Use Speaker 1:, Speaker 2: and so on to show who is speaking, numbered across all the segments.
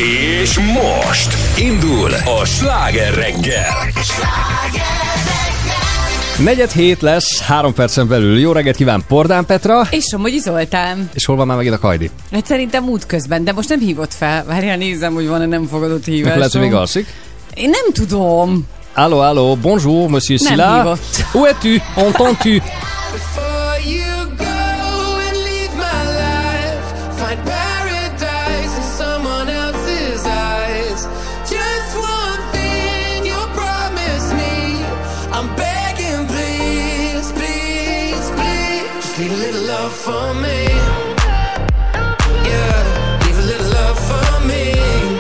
Speaker 1: És most indul a Sláger reggel.
Speaker 2: 4:07 lesz, 3 percen belül. Jó reggelt kíván Pordán Petra.
Speaker 3: És Somogyi Zoltán.
Speaker 2: És hol van már megint a Kajdi?
Speaker 3: Hát szerintem útközben, de most nem hívott fel. Várjál, nézem, hogy van-e nem fogadott hívásom.
Speaker 2: Lehet, hogy még alszik.
Speaker 3: Én nem tudom.
Speaker 2: Allô, bonjour, monsieur
Speaker 3: Nem
Speaker 2: Silla.
Speaker 3: hívott.
Speaker 2: Où es-tu? Entends-tu?
Speaker 4: For me, yeah, leave a little love for me.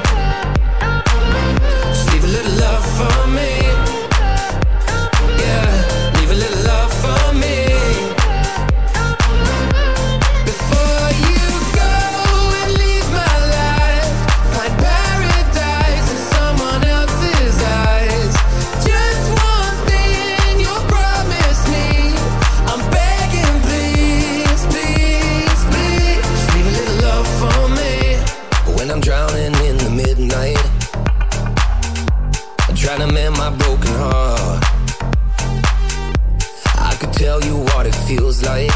Speaker 4: Just leave a little love for me, yeah, leave a little love for me. Before you go and leave my life, find paradise in someone else's eyes. Just one thing you'll promise me, I'm begging please. I'm drowning in the midnight, I'm trying to mend my broken heart. I could tell you what it feels like,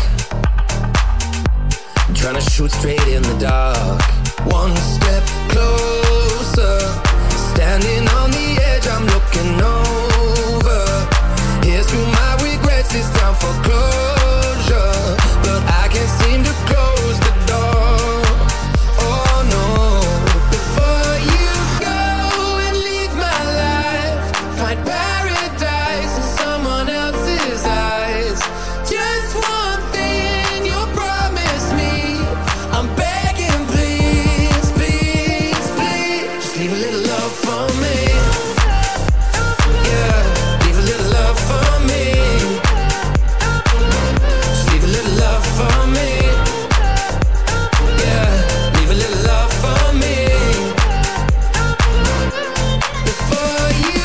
Speaker 4: I'm trying to shoot straight in the dark. One step closer, standing on the edge, I'm looking over. Here's through my regrets, it's time for closure, but I can't seem to close the door. Oh no. Paradise in someone else's eyes. Just one thing you'll promise me, I'm begging please, please, please. Just leave a little love for me, yeah, leave a little love for me. Just leave a little love for me, yeah, leave a little love for me. Before you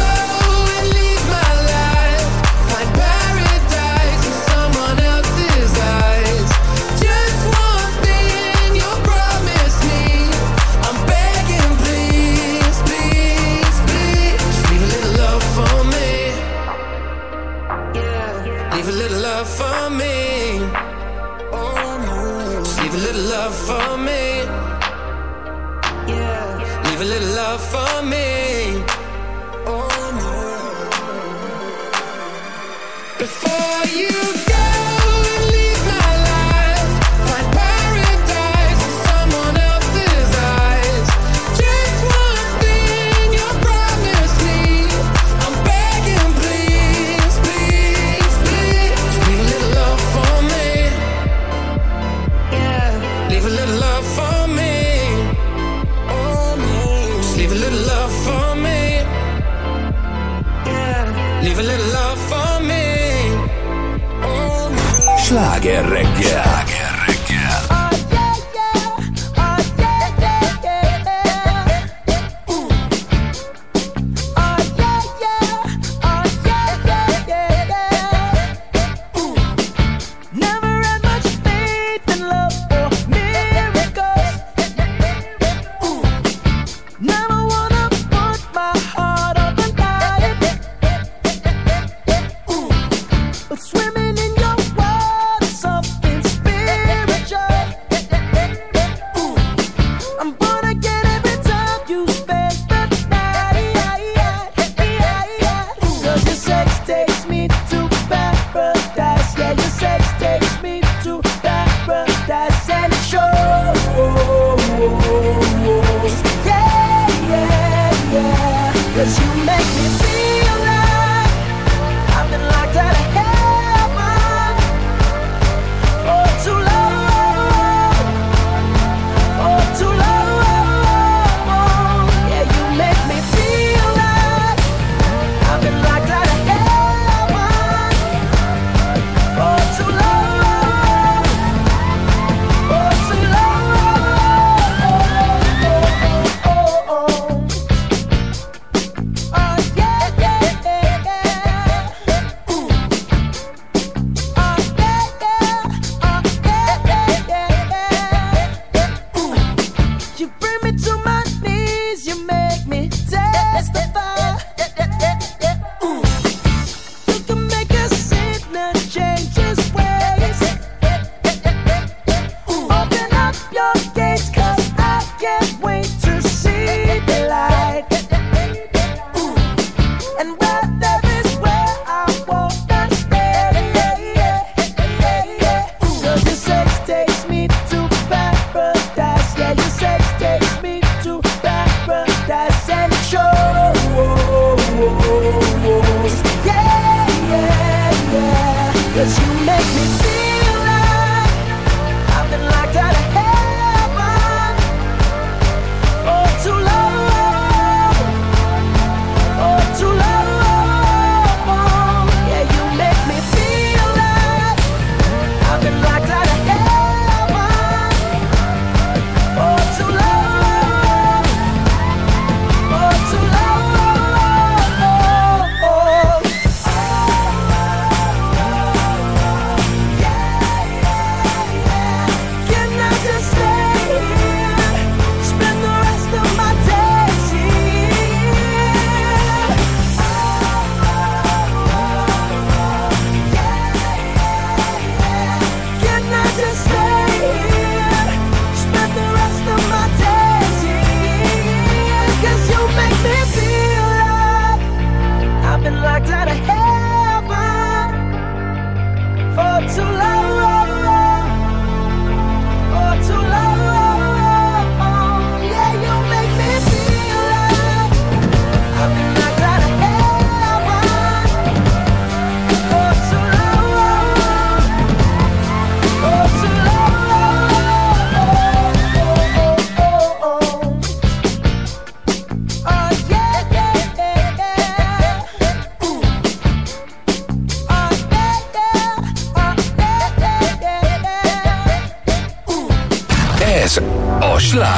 Speaker 4: for me, oh no. Just leave a little love for me, yeah, leave a little love for me, oh no. Before you go and leave my life, find paradise in someone else's eyes. Just one thing you'll promise me, I'm begging please, please, please. Just leave a little love for me, yeah, leave a little love for me, oh no. Just leave a little love for me, yeah, leave a little love for me.
Speaker 1: Sláger reggel.
Speaker 5: Swimming in your water, something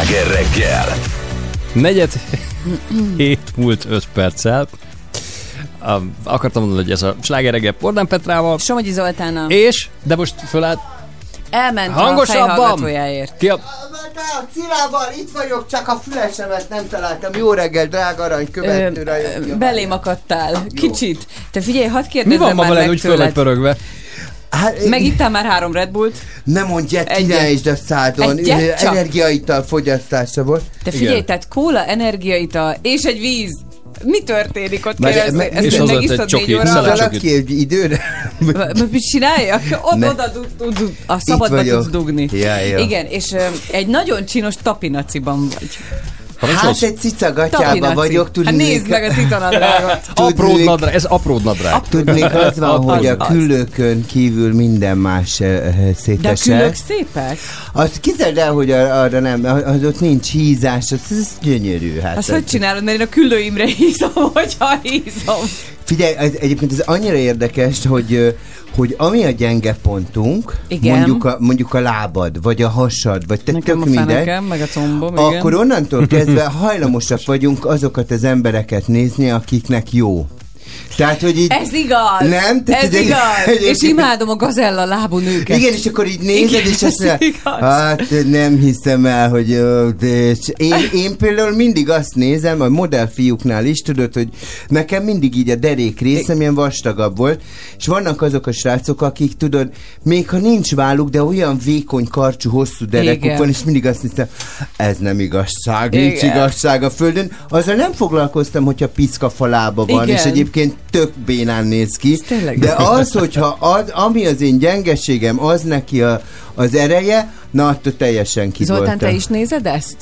Speaker 1: Sláger reggel.
Speaker 2: 4:07 múlt 5 perccel. Akartam mondani, hogy ez a Sláger reggel Pordán Petrával.
Speaker 3: Somogyi Zoltánnal.
Speaker 2: És, de most fölállt.
Speaker 3: Elment a
Speaker 2: Hangosabban!
Speaker 3: fejhallgatójáért.
Speaker 2: Ki a...
Speaker 6: Cilával itt vagyok, csak a fülesemet nem találtam. Jó reggel, drága arany, követő rajongja.
Speaker 3: Belém akadtál. Kicsit. Te figyelj, hadd
Speaker 2: Mi
Speaker 3: kérdezzem
Speaker 2: van ma
Speaker 3: már
Speaker 2: veled
Speaker 3: meg
Speaker 2: úgy föl vagy
Speaker 3: tőled.
Speaker 2: pörögve?
Speaker 6: Hát,
Speaker 3: Megittál már 3 Red Bullt?
Speaker 6: nem mondj ilyet,
Speaker 3: Egyet.
Speaker 6: kineisd a szádon.
Speaker 3: Egyet csak?
Speaker 6: Energiaital fogyasztása volt.
Speaker 3: Te figyelj,
Speaker 2: Igen.
Speaker 3: tehát kóla, energiaital és egy víz. Mi történik ott?
Speaker 6: Várj,
Speaker 3: Kérdezzük?
Speaker 6: és
Speaker 3: Ezt
Speaker 2: hozott
Speaker 3: megiszod
Speaker 2: egy csoki,
Speaker 3: 4 óra
Speaker 2: szelet
Speaker 3: alatt?
Speaker 2: csokit.
Speaker 6: Valaki egy időre?
Speaker 3: Mit csináljak?
Speaker 6: Ne.
Speaker 3: Oda a szabadba
Speaker 6: vagyok.
Speaker 3: tudsz dugni.
Speaker 6: Ja.
Speaker 3: Igen, és egy nagyon csinos tapinaciban vagy.
Speaker 6: Hát egy cicagatyában
Speaker 3: Tapinaci.
Speaker 6: vagyok,
Speaker 3: Hát
Speaker 6: tudnék.
Speaker 3: nézd meg a cicanadrágot.
Speaker 2: Apród nadrág, ez apród nadrág.
Speaker 6: Tudnék, az van, hogy a
Speaker 3: Az.
Speaker 6: küllőkön kívül minden más
Speaker 3: De a
Speaker 6: szétesel.
Speaker 3: küllők szépek.
Speaker 6: Azt képzeld el, hogy arra nem, az ott nincs hízás, ez gyönyörű. Hát
Speaker 3: Azt hogy csinálod? Mert én a küllőimre hízom, hogyha hízom.
Speaker 6: Figyelj, egyébként ez annyira érdekes, hogy ami a gyenge pontunk,
Speaker 3: Igen.
Speaker 6: mondjuk a lábad, vagy a hasad, vagy
Speaker 3: Nekem
Speaker 6: tök
Speaker 3: a
Speaker 6: mindegy,
Speaker 3: fenekem, meg a combom, igen.
Speaker 6: akkor onnantól kezdve hajlamosak vagyunk azokat az embereket nézni, akiknek jó. Tehát, hogy így...
Speaker 3: Ez igaz!
Speaker 6: Nem? Tehát
Speaker 3: Ez
Speaker 6: egy-
Speaker 3: igaz!
Speaker 6: egyébként-
Speaker 3: És imádom a gazella lábú nőket.
Speaker 6: Igen, és akkor így nézed,
Speaker 3: Igen,
Speaker 6: és azt
Speaker 3: ez
Speaker 6: mondja,
Speaker 3: igaz.
Speaker 6: hát nem hiszem el, hogy jó, de én például mindig azt nézem, a modellfiúknál is, tudod, hogy nekem mindig így a derék részem ilyen vastagabb volt, és vannak azok a srácok, akik tudod, még ha nincs válluk, de olyan vékony, karcsú, hosszú derekuk
Speaker 3: Igen.
Speaker 6: van, és mindig azt hiszem, ez nem igazság, nincs
Speaker 3: Igen.
Speaker 6: igazság a földön. Azzal nem foglalkoztam, hogyha piszkafa lába van,
Speaker 3: Igen.
Speaker 6: és egyébként tök bénán néz ki,
Speaker 3: tényleg
Speaker 6: de
Speaker 3: igaz.
Speaker 6: az, hogyha ami az én gyengeségem, az neki az ereje, na attól teljesen kivoltam.
Speaker 3: Zoltán, te is nézed ezt?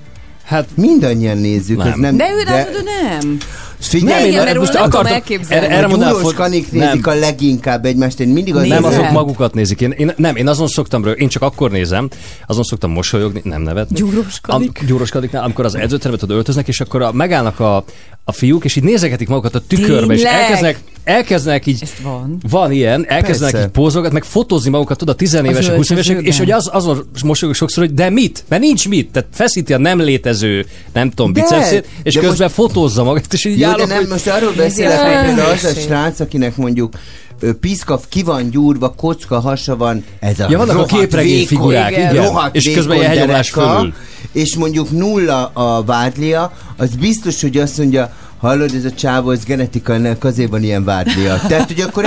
Speaker 2: Hát
Speaker 6: Mindannyian nézzük,
Speaker 2: Nem.
Speaker 6: ez nem...
Speaker 3: De ő nem.
Speaker 6: Figyelj,
Speaker 3: Igen, mert
Speaker 2: most
Speaker 3: róla nem tudom
Speaker 2: akartam-
Speaker 3: elképzelni.
Speaker 2: erre
Speaker 6: a
Speaker 2: mondanám,
Speaker 6: gyúrós
Speaker 2: hogy-
Speaker 6: kanik
Speaker 2: nem.
Speaker 6: nézik a leginkább egymást, én mindig az
Speaker 2: nem,
Speaker 3: Nézed?
Speaker 2: azok magukat nézik. Én azon szoktam, én csak akkor nézem, azon szoktam mosolyogni, nem nevetni.
Speaker 3: Gyúróskodik?
Speaker 2: Gyúróskodiknál, amikor az edzőtermet oda öltöznek, és akkor megállnak a fiúk, és így nézegetik magukat a tükörbe, és
Speaker 3: Tényleg?
Speaker 2: elkezdenek így...
Speaker 3: Ezt van.
Speaker 2: Van ilyen, elkezdenek
Speaker 6: Persze.
Speaker 2: így pózolgatni, meg fotózni magukat, tudod, a 10 évesek, 20 évesek,
Speaker 3: öltözőben.
Speaker 2: és hogy azon mosolyogok sokszor, hogy de mit? Mert nincs mit. Tehát feszíti a nem létező, nem tudom,
Speaker 6: De-
Speaker 2: bicepszét, és
Speaker 6: de
Speaker 2: közben fotózza magát, és így
Speaker 6: Jó, de
Speaker 2: állok,
Speaker 6: nem,
Speaker 2: hogy...
Speaker 6: most arról beszélek,
Speaker 3: Ez
Speaker 6: hogy
Speaker 3: ilyen
Speaker 6: például az a
Speaker 3: felelősség.
Speaker 6: srác, akinek mondjuk piszkaf ki van gyúrva, kocka hasa van, ez a
Speaker 2: Ja, vannak a
Speaker 6: rohadt
Speaker 2: képregény
Speaker 6: vékony,
Speaker 2: figurák, igen.
Speaker 6: rohadt
Speaker 2: És közben
Speaker 6: vékony
Speaker 2: ilyen hegyomlás
Speaker 6: dereka,
Speaker 2: fölül.
Speaker 6: és mondjuk 0 a vádlia, az biztos, hogy azt mondja, hallod, ez a csávó, ez genetikailag azért van ilyen vádlia. Tehát, hogy akkor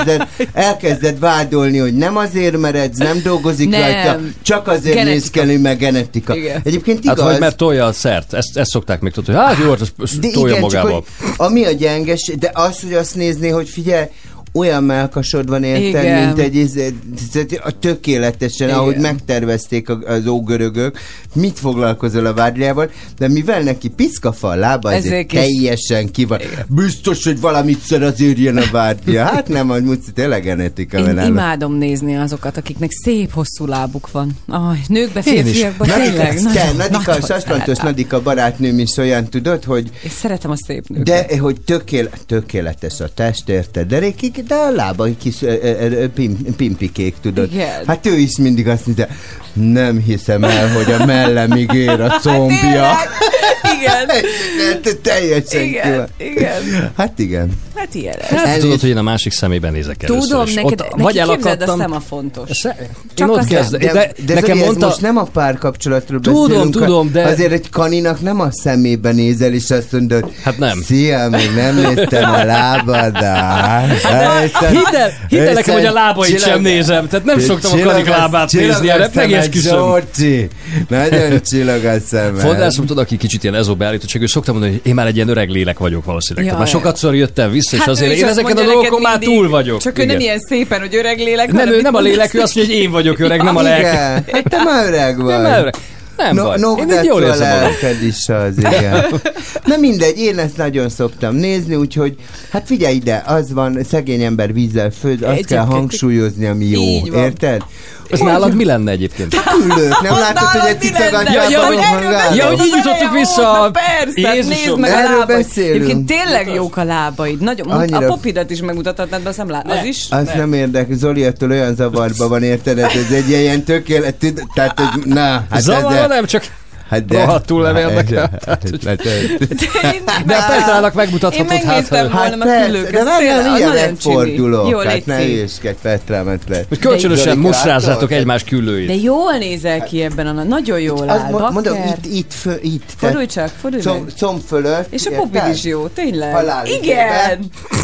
Speaker 6: elkezded vádolni, hogy nem azért, mert ez nem dolgozik
Speaker 3: Nem.
Speaker 6: rajta, csak azért
Speaker 3: Genetika.
Speaker 6: néz ki elő, meg genetika.
Speaker 3: Igen.
Speaker 6: Egyébként
Speaker 2: Hát
Speaker 6: igaz.
Speaker 2: vagy mert tolja a szert, ezt szokták még tudni, hogy hát jó, ezt
Speaker 6: De
Speaker 2: tolja
Speaker 6: igen, csak
Speaker 2: magával.
Speaker 6: hogy ami a gyenges, de az, hogy azt nézni, hogy figyelj, olyan melkasod van, érted,
Speaker 3: Igen.
Speaker 6: mint egy tökéletesen,
Speaker 3: Igen.
Speaker 6: ahogy megtervezték az ógörögök, mit foglalkozol a vádliával, de mivel neki piszkafa a lába,
Speaker 3: Ezért
Speaker 6: ezért
Speaker 3: kész.
Speaker 6: teljesen ki van. Biztos, hogy valamit szer azért jön a vádlia. Hát nem, hogy Muci, tényleg genetika van
Speaker 3: Én
Speaker 6: nála.
Speaker 3: imádom nézni azokat, akiknek szép hosszú lábuk van. Aj, nőkbe,
Speaker 2: Én is.
Speaker 3: férfiakban tényleg.
Speaker 6: Nadika, a Saskantos Nadika barátnőm is olyan, tudod, hogy
Speaker 3: És szeretem a szép nőket.
Speaker 6: de hogy tökéletes a test, érted? De a lába kis pimpikék, tudod.
Speaker 3: Igen.
Speaker 6: Hát ő is mindig azt mondja, nem hiszem el, hogy a mellemig ér a combja.
Speaker 3: Hát igen.
Speaker 6: Teljesen ki van.
Speaker 3: Igen, igen.
Speaker 6: Hát igen.
Speaker 3: Hát ilyen ez.
Speaker 2: Hát
Speaker 6: Elnézést.
Speaker 2: tudod, hogy én a másik szemében nézek először.
Speaker 3: Tudom,
Speaker 2: és
Speaker 3: neked,
Speaker 2: ott,
Speaker 3: neki képzeld, a
Speaker 2: elakadtam.
Speaker 3: szem a fontos.
Speaker 2: Én
Speaker 3: Csak
Speaker 2: ott
Speaker 3: a szem.
Speaker 2: kezdem.
Speaker 6: De
Speaker 2: Nekem
Speaker 6: Zoli, ez
Speaker 2: mondta...
Speaker 6: most nem a párkapcsolatról
Speaker 2: Tudom,
Speaker 6: beszélünk.
Speaker 2: tudom, de-
Speaker 6: Azért egy kaninak nem a szemébe nézel, és azt mondod,
Speaker 2: Hát nem.
Speaker 6: Szia, még nem néztem a lábadát.
Speaker 2: Hidd el nekem, hogy a lábait sem nézem, tehát nem szoktam a kanik lábát nézni, erre megesküszöm.
Speaker 6: Zsorci, nagyon csillag a szemed.
Speaker 2: Fodrászom, tudod, aki kicsit ilyen ezóbeállítottság, ő szoktam mondani, hogy én már egy ilyen öreg lélek vagyok valószínűleg.
Speaker 3: Jaj.
Speaker 2: Tehát már sokatszor jöttem vissza, és
Speaker 3: Hát ő
Speaker 2: azért
Speaker 3: is
Speaker 2: én
Speaker 3: azt
Speaker 2: ezeken a
Speaker 3: mondja
Speaker 2: dolgokon
Speaker 3: neked
Speaker 2: már
Speaker 3: mindig.
Speaker 2: túl vagyok.
Speaker 3: Csak ő nem ilyen szépen, hogy öreg lélek.
Speaker 2: Nem,
Speaker 3: hanem
Speaker 2: ő
Speaker 3: mit
Speaker 2: nem a
Speaker 3: mondasz?
Speaker 2: lélek, ő azt mondja, hogy én vagyok öreg, nem a lelk.
Speaker 6: Igen, hát te már öreg vagy.
Speaker 2: Nem öreg. Nem baj. Én így jól
Speaker 6: a
Speaker 2: érzem magam.
Speaker 6: lelked is az, igen. Na mindegy, én ezt nagyon szoktam nézni, úgyhogy hát figyelj ide, az van, szegény ember vízzel főz, azt kell
Speaker 3: Egyébként-
Speaker 6: hangsúlyozni, ami jó,
Speaker 3: Így van.
Speaker 6: érted?
Speaker 2: Ez nálad mi lenne egyébként?
Speaker 6: Küllők, nem látod, hogy egy cicagatjában
Speaker 2: Ja, hogy-
Speaker 6: magál?
Speaker 2: ja, hogy így jutottuk vissza.
Speaker 3: Persze,
Speaker 2: Jézusom.
Speaker 3: nézd meg a
Speaker 6: Erről
Speaker 3: lábaid.
Speaker 6: beszélünk.
Speaker 3: Egyébként tényleg jók a lábaid. Nagyon, a
Speaker 6: Annyira-
Speaker 3: popidat is megmutathatnád, de azt nem lát. Az is?
Speaker 6: Azt nem érdekel, Zoli attól olyan zavarba van, érted? Ez egy ilyen tökélet, tehát, hogy na, hát
Speaker 2: Zavarra
Speaker 6: ezzel,
Speaker 2: nem, csak rohadtul nem érdekel. De a Petrának megmutathatod,
Speaker 3: Én megnéztem volna a küllőket.
Speaker 6: de nem ilyen
Speaker 3: nagyon csini.
Speaker 6: megfordulok.
Speaker 3: Jó,
Speaker 6: Hát ne
Speaker 3: légy szíves.
Speaker 6: hülyeskedj, Petrámat le.
Speaker 2: Hogy kölcsönösen
Speaker 6: Zoli,
Speaker 2: musrázzátok
Speaker 6: látod?
Speaker 2: egymás küllőit.
Speaker 3: De jól nézel ki ebben, nagyon jól
Speaker 6: Az
Speaker 3: áll.
Speaker 6: mondom,
Speaker 3: bakker.
Speaker 6: itt.
Speaker 3: Fordulj csak, fordulj meg.
Speaker 6: Comb fölött.
Speaker 3: És a
Speaker 6: érted?
Speaker 3: popid is jó, tényleg.
Speaker 6: Halál
Speaker 3: Igen.
Speaker 6: izébe.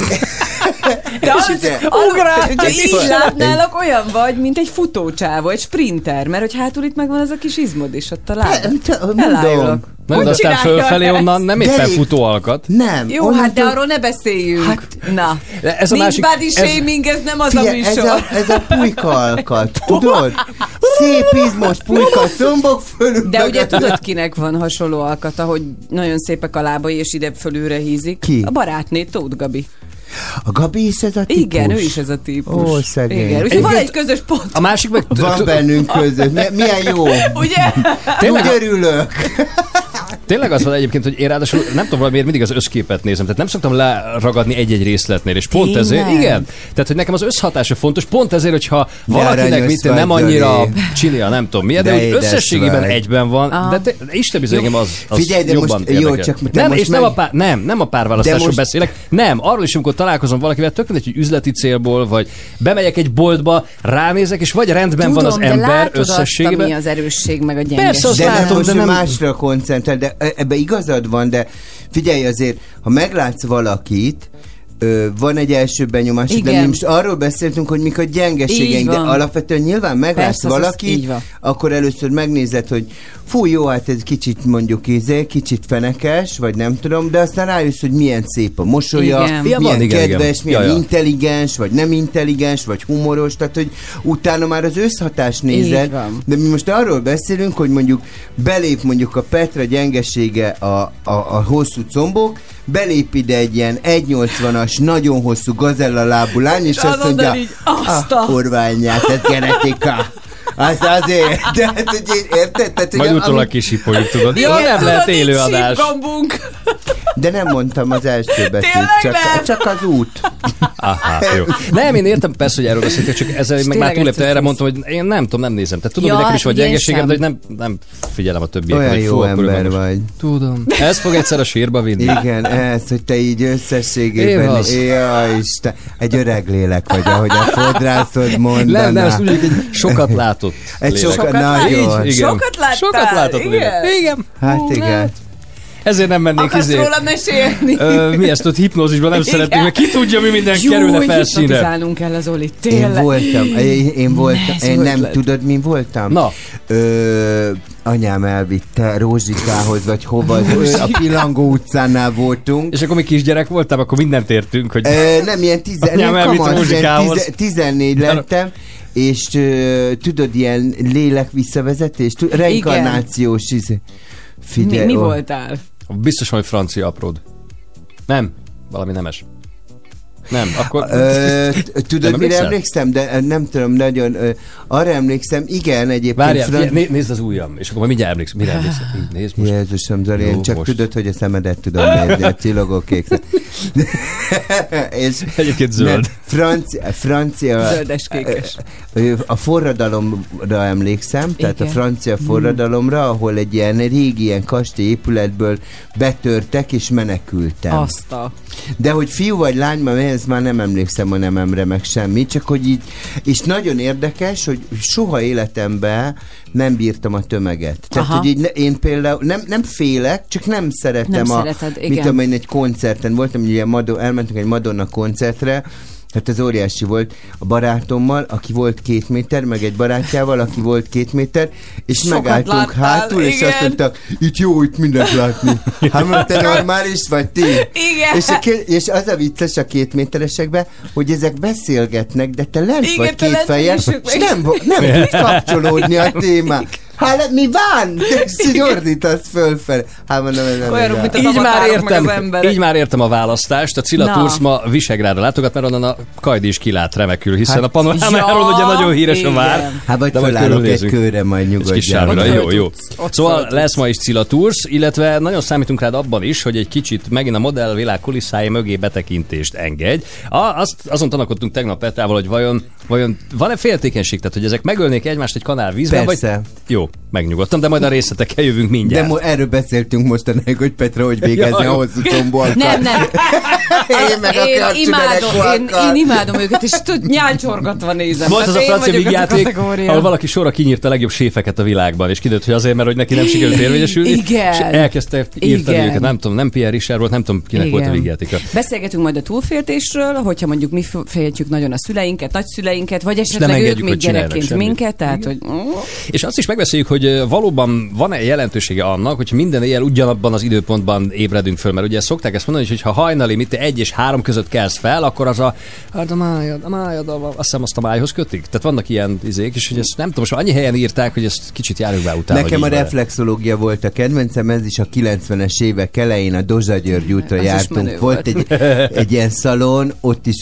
Speaker 3: De az,
Speaker 6: ide.
Speaker 3: ha így látnálok, olyan vagy, mint egy futócsávó, egy sprinter, mert hogy hátul itt megvan ez a kis izmod is ott a lábad. Elájulok.
Speaker 2: Nem, de
Speaker 3: Hogy
Speaker 2: aztán
Speaker 3: csinálja
Speaker 2: fölfelé
Speaker 3: ezt?
Speaker 2: onnan nem éppen
Speaker 6: Derék.
Speaker 2: futóalkat.
Speaker 6: Nem.
Speaker 3: Jó, hát de arról ne beszéljünk. Na,
Speaker 2: De ez a
Speaker 3: nincs
Speaker 2: másik...
Speaker 3: body shaming, ez nem az a
Speaker 6: Figyelj,
Speaker 3: műsor.
Speaker 6: ez a pulykalkat, tudod? Szép izmos pulyka, combok fölül.
Speaker 3: De
Speaker 6: meg
Speaker 3: ugye
Speaker 6: a-
Speaker 3: tudod, kinek van hasonló alkata, hogy nagyon szépek a lábai, és ide fölülre hízik?
Speaker 6: Ki?
Speaker 3: A barátné, Tóth Gabi.
Speaker 6: A Gabi is ez a típus?
Speaker 3: Igen, ő is ez a típus.
Speaker 6: Ó, szegény.
Speaker 3: Igen, úgyhogy van
Speaker 2: Egyébként-
Speaker 3: egy közös pont.
Speaker 2: A másik meg...
Speaker 6: Van bennünk között. Milyen jó.
Speaker 3: Ugye?
Speaker 6: Úgy örülök.
Speaker 2: Tényleg az van egyébként, hogy én ráadásul nem tudom valamiért mindig az összképet nézem, tehát nem szoktam leragadni egy-egy részletnél, és pont
Speaker 3: Tényleg?
Speaker 2: ezért, igen, tehát hogy nekem az összhatása fontos, pont ezért, hogyha
Speaker 6: De
Speaker 2: valakinek
Speaker 6: aranyos
Speaker 2: mit
Speaker 6: vagy,
Speaker 2: nem annyira
Speaker 6: Zoli.
Speaker 2: csinia, nem tudom milyen, de,
Speaker 6: De
Speaker 2: hogy
Speaker 6: édes
Speaker 2: összességében
Speaker 6: vagy.
Speaker 2: egyben van,
Speaker 3: Aha.
Speaker 2: de Isten bizony engem az
Speaker 6: Figyelj, de
Speaker 2: jobban
Speaker 6: most- jó,
Speaker 2: érdekel.
Speaker 6: csak te
Speaker 2: nem,
Speaker 6: most
Speaker 2: és nem,
Speaker 6: meg-
Speaker 2: nem a párválasztásról
Speaker 6: De most-
Speaker 2: beszélek, nem, arról is, amikor találkozom valakivel, tök mindegy, hogy üzleti célból, vagy bemegyek egy boltba, ránézek, és vagy rendben van az
Speaker 3: de
Speaker 2: ember
Speaker 3: látod
Speaker 2: összességében.
Speaker 3: azt, ami az erősség, meg a gyengeség.
Speaker 2: Persze, azt
Speaker 6: De
Speaker 2: látom,
Speaker 6: nem, most
Speaker 2: de nem-
Speaker 6: másra koncentrál, de ebbe igazad van, de figyelj azért, ha meglátsz valakit, van egy első benyomás, de
Speaker 3: Igen.
Speaker 6: mi most arról beszéltünk, hogy mik a gyengeségeink,
Speaker 3: Így
Speaker 6: de
Speaker 3: van.
Speaker 6: alapvetően nyilván meglátsz
Speaker 3: Persze, az így
Speaker 6: valakit,
Speaker 3: van.
Speaker 6: akkor először megnézed, hogy fú, jó, hát ez kicsit mondjuk kicsit fenekes, vagy nem tudom, de aztán rájössz, hogy milyen szép a mosolya,
Speaker 3: Igen.
Speaker 2: Ja,
Speaker 6: milyen
Speaker 2: van, igen,
Speaker 6: kedves,
Speaker 2: igen.
Speaker 6: milyen
Speaker 2: Ja, ja.
Speaker 6: intelligens, vagy nem intelligens, vagy humoros, tehát hogy utána már az összhatást nézed,
Speaker 3: Így van.
Speaker 6: de mi most arról beszélünk, hogy mondjuk belép mondjuk a Petra gyengesége a hosszú combok, belép ide egy ilyen 1,80-as, nagyon hosszú gazella lábú lány, és azt
Speaker 3: mondod
Speaker 6: mondja,
Speaker 3: így, azt a-
Speaker 6: kurványát, ez genetika. Az azért, de hát, hogy érted? Tehát, hogy
Speaker 2: Majd utólag
Speaker 6: ami-
Speaker 2: kisipoljuk, tudod. Jó,
Speaker 3: Igen,
Speaker 2: nem
Speaker 3: tudod,
Speaker 2: lehet
Speaker 3: így
Speaker 2: élőadás.
Speaker 3: sípgombunk.
Speaker 6: de nem mondtam az első betűt,
Speaker 3: Tényleg nem?
Speaker 6: csak az út.
Speaker 2: Aha, jó. Nem, én értem persze, hogy erről beszéltek, csak ezzel meg már
Speaker 3: tényleg
Speaker 2: túléptem,
Speaker 3: ezt
Speaker 2: erre
Speaker 3: hiszem.
Speaker 2: mondtam, hogy én nem tudom, nem nézem. Tehát tudom,
Speaker 3: Ja,
Speaker 2: hogy nekem is van
Speaker 3: ugye én
Speaker 2: gyengeségem, de
Speaker 3: sem.
Speaker 2: hogy nem figyelem a többieket.
Speaker 6: Olyan
Speaker 2: hogy
Speaker 6: jó
Speaker 2: fú, akkor
Speaker 6: ember
Speaker 2: ő
Speaker 6: vagy.
Speaker 2: Tudom. Ez fog egyszer a sírba vinni.
Speaker 6: Igen, ez, hogy te így
Speaker 2: Én
Speaker 6: összességében,
Speaker 2: az.
Speaker 6: jaj Isten, egy öreg lélek vagy, ahogy a fodrászod mondaná.
Speaker 2: Nem, ezt úgy, hogy egy sokat látott
Speaker 6: Egy
Speaker 2: lélek.
Speaker 6: sokat,
Speaker 3: Sokat
Speaker 6: nagyon.
Speaker 2: Igen.
Speaker 3: Sokat láttál?
Speaker 2: Sokat látott
Speaker 3: Igen?
Speaker 2: lélek. Igen.
Speaker 6: Hát igen.
Speaker 2: Ezért nem mennék
Speaker 3: Akarsz róla mesélni?
Speaker 2: mi ezt ott hipnózisban nem
Speaker 3: Igen.
Speaker 2: szeretünk, mert ki tudja, mi minden kerülne felszínre.
Speaker 3: hipnotizálnunk kell az Olit,
Speaker 6: Én
Speaker 3: tényleg.
Speaker 6: voltam, én voltam,
Speaker 3: Ez
Speaker 6: én nem
Speaker 3: ötlet.
Speaker 6: tudod, mi voltam?
Speaker 2: Na.
Speaker 6: Anyám elvitte Rózsikához, vagy hova, a Pilangó utcánál voltunk.
Speaker 2: És akkor mi kisgyerek voltam, akkor mindent értünk, hogy
Speaker 6: Nem, ilyen
Speaker 2: Anyám elvitte Rózsikához.
Speaker 6: 14 lettem, és tudod, ilyen lélek visszavezetés, reinkarnációs figyelj.
Speaker 3: Mi
Speaker 6: ó.
Speaker 3: voltál?
Speaker 2: biztos, hogy francia apród. Nem, valami nemes. Nem, akkor...
Speaker 6: Tudod,
Speaker 2: Nem
Speaker 6: mire
Speaker 2: emlékszel?
Speaker 6: emlékszem? De nem tudom, nagyon... Arra emlékszem, igen, egyébként...
Speaker 2: Várjál, nézd az ujjam, és akkor majd mindjárt emlékszem. Mire emlékszem? Így nézd most.
Speaker 6: Jézusom, Zoli,
Speaker 2: Jó,
Speaker 6: én csak
Speaker 2: most.
Speaker 6: tudod, hogy a szemedet tudom nézni, a csillogó kék. És
Speaker 2: Egyébként zöld.
Speaker 6: francia
Speaker 3: Zöldes-kékes.
Speaker 6: a forradalomra emlékszem, tehát a
Speaker 3: Igen.
Speaker 6: francia forradalomra, ahol egy ilyen régi, ilyen kastély épületből betörtek és menekültem.
Speaker 3: Azt a...
Speaker 6: De hogy fiú vagy lány, mert ez már nem emlékszem a nememre, meg semmi, csak hogy így, és nagyon érdekes, hogy soha életemben nem bírtam a tömeget. Tehát,
Speaker 3: Aha.
Speaker 6: hogy így én például nem félek, csak nem szeretem
Speaker 3: Nem
Speaker 6: a...
Speaker 3: szereted,
Speaker 6: mit
Speaker 3: igen.
Speaker 6: tudom én, egy koncerten voltam, ugye elmentünk egy Madonna koncertre, hát ez óriási volt a barátommal, aki volt 2 méter, meg egy barátjával, aki volt 2 méter, és
Speaker 3: Sokat
Speaker 6: megálltunk
Speaker 3: láttál,
Speaker 6: hátul, és
Speaker 3: igen.
Speaker 6: azt mondtak, itt jó, itt mindent látni. Hát mondta, te normális vagy ti?
Speaker 3: Igen.
Speaker 6: És az a vicces a 2 méteresekben, hogy ezek beszélgetnek, de te lent
Speaker 3: Igen,
Speaker 6: vagy
Speaker 3: te lent
Speaker 6: kétfejes,
Speaker 3: vagy,
Speaker 6: és nem tud kapcsolódni a téma. Hát mi van? És így ordítasz fölfelé. Hát mondom, ez nem
Speaker 3: Olyanok,
Speaker 6: igaz.
Speaker 3: mint az
Speaker 2: Így már,
Speaker 3: avatárok, meg az
Speaker 2: értem,
Speaker 3: emberek.
Speaker 2: így már értem a választást. A Cilla
Speaker 3: Na.
Speaker 2: Tours ma Visegrádra látogat, mert onnan a Kajdi is kilát remekül, hiszen
Speaker 6: Hát-
Speaker 2: a panorámáról
Speaker 3: Ja,
Speaker 2: ugye nagyon híres a
Speaker 3: igen.
Speaker 2: vár.
Speaker 6: Hát vagy
Speaker 2: De majd
Speaker 6: fölállok egy
Speaker 2: körülnézünk.
Speaker 6: kőre, majd
Speaker 2: Egy kis
Speaker 6: nyugodjál.
Speaker 2: sávra,
Speaker 3: Ott
Speaker 2: jó,
Speaker 3: föl
Speaker 2: jó.
Speaker 3: tudsz, ott
Speaker 2: Szóval
Speaker 3: föl tudsz.
Speaker 2: lesz ma is Cilla Tours, illetve nagyon számítunk rád abban is, hogy egy kicsit megint a modellvilág kulisszái mögé betekintést engedj. Azon tanakodtunk tegnap Petrával, hogy vajon van-e féltékenység, tehát hogy ezek megölnék egymást egy kanál vízben,
Speaker 6: Persze.
Speaker 2: vagy... Jó. megnyugodtam, de majd a részletekkel jövünk
Speaker 6: De
Speaker 2: mindjárt.
Speaker 6: erről beszéltünk mostanáig, hogy Petra hogy végezni a hosszú combóakkal.
Speaker 3: Nem.
Speaker 6: Én meg a
Speaker 3: Én imádom őket, és nyálcsorgatva nézem.
Speaker 2: Volt az a
Speaker 3: Hát én
Speaker 2: francia
Speaker 3: vagyok az a
Speaker 2: vígjáték,
Speaker 3: kategória.
Speaker 2: ahol valaki sorra kinyírta a legjobb séfeket a világban, és kiderült, hogy azért, mert hogy neki nem sikerült érvényesülni,
Speaker 3: Igen.
Speaker 2: és elkezdte írtani
Speaker 3: Igen.
Speaker 2: őket. Nem tudom, nem Pierre Richard volt, nem tudom, kinek volt a vígjátéka.
Speaker 3: Beszélgetünk majd a túlféltésről, hogyha mondjuk mi féltjük nagyon a szüleinket, nagyszüleinket, vagy esetleg ők
Speaker 2: engedjük,
Speaker 3: még
Speaker 2: hogy csináljanak
Speaker 3: gyerekként
Speaker 2: semmit.
Speaker 3: minket, tehát hogy...
Speaker 2: És azt is megbeszéljük, hogy valóban van-e jelentősége annak, hogy minden éjjel ugyanabban az időpontban ébredünk föl, mert ugye szokták ezt mondani, hogy ha hajnali, mit 1 és 3 között kelsz fel, akkor az a májad, azt hiszem azt a májhoz kötik. Tehát vannak ilyen izék, és hogy ezt nem tudom, most annyi helyen írták, hogy ezt kicsit járjuk be utána.
Speaker 6: Nekem a
Speaker 2: hogy így
Speaker 6: reflexológia volt a kedvencem, ez is a 90-es évek elején a Dózsa György útra
Speaker 3: Az is
Speaker 6: jártunk.
Speaker 3: menő
Speaker 6: Volt egy ilyen szalon,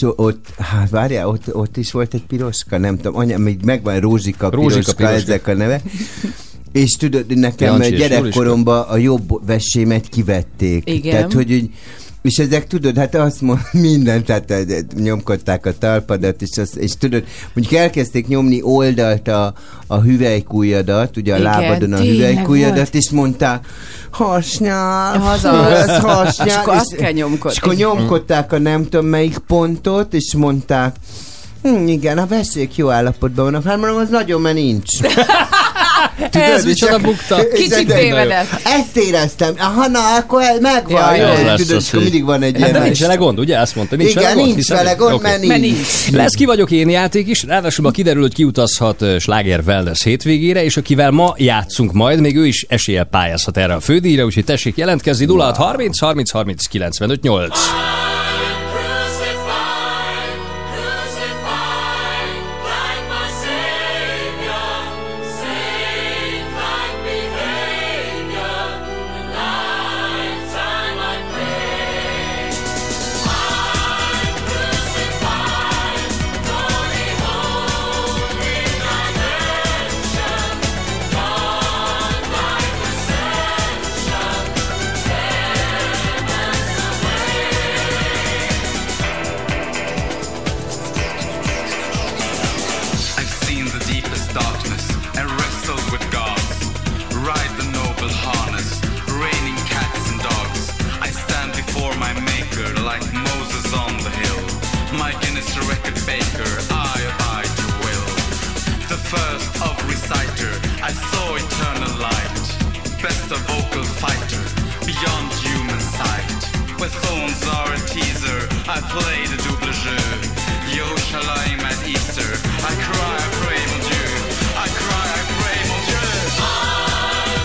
Speaker 6: ott is volt egy piroska, nem tudom, anya, még megvan Rózsika, piroska, ezek a neve. És tudod, nekem
Speaker 2: Jancsi és
Speaker 6: gyerekkoromban a jobb vesémet kivették.
Speaker 3: Igen.
Speaker 6: Tehát, hogy és ezek tudod, hát azt mindent, tehát nyomkodták a talpadat, és tudod, mondjuk elkezdték nyomni oldalt a hüvelykujjadat, ugye a
Speaker 3: Igen,
Speaker 6: lábadon a
Speaker 3: tényleg
Speaker 6: hüvelykujjadat,
Speaker 3: volt.
Speaker 6: és mondták, hasnyál,
Speaker 3: Azaz. És akkor azt kell
Speaker 6: és akkor nyomkodták a nem tudom melyik pontot, és mondták, igen, a vesék jó állapotban vannak, hát mondom, az nagyon, mert nincs.
Speaker 2: Ez micsoda bukta.
Speaker 3: Kicsit tévedett.
Speaker 6: Ezt éreztem. Aha, na, akkor megvan.
Speaker 3: Jaj,
Speaker 6: Jó,
Speaker 2: az lesz
Speaker 6: tudod,
Speaker 2: az,
Speaker 6: akkor
Speaker 2: hogy-
Speaker 6: mindig van egy
Speaker 2: Hát de
Speaker 6: ilyen...
Speaker 2: nincs vele gond, ugye? Azt mondta, nincs
Speaker 6: Igen,
Speaker 2: vele gond.
Speaker 6: nincs
Speaker 2: hiszen-
Speaker 6: vele gond,
Speaker 2: Oké.
Speaker 6: mert
Speaker 3: Mert
Speaker 6: nincs.
Speaker 3: nincs.
Speaker 2: Lesz Ki vagyok én játék is, ráadásul ma kiderül, hogy kiutazhat Sláger Wellness hétvégére, és akivel ma játszunk majd, még ő is eséllyel pályázhat erre a fődíjra, úgyhogy tessék jelentkezni 0630 30 30 95 8.
Speaker 7: I've seen the deepest darkness and wrestled with gods. Ride the noble harness, raining cats and dogs. I stand before my maker like Moses on the hill. My Guinness record baker, I abide your will. The first of reciter, I saw eternal light. Best of vocal fighter, beyond human sight. Where thorns are a teaser, I play the double jeu. Yerushalayim at Easter, I cry, I pray, mon Dieu. I cry, I pray, mon Dieu.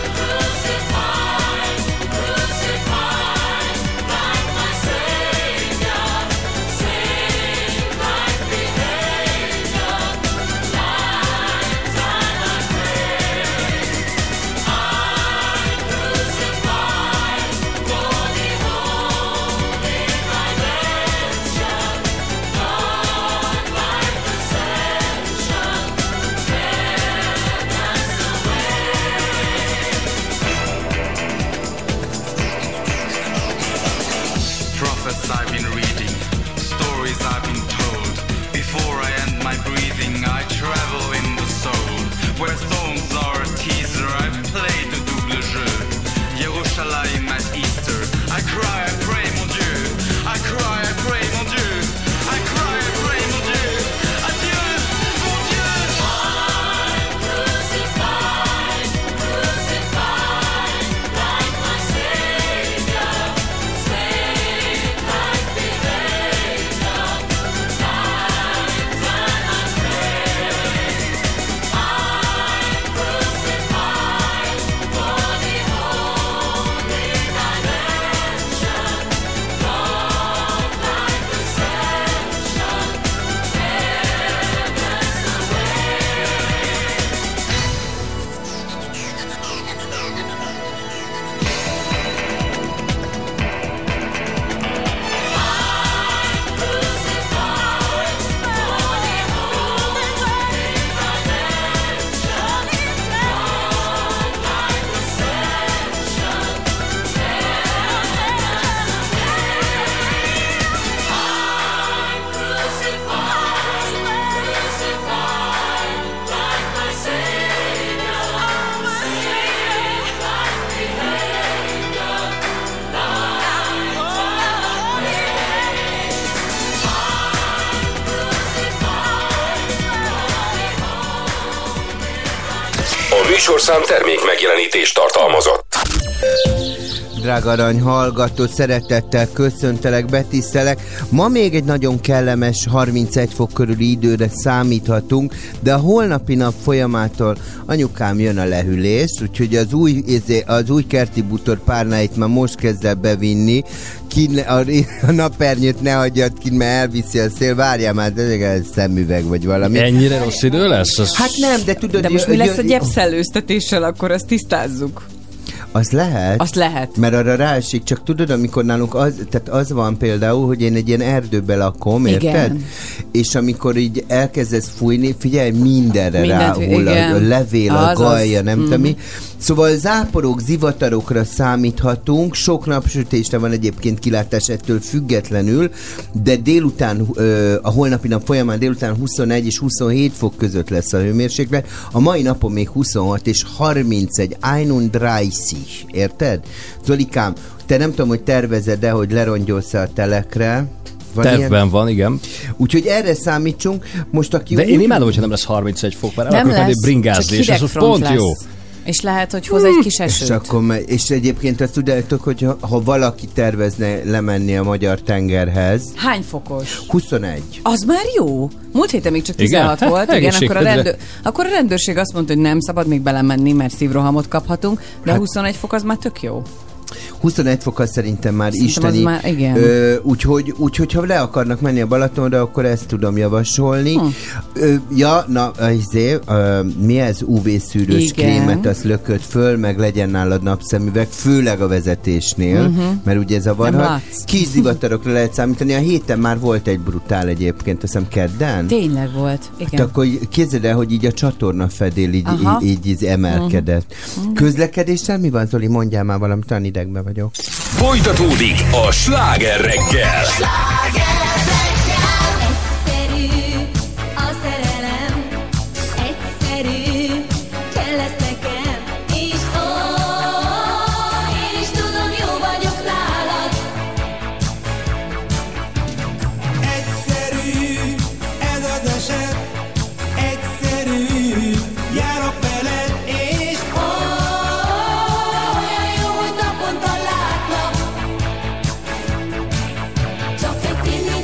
Speaker 7: Prophets I've been reading, stories I've been told. Before I end my breathing, I travel in the soul. Where thorns are a teaser, I've played the double jeu. Yerushalayim at Easter, I cry, I pray, mon Dieu. I cry, I pray, mon Dieu. I cry, I pray, mon Dieu. Adieu, mon Dieu.
Speaker 1: műsorszám termék megjelenítést tartalmazott.
Speaker 6: Drága arany hallgató, szeretettel köszöntelek, betisztelek. Ma még egy nagyon kellemes 31 fok körüli időre számíthatunk, de a holnapi nap folyamától anyukám jön a lehűlés, úgyhogy az új kerti bútor párnáit már most kezd el bevinni. A napernyőt ne hagyjad ki, mert elviszi a szél. Várjál már, ez szemüveg vagy valami.
Speaker 2: Ennyire rossz idő lesz?
Speaker 6: Hát nem, de tudod...
Speaker 3: De most mi lesz a gyepszellőztetéssel, akkor azt tisztázzuk.
Speaker 6: Az lehet.
Speaker 3: Azt lehet.
Speaker 6: Mert arra ráesik, csak tudod, amikor nálunk az van például, hogy én egy ilyen erdőbe lakom, érted?
Speaker 3: Igen.
Speaker 6: És amikor így elkezdesz fújni, figyelj, mindenre ráhull a levél, a galja, nem tudom mi. Szóval záporok, zivatarokra számíthatunk, sok napsütésre van egyébként kilátás ettől függetlenül, de délután, a holnapi nap folyamán délután 21 és 27 fok között lesz a hőmérséklet. A mai napon még 26 és 31, 31, érted? Zolikám, te nem tudom, hogy tervezed-e, hogy lerongyolsz a telekre.
Speaker 2: Tervben van, igen.
Speaker 6: Úgyhogy erre számítsunk. Most aki
Speaker 2: de én imádom, hogyha nem lesz 31 fok, mert el akarok menni bringázni, és az pont
Speaker 3: lesz.
Speaker 2: jó.
Speaker 3: És lehet, hogy hoz egy kis esőt.
Speaker 6: És egyébként azt tudjátok, hogy ha valaki tervezne lemenni a magyar tengerhez...
Speaker 3: Hány fokos?
Speaker 6: 21.
Speaker 3: Az már jó. Múlt héten még csak 16
Speaker 2: igen?
Speaker 3: volt. Igen, akkor a rendőrség azt mondta, hogy nem szabad még belemenni, mert szívrohamot kaphatunk, de 21 fok az már tök jó.
Speaker 6: 21 fok az szerintem már
Speaker 3: Szerintem
Speaker 6: isteni.
Speaker 3: Már, igen.
Speaker 6: Úgyhogy ha le akarnak menni a Balatonra, akkor ezt tudom javasolni. Mi ez? UV-szűrős krémet, azt lököd föl, meg legyen nálad napszemüveg, főleg a vezetésnél, mert ugye ez a varhat. Kis zivatarokra lehet számítani. A héten már volt egy brutál egyébként, azt hiszem kedden.
Speaker 3: Tényleg volt, igen.
Speaker 6: Hát akkor képzeld el, hogy így a csatorna fedél így emelkedett. Közlekedéssel mi van, Zoli? Mondjál már valamit, talán idegben vagyok.
Speaker 1: Folytatódik a Sláger reggel.
Speaker 8: Egyszerű a szerelem, egyszerű kell lesz nekem, és én is tudom, jó vagyok nálad.
Speaker 4: Egyszerű, ez az eset, egyszerű, járok veled, és
Speaker 8: Olyan jó, hogy naponta látlak. Csak egy tényleg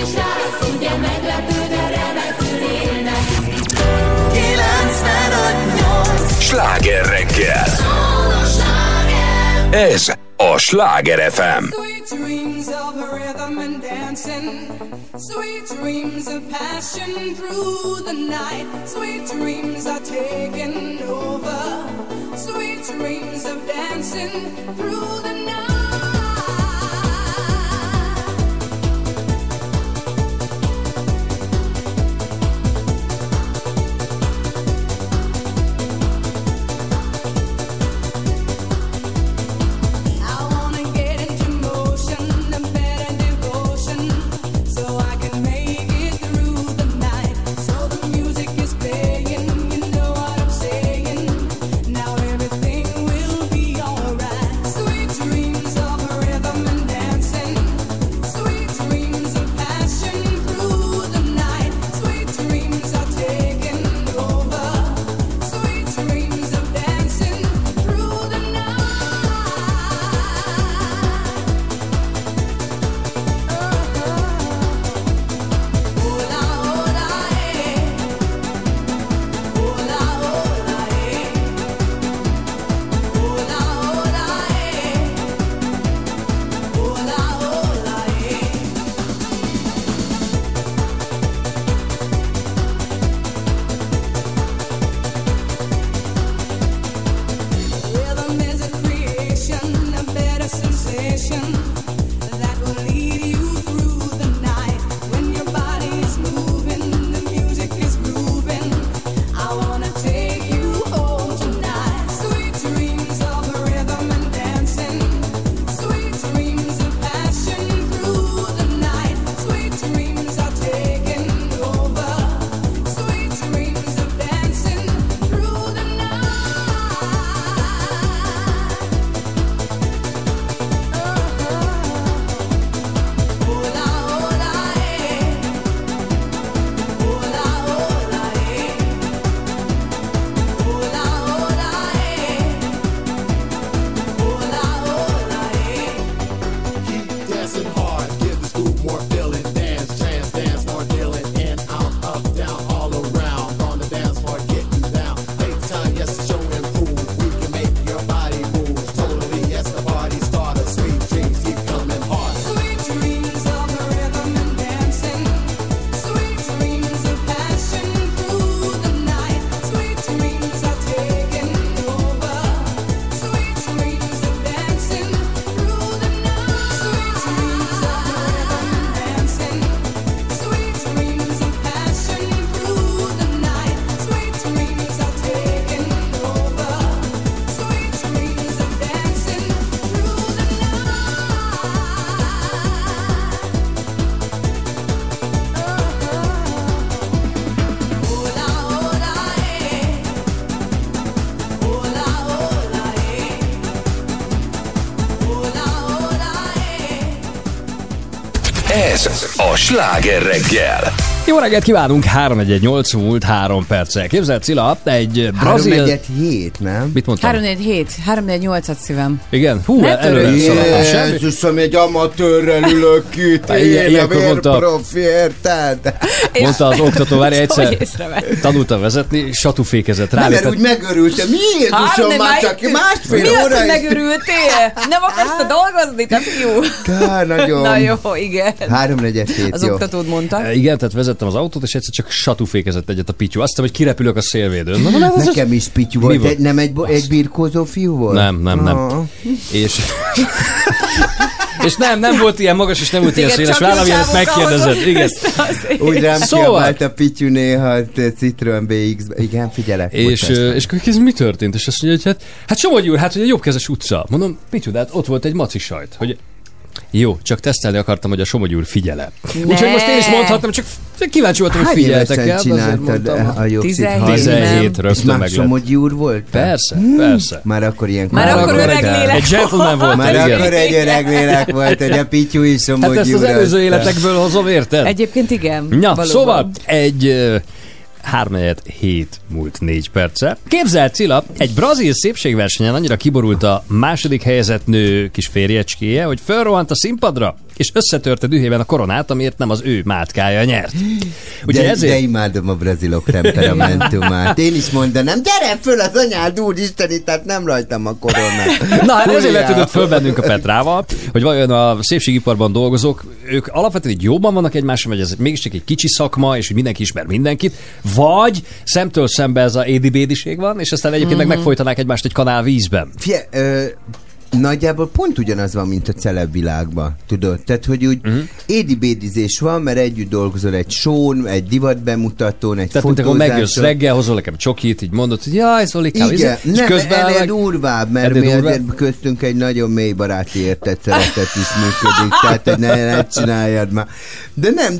Speaker 8: srác, ugye meglepő, de remekül ének.
Speaker 5: 95.8
Speaker 1: Sláger reggel.
Speaker 8: Szól a sláger.
Speaker 1: Ez a Sláger FM.
Speaker 4: Sweet dreams of rhythm and dancing, sweet dreams of passion through the night, sweet dreams are taking over, sweet dreams of dancing through the night. I wanna get into motion, a better devotion, so I can make it through the night. So the music is playing, you know what I'm saying. Now everything will be alright. Sweet dreams of rhythm and dancing, sweet dreams of passion through the night. Sweet dreams are taking over, sweet dreams of dancing through the night. Rhythm is a creation, a better sensation that will lead you through the night. When your body is moving, the music is grooving. I wanna take you home tonight. Sweet dreams of rhythm and dancing, sweet dreams of passion through the night. Sweet dreams are taking over, sweet dreams of dancing through the night.
Speaker 9: Keep dancing hard, give the groove more feeling. Dance, trance, dance more dealing. In, out, up, down, all around. On the dance floor, getting down. Take time, yes, to show and prove. We can make your body move. Totally, yes, the party started. Sweet dreams keep coming hard.
Speaker 4: Sweet dreams of rhythm and dancing, sweet dreams of passion through the night. Sweet dreams are taking over, sweet dreams of dancing through the night. Sweet dreams of rhythm and dancing, sweet dreams of passion through the night. Sweet dreams are taking over, sweet dreams of dancing through the
Speaker 1: Ez a Sláger reggel.
Speaker 2: Jó reggelt kívánunk, 3-1-8 múlt 3 perccel. Képzeld, Cilla, egy brazil...
Speaker 6: 3-1-7, nem?
Speaker 2: Mit mondtam?
Speaker 3: 3-4-7, 3-4-8-at szívem.
Speaker 2: Igen? Hú,
Speaker 3: Ne
Speaker 2: előre szaladtam. Semmi.
Speaker 6: Jézusom, egy amatőrrel ülök itt, én a vérprofi, érted?
Speaker 2: Mondta az oktató, várj
Speaker 3: Hogy
Speaker 2: egyszer.
Speaker 3: észrevett?
Speaker 2: Tanultam vezetni, satúfékezett
Speaker 6: Nem, mert
Speaker 2: rálépett.
Speaker 6: úgy megörültem. Jézusom, már csak másfél
Speaker 3: Mi az,
Speaker 6: óra
Speaker 3: hogy
Speaker 6: is.
Speaker 3: megörültél? Nem akarsz te dolgozni, te fiú?
Speaker 6: Ká, nagyon.
Speaker 3: Na jó, igen.
Speaker 6: 3-4-7,
Speaker 3: Az
Speaker 6: jó.
Speaker 3: oktatód mondta.
Speaker 2: Igen, tehát vezettem az autót, és egyszer csak satúfékezett egyet a pityu. Azt hiszem, hogy kirepülök a szélvédőn. Na, ez
Speaker 6: Nekem is pityu
Speaker 2: Mi
Speaker 6: volt,
Speaker 2: volt?
Speaker 6: nem egy birkózó fiú volt?
Speaker 2: Nem.
Speaker 6: Ah.
Speaker 2: És nem volt ilyen magas, és nem volt ilyen
Speaker 3: Téged
Speaker 2: széles
Speaker 3: csak
Speaker 2: vállam, ilyenek
Speaker 3: csávók
Speaker 2: megkérdezett.
Speaker 3: ahhoz
Speaker 2: Igen.
Speaker 3: azért.
Speaker 6: Úgy rám
Speaker 2: Szóval-
Speaker 6: kiabált a pityu néha a Citroen BX-be. Igen, figyelek.
Speaker 2: És akkor ez mi történt? És azt mondja, hogy hát Somogyi úr, hát hogy a jobbkezes utca. Mondom, pityu, de hát ott volt egy maci sajt, hogy jó, csak tesztelni akartam, hogy a Somogyi úr figyele. Úgyhogy most én is mondhattam, csak kíváncsi voltam, hogy figyeltek el.
Speaker 6: Hány évesen csináltad a jogszit?
Speaker 2: 17
Speaker 6: És
Speaker 2: rögtön
Speaker 6: már
Speaker 2: meg lett.
Speaker 6: Somogyi úr volt?
Speaker 2: Persze.
Speaker 6: Már akkor ilyen
Speaker 3: Már akkor öreg lélek
Speaker 2: Egy gentleman volt,
Speaker 6: Már
Speaker 2: igen.
Speaker 6: akkor egy öreg lélek volt, hogy a pityu is
Speaker 2: Hát
Speaker 6: Somogyi
Speaker 2: ezt az
Speaker 6: úr.
Speaker 2: előző életekből hozom, érted?
Speaker 3: Egyébként igen.
Speaker 2: Na,
Speaker 3: valóban.
Speaker 2: szóval egy 3-7 múlt 4 perce. Képzeld, Cilla, egy brazil szépségversenyen annyira kiborult a második helyezett nő kis férjecskéje, hogy fölrohant a színpadra, és összetörte dühében a koronát, amiért nem az ő mátkája nyert. Ugye
Speaker 6: De imádom a brazilok temperamentumát. Én is mondanám, gyere föl az anyád, úristeni, tehát nem rajtam a korona.
Speaker 2: Na, hát ezért vetődött föl bennünk a Petrával, hogy vajon a szépségiparban dolgozók, ők alapvetően így jobban vannak egymással, vagy ez mégiscsak egy kicsi szakma, és hogy mindenki ismer mindenkit, vagy szemtől szembe ez a édibédiség van, és aztán egyébként meg megfojtanák egymást egy kanál vízben.
Speaker 6: Nagyjából pont ugyanaz van, mint a celebvilágban, tudod? Tehát, hogy úgy édibédizés van, mert együtt dolgozol egy shown, egy divatbemutatón, egy
Speaker 2: tehát,
Speaker 6: fotózáson.
Speaker 2: Tehát, megjössz reggel, hozol nekem csokit, így mondod, hogy jaj, Zolikám,
Speaker 6: igen,
Speaker 2: és
Speaker 6: nem,
Speaker 2: közben
Speaker 6: ennél durvább, mert mi azért köztünk egy nagyon mély baráti értett szeretet is működik, tehát, hogy ne csináljad már. De nem,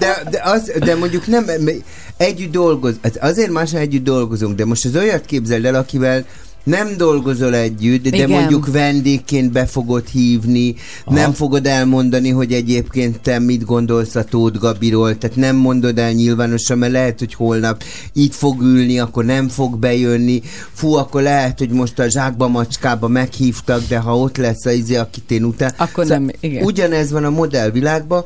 Speaker 6: de mondjuk nem, együtt dolgoz, azért máson együtt dolgozunk, de most az olyat képzeld el, akivel nem dolgozol együtt, de mondjuk vendégként be fogod hívni, nem fogod elmondani, hogy egyébként te mit gondolsz a Tóth Gabiról, tehát nem mondod el nyilvánosan, mert lehet, hogy holnap itt fog ülni, akkor nem fog bejönni, akkor lehet, hogy most a Zsákba Macskába meghívtak, de ha ott lesz az akit én után.
Speaker 3: Akkor nem, igen.
Speaker 6: Ugyanez van a modellvilágban,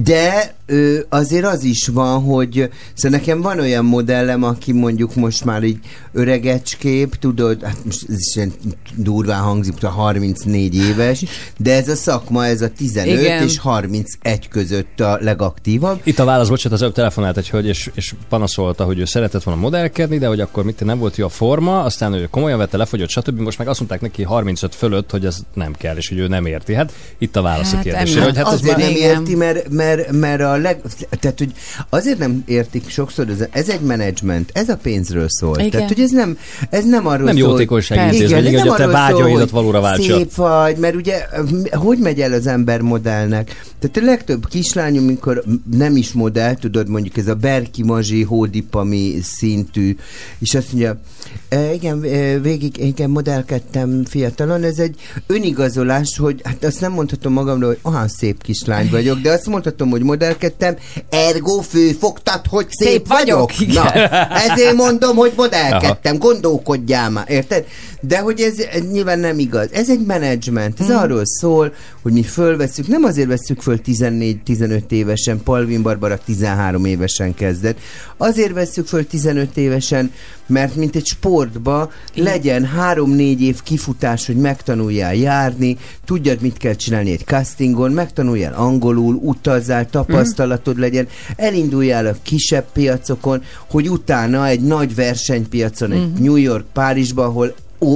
Speaker 6: de azért az is van, hogy szóval nekem van olyan modellem, aki mondjuk most már így öregecskép, tudod, hát most ez is ilyen durván hangzik, 34 éves, de ez a szakma, ez a 15 igen. és 31 között a legaktívabb.
Speaker 2: Itt a válasz, bocsánat, az előbb telefonált egy hölgy, és panaszolta, hogy ő szeretett volna modellkedni, de hogy akkor nem volt jó a forma, aztán ő komolyan vette, lefogyott, stb. Most meg azt mondták neki 35 fölött, hogy ez nem kell, és hogy ő nem érti. Hát itt a válasz a kérdésére. Hogy hát
Speaker 6: azért nem érti, mert tehát, hogy azért nem értik sokszor, ez egy menedzsment, ez a pénzről szól.
Speaker 3: Igen.
Speaker 6: Tehát, hogy ez nem arról
Speaker 2: nem
Speaker 6: szól.
Speaker 2: jótékonysági intézmény, hogy a te vágyaidat valóra váltsa.
Speaker 6: Szép vagy, mert ugye hogy megy el az ember modellnek? Tehát a legtöbb kislány, amikor nem is modell, tudod, mondjuk ez a Berki Mazsi hódipami szintű, és azt mondja, igen, végig modellkedtem fiatalon, ez egy önigazolás, hogy hát azt nem mondhatom magamról, hogy olyan szép kislány vagyok, de azt mondhatom, hogy modellkedtem, ergo főfogtad, hogy szép vagyok. Na, ezért mondom, hogy modellkedtem, gondolkodjál már, érted? De hogy ez nyilván nem igaz. Ez egy menedzsment, ez arról szól, hogy mi fölvesszük, nem azért vesszük föl 14-15 évesen, Palvin Barbara 13 évesen kezdett, azért vesszük föl 15 évesen, mert mint egy sportba legyen 3-4 év kifutás, hogy megtanuljál járni, tudjad, mit kell csinálni egy castingon, megtanuljál angolul, utazzál, tapasztalatod legyen, elinduljál a kisebb piacokon, hogy utána egy nagy versenypiacon, egy New York, Párizsba, ahol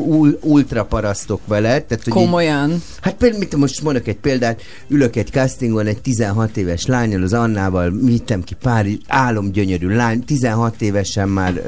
Speaker 6: ultra parasztok veled. Tehát,
Speaker 3: komolyan.
Speaker 6: Így, hát például, most mondok egy példát, ülök egy castingon egy 16 éves lánnyal, az Annával, vittem ki Párizs, álomgyönyörű lány, 16 évesen már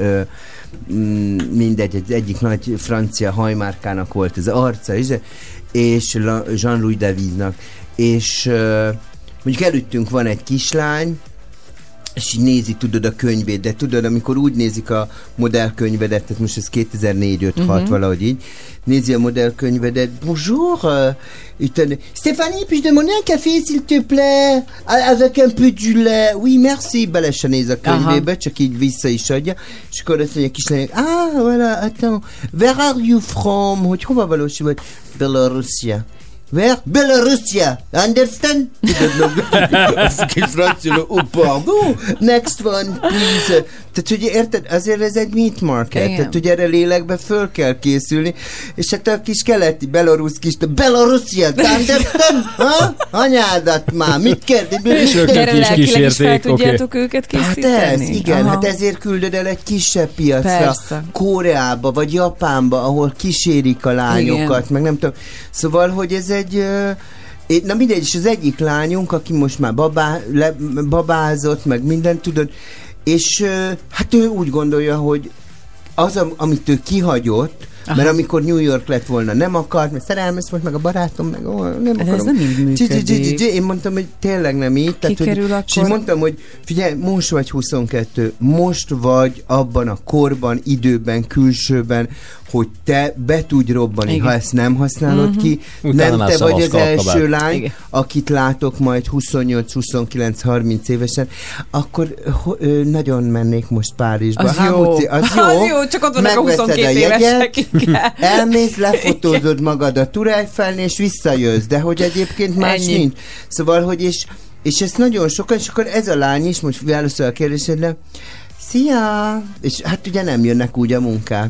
Speaker 6: mindegy, egyik nagy francia hajmárkának volt az arca, és Jean-Louis Davidnak, és mondjuk előttünk van egy kislány, és így nézi, tudod, a könyvét, de tudod, amikor úgy nézik a modellkönyvedet, tehát most ez 2004-5-6 valahogy így, nézi a modellkönyvedet, bonjour, Stéphanie, puis-je demander un café, s'il te plaît, avec un peu du lait, oui, merci, bele se néz a könyvébe, csak így vissza is adja, és akkor azt mondja a kislányok, voilà, attends, where are you from, hogy hova valósi vagy? Belarusia. Where? Belarusia. Understand? A kis francia, pardon. Next one, please. Tehát, hogy érted, azért ez egy meat market. Igen. Tehát, hogy erre lélekbe föl kell készülni. És hát a kis keleti belarusz kis, Belarusia, understand? Ha? Anyádat már, mit kérdez?
Speaker 2: És
Speaker 3: erre lelkileg is fel tudjátok őket készíteni?
Speaker 6: Hát ez, igen, hát ezért küldöd el egy kisebb piacra. Persze. Koreába, vagy Japánba, ahol kísérik a lányokat, igen. Meg nem tudom. Szóval, hogy ez egy... Na mindegy, és az egyik lányunk, aki most már babázott, meg mindent, tudod, és hát ő úgy gondolja, hogy az, amit ő kihagyott, mert amikor New York lett volna, nem akart, mert szerelmes volt, meg a barátom, meg nem akarom.
Speaker 3: Ez nem így működik.
Speaker 6: Én mondtam, hogy tényleg nem így.
Speaker 3: Kikerül akkor?
Speaker 6: És így mondtam, hogy figyelj, most vagy 22, most vagy abban a korban, időben, külsőben, hogy te be tudj robbani,
Speaker 3: Igen.
Speaker 6: ha ezt nem használod ki,
Speaker 2: Utána
Speaker 6: nem
Speaker 2: már
Speaker 6: te vagy az
Speaker 2: szavazkal
Speaker 6: első
Speaker 2: kabát.
Speaker 6: lány,
Speaker 3: Igen.
Speaker 6: akit látok majd 28, 29, 30 évesen, akkor nagyon mennék most Párizsba.
Speaker 3: Az jó.
Speaker 6: Muci, az jó,
Speaker 3: csak ott vannak a
Speaker 6: megveszed
Speaker 3: 22
Speaker 6: jegyet,
Speaker 3: évesek. Igen.
Speaker 6: elmész, lefotózod magad a Turájfeln, és visszajössz, de hogy egyébként más
Speaker 3: Ennyi.
Speaker 6: nincs. Szóval, hogy és ezt nagyon sokan, és akkor ez a lány is, most válaszol a kérdésedre, szia! És hát ugye nem jönnek úgy a munkák.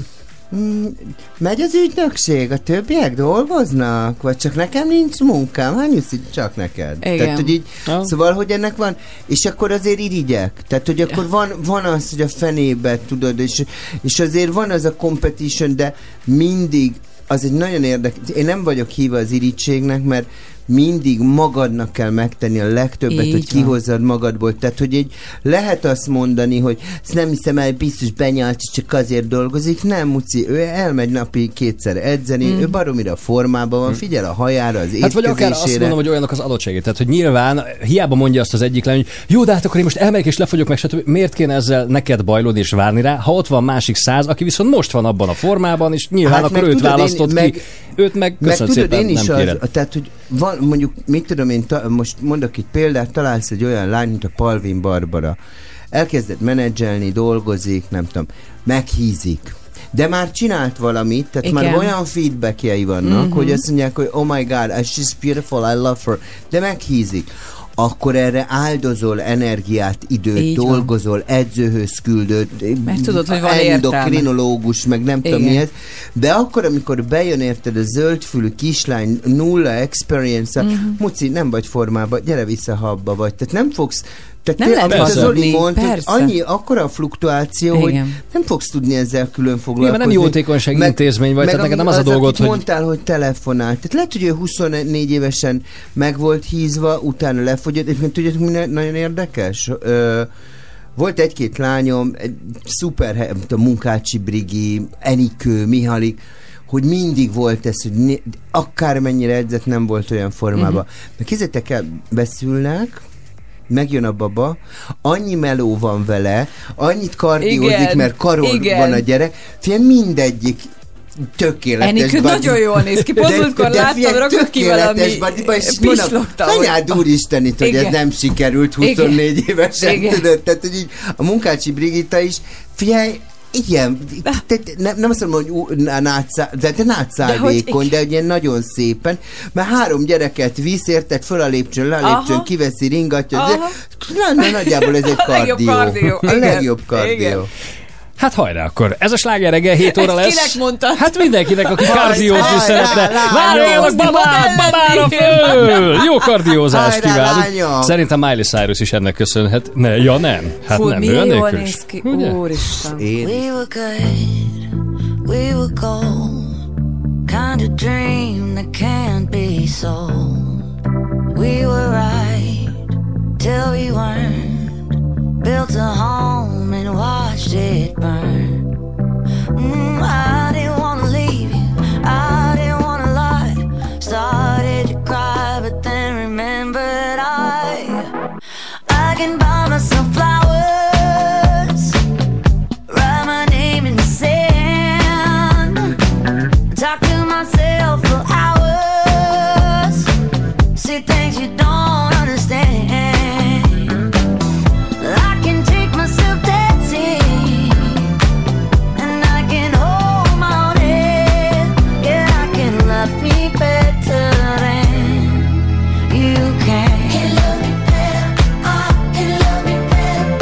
Speaker 6: Megy az ügynökség, a többiek dolgoznak? Vagy csak nekem nincs munkám? Hát nyuszi, csak neked.
Speaker 3: Igen.
Speaker 6: Tehát, hogy így,
Speaker 2: Ja.
Speaker 6: szóval, hogy ennek van, és akkor azért irigyek. Tehát, hogy akkor van az, hogy a fenébe, tudod, és azért van az a competition, de mindig az egy nagyon érdekes, én nem vagyok híva az irítségnek, mert mindig magadnak kell megtenni a legtöbbet,
Speaker 3: Így
Speaker 6: hogy
Speaker 3: van.
Speaker 6: kihozzad magadból. Tehát, hogy így lehet azt mondani, hogy ezt nem hiszem el, biztos benyalt, és csak azért dolgozik. Nem, Muci, ő elmegy napi 2-szer edzeni, ő baromira formában van, figyel a hajára, az
Speaker 2: Hát vagy akár azt
Speaker 6: étkezésére.
Speaker 2: mondom, hogy olyanok az adottságé. Tehát, hogy nyilván hiába mondja azt az egyik lány, hogy jó, de hát akkor én most elmegyek és lefogyok meg, stb. Miért kéne ezzel neked bajlódni és várni rá, ha ott van másik 100, aki viszont most van abban a formában, és nyilván
Speaker 6: Hát
Speaker 2: akkor
Speaker 6: meg
Speaker 2: őt
Speaker 6: tudod,
Speaker 2: választott
Speaker 6: én-
Speaker 2: ki.
Speaker 6: meg-
Speaker 2: Őt meg
Speaker 6: Meg
Speaker 2: köszönöm
Speaker 6: tudod,
Speaker 2: szépen,
Speaker 6: én is
Speaker 2: nem kéred.
Speaker 6: tehát, hogy van, mondjuk, mit tudom én, most mondok egy példát, találsz egy olyan lány, mint a Palvin Barbara. Elkezdett menedzselni, dolgozik, nem tudom, meghízik. De már csinált valamit, tehát
Speaker 3: Igen.
Speaker 6: már olyan feedbackjei vannak, hogy azt mondják, hogy oh my god, she's beautiful, I love her. De meghízik. Akkor erre áldozol energiát, időt,
Speaker 3: Így van.
Speaker 6: dolgozol, edzőhöz küldöd,
Speaker 3: Mert tudod, hogy van értelme.
Speaker 6: endokrinológus, meg nem tudom
Speaker 3: Igen.
Speaker 6: mihez. De akkor, amikor bejön érted a zöldfülű kislány, nulla experience, Muci, nem vagy formában, gyere vissza, ha abba vagy. Tehát nem fogsz, tehát
Speaker 3: Nem lehet
Speaker 6: amit a Zoli
Speaker 3: hazudni,
Speaker 6: mond, hogy
Speaker 3: persze.
Speaker 6: annyi, akkora a fluktuáció, hogy
Speaker 3: Igen.
Speaker 6: nem fogsz tudni ezzel külön foglalkozni.
Speaker 2: Nyilván nem jótékonysági intézmény vagy, tehát neked nem az a dolgod,
Speaker 6: hogy...
Speaker 2: hogy...
Speaker 6: mondtál, hogy telefonál. Tehát lehet, hogy ő 24 évesen meg volt hízva, utána lefogyott. Egyébként tudjátok, mi nagyon érdekes? Volt egy-két lányom, egy szuper, a Munkácsi Brigi, Enikő, Mihalik, hogy mindig volt ez, hogy akármennyire edzett, nem volt olyan formában. Mert képzeljétek el, beszülnek, megjön a baba, annyi meló van vele, annyit kardiózik,
Speaker 3: Igen,
Speaker 6: mert karol
Speaker 3: igen.
Speaker 6: van a gyerek, figyelj, mindegyik tökéletes.
Speaker 3: Enikő
Speaker 6: body.
Speaker 3: nagyon jól néz ki. Pont múltkor láttam,
Speaker 6: figyelj,
Speaker 3: rakott ki valami
Speaker 6: tökéletes bodyba, és mondom,
Speaker 3: pislogta.
Speaker 6: anyád úristenit, hogy ez
Speaker 3: Igen.
Speaker 6: nem sikerült 24 évesen,
Speaker 3: Igen.
Speaker 6: tudod, tehát, hogy így a Munkácsi Brigitta is, figyelj, igen, nem azt mondom, hogy nátszálvékony, de ugye nagyon szépen, mert 3 gyereket visz, érted, föl a lépcsőn, le a lépcsőn,
Speaker 3: Aha.
Speaker 6: kiveszi, ringatja,
Speaker 3: Aha.
Speaker 6: de nagyjából ez egy
Speaker 3: A legjobb
Speaker 6: kardió.
Speaker 3: kardió,
Speaker 6: A
Speaker 3: igen.
Speaker 6: legjobb kardió.
Speaker 3: Igen.
Speaker 2: Hát hajrá akkor. Ez a sláger reggel 7 óra
Speaker 3: Ezt
Speaker 2: lesz.
Speaker 3: kinek mondtad?
Speaker 2: Hát mindenkinek, aki kardiózni
Speaker 6: Hajrá,
Speaker 2: szeretne. Várjanak babára föl! Jó kardiózást
Speaker 6: Hajrá,
Speaker 2: kívánunk.
Speaker 6: lányom!
Speaker 2: Szerintem Miley Cyrus is ennek köszönhet. Ja nem. Hát
Speaker 3: Fú,
Speaker 2: nem, ő
Speaker 3: milyen jól
Speaker 2: nélkül is.
Speaker 3: néz ki.
Speaker 2: Ugye?
Speaker 3: Úristen.
Speaker 6: Én
Speaker 10: We were good, we were gold. Kind of dream that can't be sold. We were right till we weren't. Built a home and watched it burn. I didn't wanna leave you, I didn't wanna lie. Started to cry, but then remembered I can buy myself flowers, write my name in the sand, talk to myself for hours, see things you don't understand. I can take myself dancing, and I can hold my own head. Yeah, I can love me better than you can. Can love me better, I can love me better.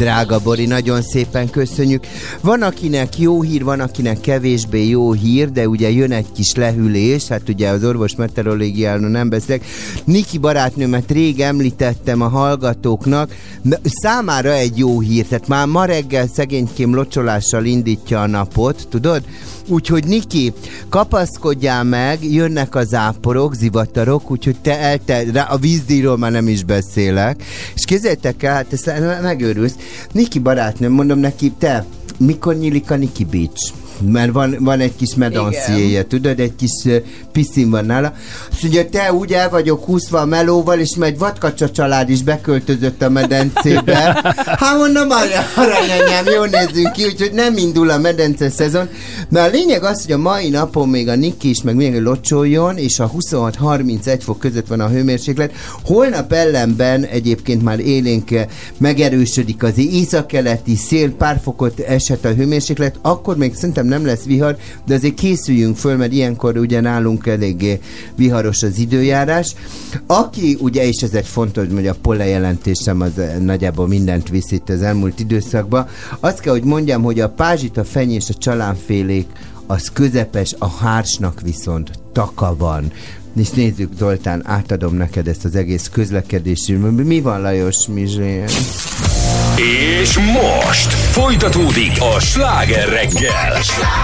Speaker 6: drága Bori, nagyon szépen köszönjük. Van akinek jó hír, van akinek kevésbé jó hír, de ugye jön egy kis lehűlés, hát ugye az orvos meteorológiáról nem beszélek. Niki barátnőmet rég említettem a hallgatóknak, számára egy jó hír, tehát már ma reggel szegénykém locsolással indítja a napot, tudod? Úgyhogy Niki, kapaszkodjál meg, jönnek az záporok, zivatarok, úgyhogy a vízdíjról már nem is beszélek. És képzeljétek el, hát ezt megőrülsz. Niki barátnőm, mondom neki, te, mikor nyílik a Niki Beach? Mert van egy kis medanciéje, tudod, egy kis piszin van nála. Azt mondja, te úgy el vagyok húzva a melóval, és majd Vadkacsa család is beköltözött a medencébe. Hát mondom, aranyanyám, jól nézzünk ki, úgyhogy nem indul a medence szezon. De a lényeg az, hogy a mai napon még a Niki is meg még locsoljon, és a 26-31 fok között van a hőmérséklet. Holnap ellenben egyébként már élénk megerősödik az északkeleti szél, pár fokot esett a hőmérséklet, akkor még szerintem nem lesz vihar, de azért készüljünk föl, mert ilyenkor ugye nálunk eléggé viharos az időjárás. Aki ugye, és ez egy fontos, hogy a pollen jelentésem az nagyjából mindent visz itt az elmúlt időszakban, azt kell, hogy mondjam, hogy a pázsit, a fenyés, a csalánfélék az közepes, a hársnak viszont taka van. És nézzük, Zoltán, átadom neked ezt az egész közlekedési. Mi van, Lajos Mizsé?
Speaker 1: És most folytatódik a Sláger reggel.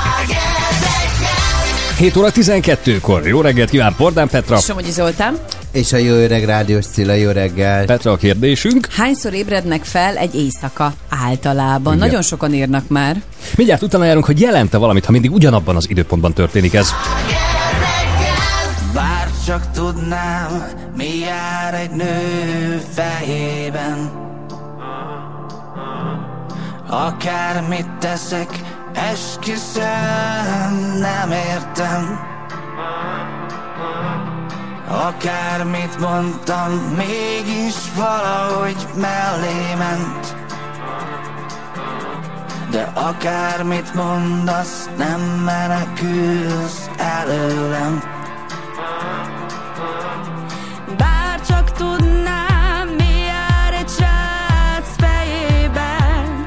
Speaker 2: 7 óra 12-kor. Jó reggelt kíván Pordán Petra.
Speaker 3: Somogyi Zoltán.
Speaker 6: És a jó öreg rádiós Cilla, jó reggel.
Speaker 2: Petra, a kérdésünk.
Speaker 3: Hányszor ébrednek fel egy éjszaka általában?
Speaker 2: Igen.
Speaker 3: Nagyon sokan írnak már.
Speaker 2: Mindjárt utána járunk, hogy jelente valamit, ha mindig ugyanabban az időpontban történik ez.
Speaker 11: Bár csak tudnám, mi jár egy nő fejében. Akármit teszek, esküszöm, nem értem. Akármit mondtam, mégis valahogy mellé ment. De akármit mondasz, nem menekülsz előlem.
Speaker 10: Bár csak tudnám, mi jár egy srác fejében.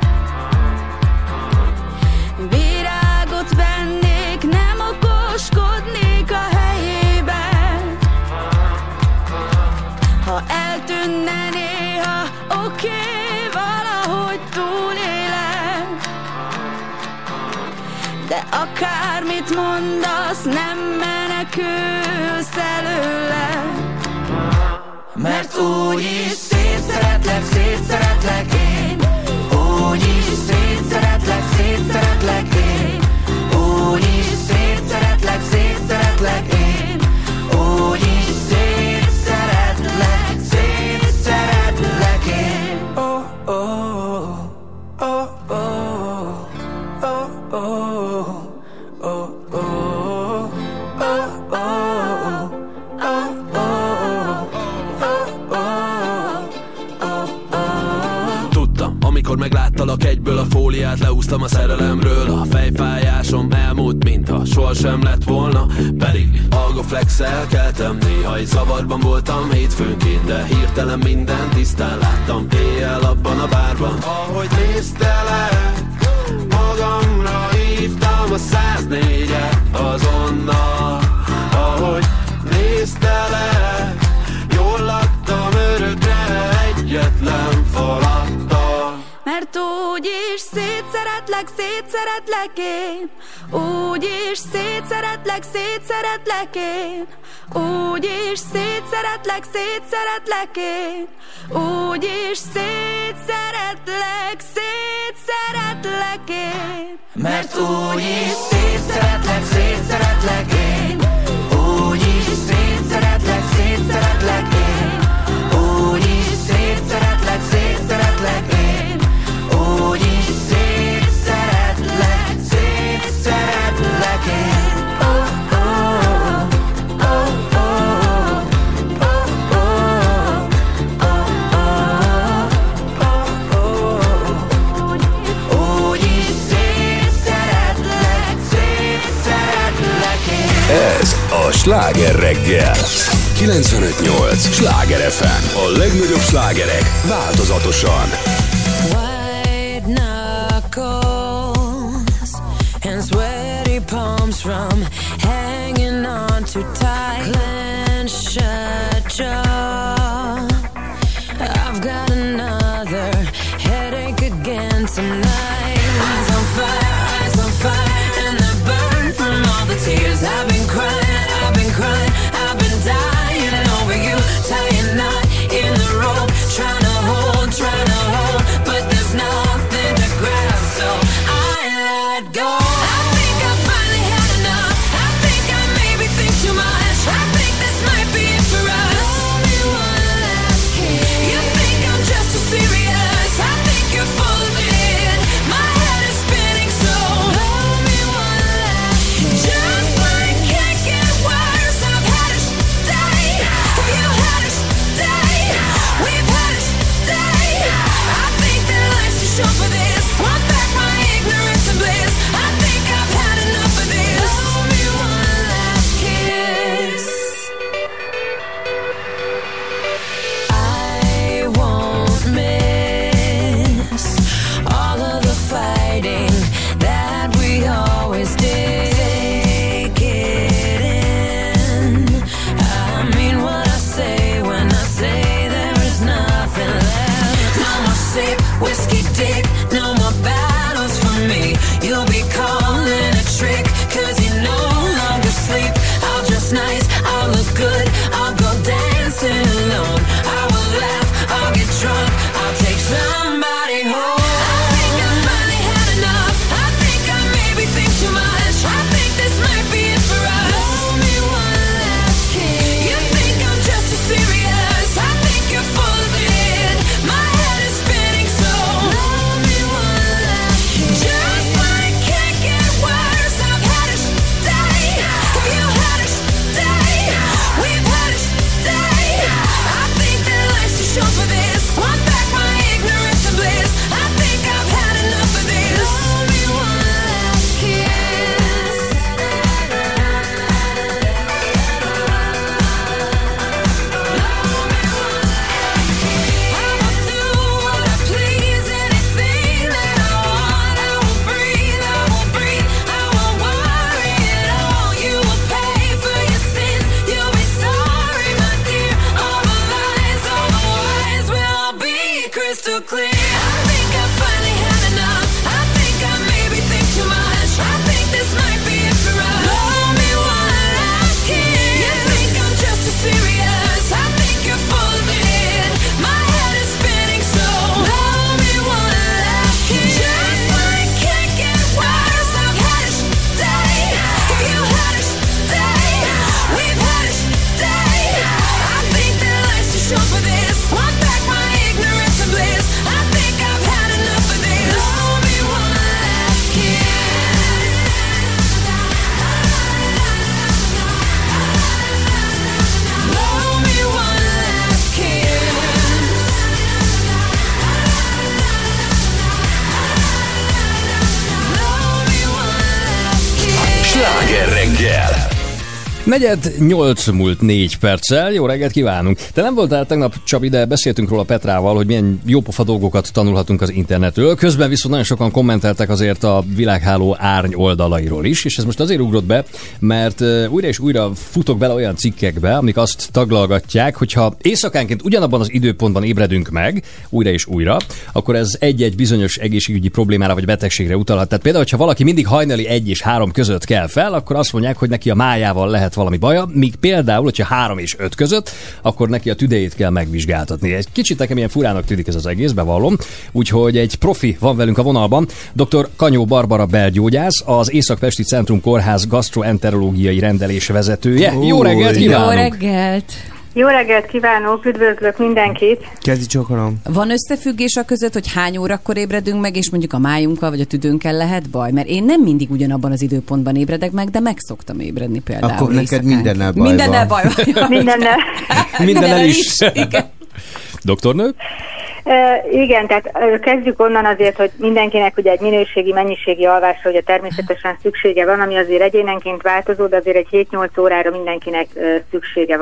Speaker 10: Virágot vennék, nem okoskodnék a helyében. Ha eltűnne néha, oké, valahogy túlélek. De akármit mondasz, nem menekülsz előle.
Speaker 11: Mert úgyis szétszeretlek én. Úgyis szétszeretlek én. Úgyis szétszeretlek én. Úgyis szétszeretlek én. Oh, oh, oh, oh, oh, oh, oh, oh,
Speaker 12: Amikor megláttalak, egyből a fóliát leúztam a szerelemről. A fejfájásom elmúlt, mintha sohasem lett volna. Pedig algoflex-el keltem, néha egy zavarban voltam hétfőnként, de hirtelen minden tisztán láttam éjjel abban a bárban. Ahogy néztelek, magamra hívtam a 104-et azonnal. Ahogy néztelek, jól laktam örökre egyetlen falattal.
Speaker 10: Mert úgyis szétszeretlek én. Úgyis szétszeretlek én. Úgyis szétszeretlek én. Úgyis szétszeretlek én.
Speaker 11: Mert úgyis szétszeretlek én. Úgyis szétszeretlek én. Úgyis szétszeretlek én. Úgyis szétszeretlek én. Oh, oh, oh, oh, oh, oh, oh. Úgyis szétszeretlek én.
Speaker 1: Ez a Sláger reggel. 95.8 Sláger FM. A legnagyobb slágerek változatosan.
Speaker 10: Why comes from hanging on too tight. Clench shut jaw. I've got another headache again tonight. Eyes on fire, and they burn from all the tears. I've been crying, I've been dying over you. Tying knot in the rope, trying to hold, but there's nothing to grab, so I let go. I think I finally had enough. I think I maybe think too much. I think this might be it for us. Only one last kiss. You think I'm just too serious? I think you're full of it. My head is spinning, so only one last kiss. Just like can't get worse. I've had a day. You had a day. We've had a day. I think that life's too short for this. Want back my ignorance and bliss. I think I've had enough of this. Only one last kiss. I won't miss all of the fighting that we always did. Take it in. I mean what I say when I say there is nothing left. No more sip, whiskey dick, no more battles for me. You'll be calling a trick, cause you no longer sleep. I'll dress nice, I'll look good, I'll go dancing alone. I will laugh, I'll get drunk, I'll take somebody home. I think I finally had enough. I think I maybe think too much. I think this might be it for us. Only one last kiss. You think I'm just too serious? I think you're full of it. My head is spinning, so only one last kiss. Just like can't get worse. I've had a day. You had a day. We've had a day. I think that life's too short for this. Want back my ignorance and bliss. I think I've had enough of this. Only one last kiss. I will do what I please, anything that I want. I will breathe, I won't worry at all. You will pay for your sins, you'll be sorry, my dear. All the lies, all the lies will all be crystal clear. I think I finally had enough. I think I maybe think too much. I think this might be it for us. Blow me one last kiss. You think I'm just too serious? I think you're full of it. My head is spinning, so blow me one last kiss. Just like can't get worse. I've had a day. You had a day. We've had a day. I think that life's too short for this. Want back my ignorance and bliss. I think I've had enough of this. Blow me one last kiss. Blow me one last kiss. Blow me one last kiss.
Speaker 1: Sláger reggel!
Speaker 2: 7:08 múlt 4 perccel. Jó reggelt kívánunk! Te nem voltál tegnap, Csabi, de beszéltünk róla Petrával, hogy milyen jópofa dolgokat tanulhatunk az internetről. Közben viszont nagyon sokan kommenteltek azért a világháló árny oldalairól is, és ez most azért ugrott be, mert újra és újra futok bele olyan cikkekbe, amik azt taglalgatják, hogyha éjszakánként ugyanabban az időpontban ébredünk meg, újra és újra, akkor ez egy-egy bizonyos egészségügyi problémára vagy betegségre utalhat. Tehát például, hogyha valaki mindig hajnali 1 és 3 között kell fel, akkor azt mondják, hogy neki a májával lehet valami baja, míg például, hogyha 3 és 5 között, akkor neki a tüdejét kell megvizsgáltatni. Egy kicsit nekem ilyen furának tűnik ez az egész, bevallom. Úgyhogy egy profi van velünk a vonalban, dr. Kanyó Barbara belgyógyász, az Észak-Pesti Centrum Kórház gasztroenterológiai rendelés vezetője. Jó reggelt kívánunk!
Speaker 3: Jó reggelt!
Speaker 13: Jó reggelt kívánok, üdvözlök mindenkit!
Speaker 6: Kezdj csokolom!
Speaker 3: Van összefüggés a között, hogy hány órakor ébredünk meg, és mondjuk a májunkkal vagy a tüdőnkkel lehet baj? Mert én nem mindig ugyanabban az időpontban ébredek meg, de meg szoktam ébredni például.
Speaker 6: Akkor neked mindennel baj
Speaker 3: Mindennel baj van.
Speaker 13: Mindennel.
Speaker 2: Mindennel is.
Speaker 3: Igen.
Speaker 2: Doktornő?
Speaker 13: Igen, tehát kezdjük onnan azért, hogy mindenkinek ugye egy minőségi-mennyiségi alvásra ugye természetesen szüksége van, ami azért egyénenként változó, de azért egy 7-8 órára mindenkinek szüksége van.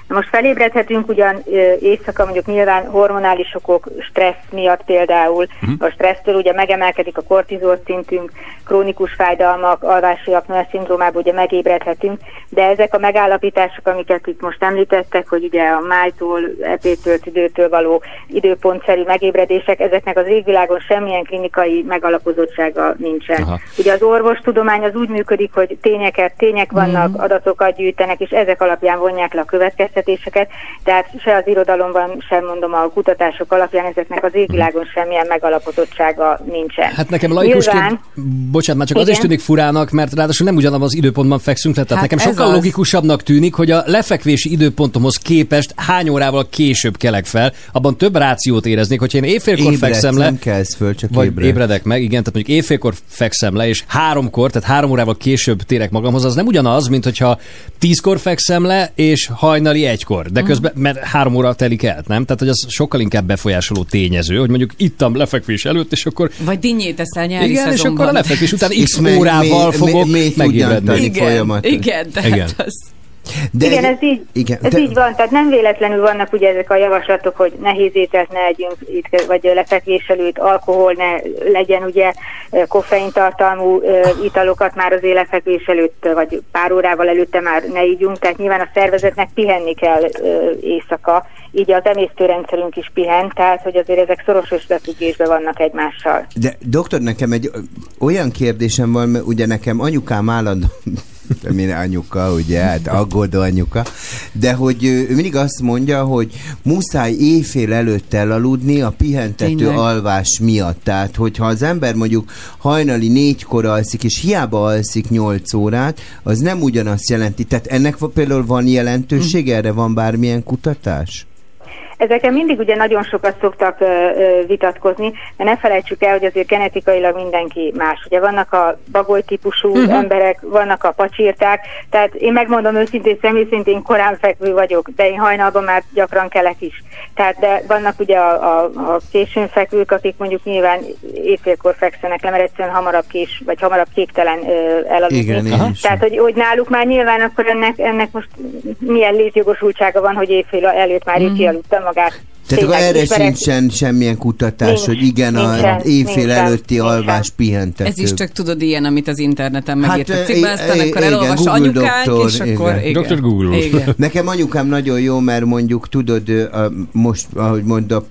Speaker 13: Most felébredhetünk ugyan éjszaka, mondjuk nyilván hormonális okok, stressz miatt például, a stressztől ugye megemelkedik a kortizol szintünk, krónikus fájdalmak, alvási apnoea-szindrómában ugye megébredhetünk, de ezek a megállapítások, amiket itt most említettek, hogy ugye a májtól, epétől, tüdőtől való időpontszerű megébredések, ezeknek az égvilágon semmilyen klinikai megalapozottsága nincsen.
Speaker 2: Aha.
Speaker 13: Ugye az orvostudomány az úgy működik, hogy tények vannak, adatokat gyűjtenek, és ezek alapján vonják le a következtetéseket, tehát se az irodalomban, sem mondom a kutatások alapján ezeknek az égvilágon semmilyen megalapozottsága nincsen.
Speaker 2: Hát nekem laikusként, bocsánat, már csak az is tűnik furának, mert ráadásul nem ugyanabban az időpontban fekszünk, tehát nekem sokkal logikusabbnak tűnik, hogy a lefekvési időpontomhoz képest hány órával később kelek fel, abban több rációt éreznék, hogyha én éjfélkor fekszem le,
Speaker 6: nem kelsz föl, csak
Speaker 2: vagy ébredek meg, igen, tehát mondjuk éjfélkor fekszem le, és 3-kor, tehát 3 órával később térek magamhoz, az nem ugyanaz, mint hogyha 10-kor fekszem le, és hajnali 1-kor, de közben, mert 3 óra telik el, nem? Tehát, hogy az sokkal inkább befolyásoló tényező, hogy mondjuk ittam lefekvés előtt, és akkor...
Speaker 3: Vagy dinnyét eszel nyári
Speaker 2: igen,
Speaker 3: szezonban.
Speaker 2: és akkor a lefekvés után x órával fogok megébredni.
Speaker 3: Igen, tehát az...
Speaker 13: De igen, ez így van, tehát nem véletlenül vannak ugye ezek a javaslatok, hogy nehéz ételt ne együnk, vagy lefekvés előtt, alkohol ne legyen, ugye koffeintartalmú italokat már az lefekvés előtt, vagy pár órával előtte már ne ígyunk, tehát nyilván a szervezetnek pihenni kell éjszaka, így az emésztőrendszerünk is pihen, tehát hogy azért ezek szoros összefüggésben vannak egymással.
Speaker 6: De doktor, nekem egy olyan kérdésem van, mert ugye nekem anyukám állandó, minden anyuka, ugye, hát aggódó anyuka, de hogy ő mindig azt mondja, hogy muszáj éjfél előtt elaludni a pihentető alvás miatt. Tehát, hogyha az ember mondjuk hajnali 4-kor alszik, és hiába alszik 8 órát, az nem ugyanazt jelenti. Tehát ennek például van jelentőség, erre van bármilyen kutatás?
Speaker 13: Ezeken mindig ugye nagyon sokat szoktak vitatkozni, de ne felejtsük el, hogy azért genetikailag mindenki más. Ugye vannak a bagoly típusú emberek, vannak a pacsirták, tehát én megmondom őszintén, személy szintén korán fekvő vagyok, de én hajnalban már gyakran kelek is. Tehát de vannak ugye a későn fekvők, akik mondjuk nyilván éjfélkor fekszenek le, mert egyszerűen hamarabb képtelen elaludni.
Speaker 6: Igen,
Speaker 13: tehát hogy náluk már nyilván akkor ennek most milyen létjogosultsága van, hogy éjfél előtt már így kialudta magát.
Speaker 6: Tehát akkor erre sincsen semmilyen kutatás, hogy igen, az éjfél előtti alvás pihentető.
Speaker 3: Ez is csak tudod ilyen, amit az interneten megírtak cikkben, aztán akkor elolvassa anyukánk,
Speaker 6: doktor,
Speaker 3: és akkor igen.
Speaker 2: Dr. Google.
Speaker 3: Igen.
Speaker 6: Nekem anyukám nagyon jó, mert mondjuk tudod, most, ahogy mondta,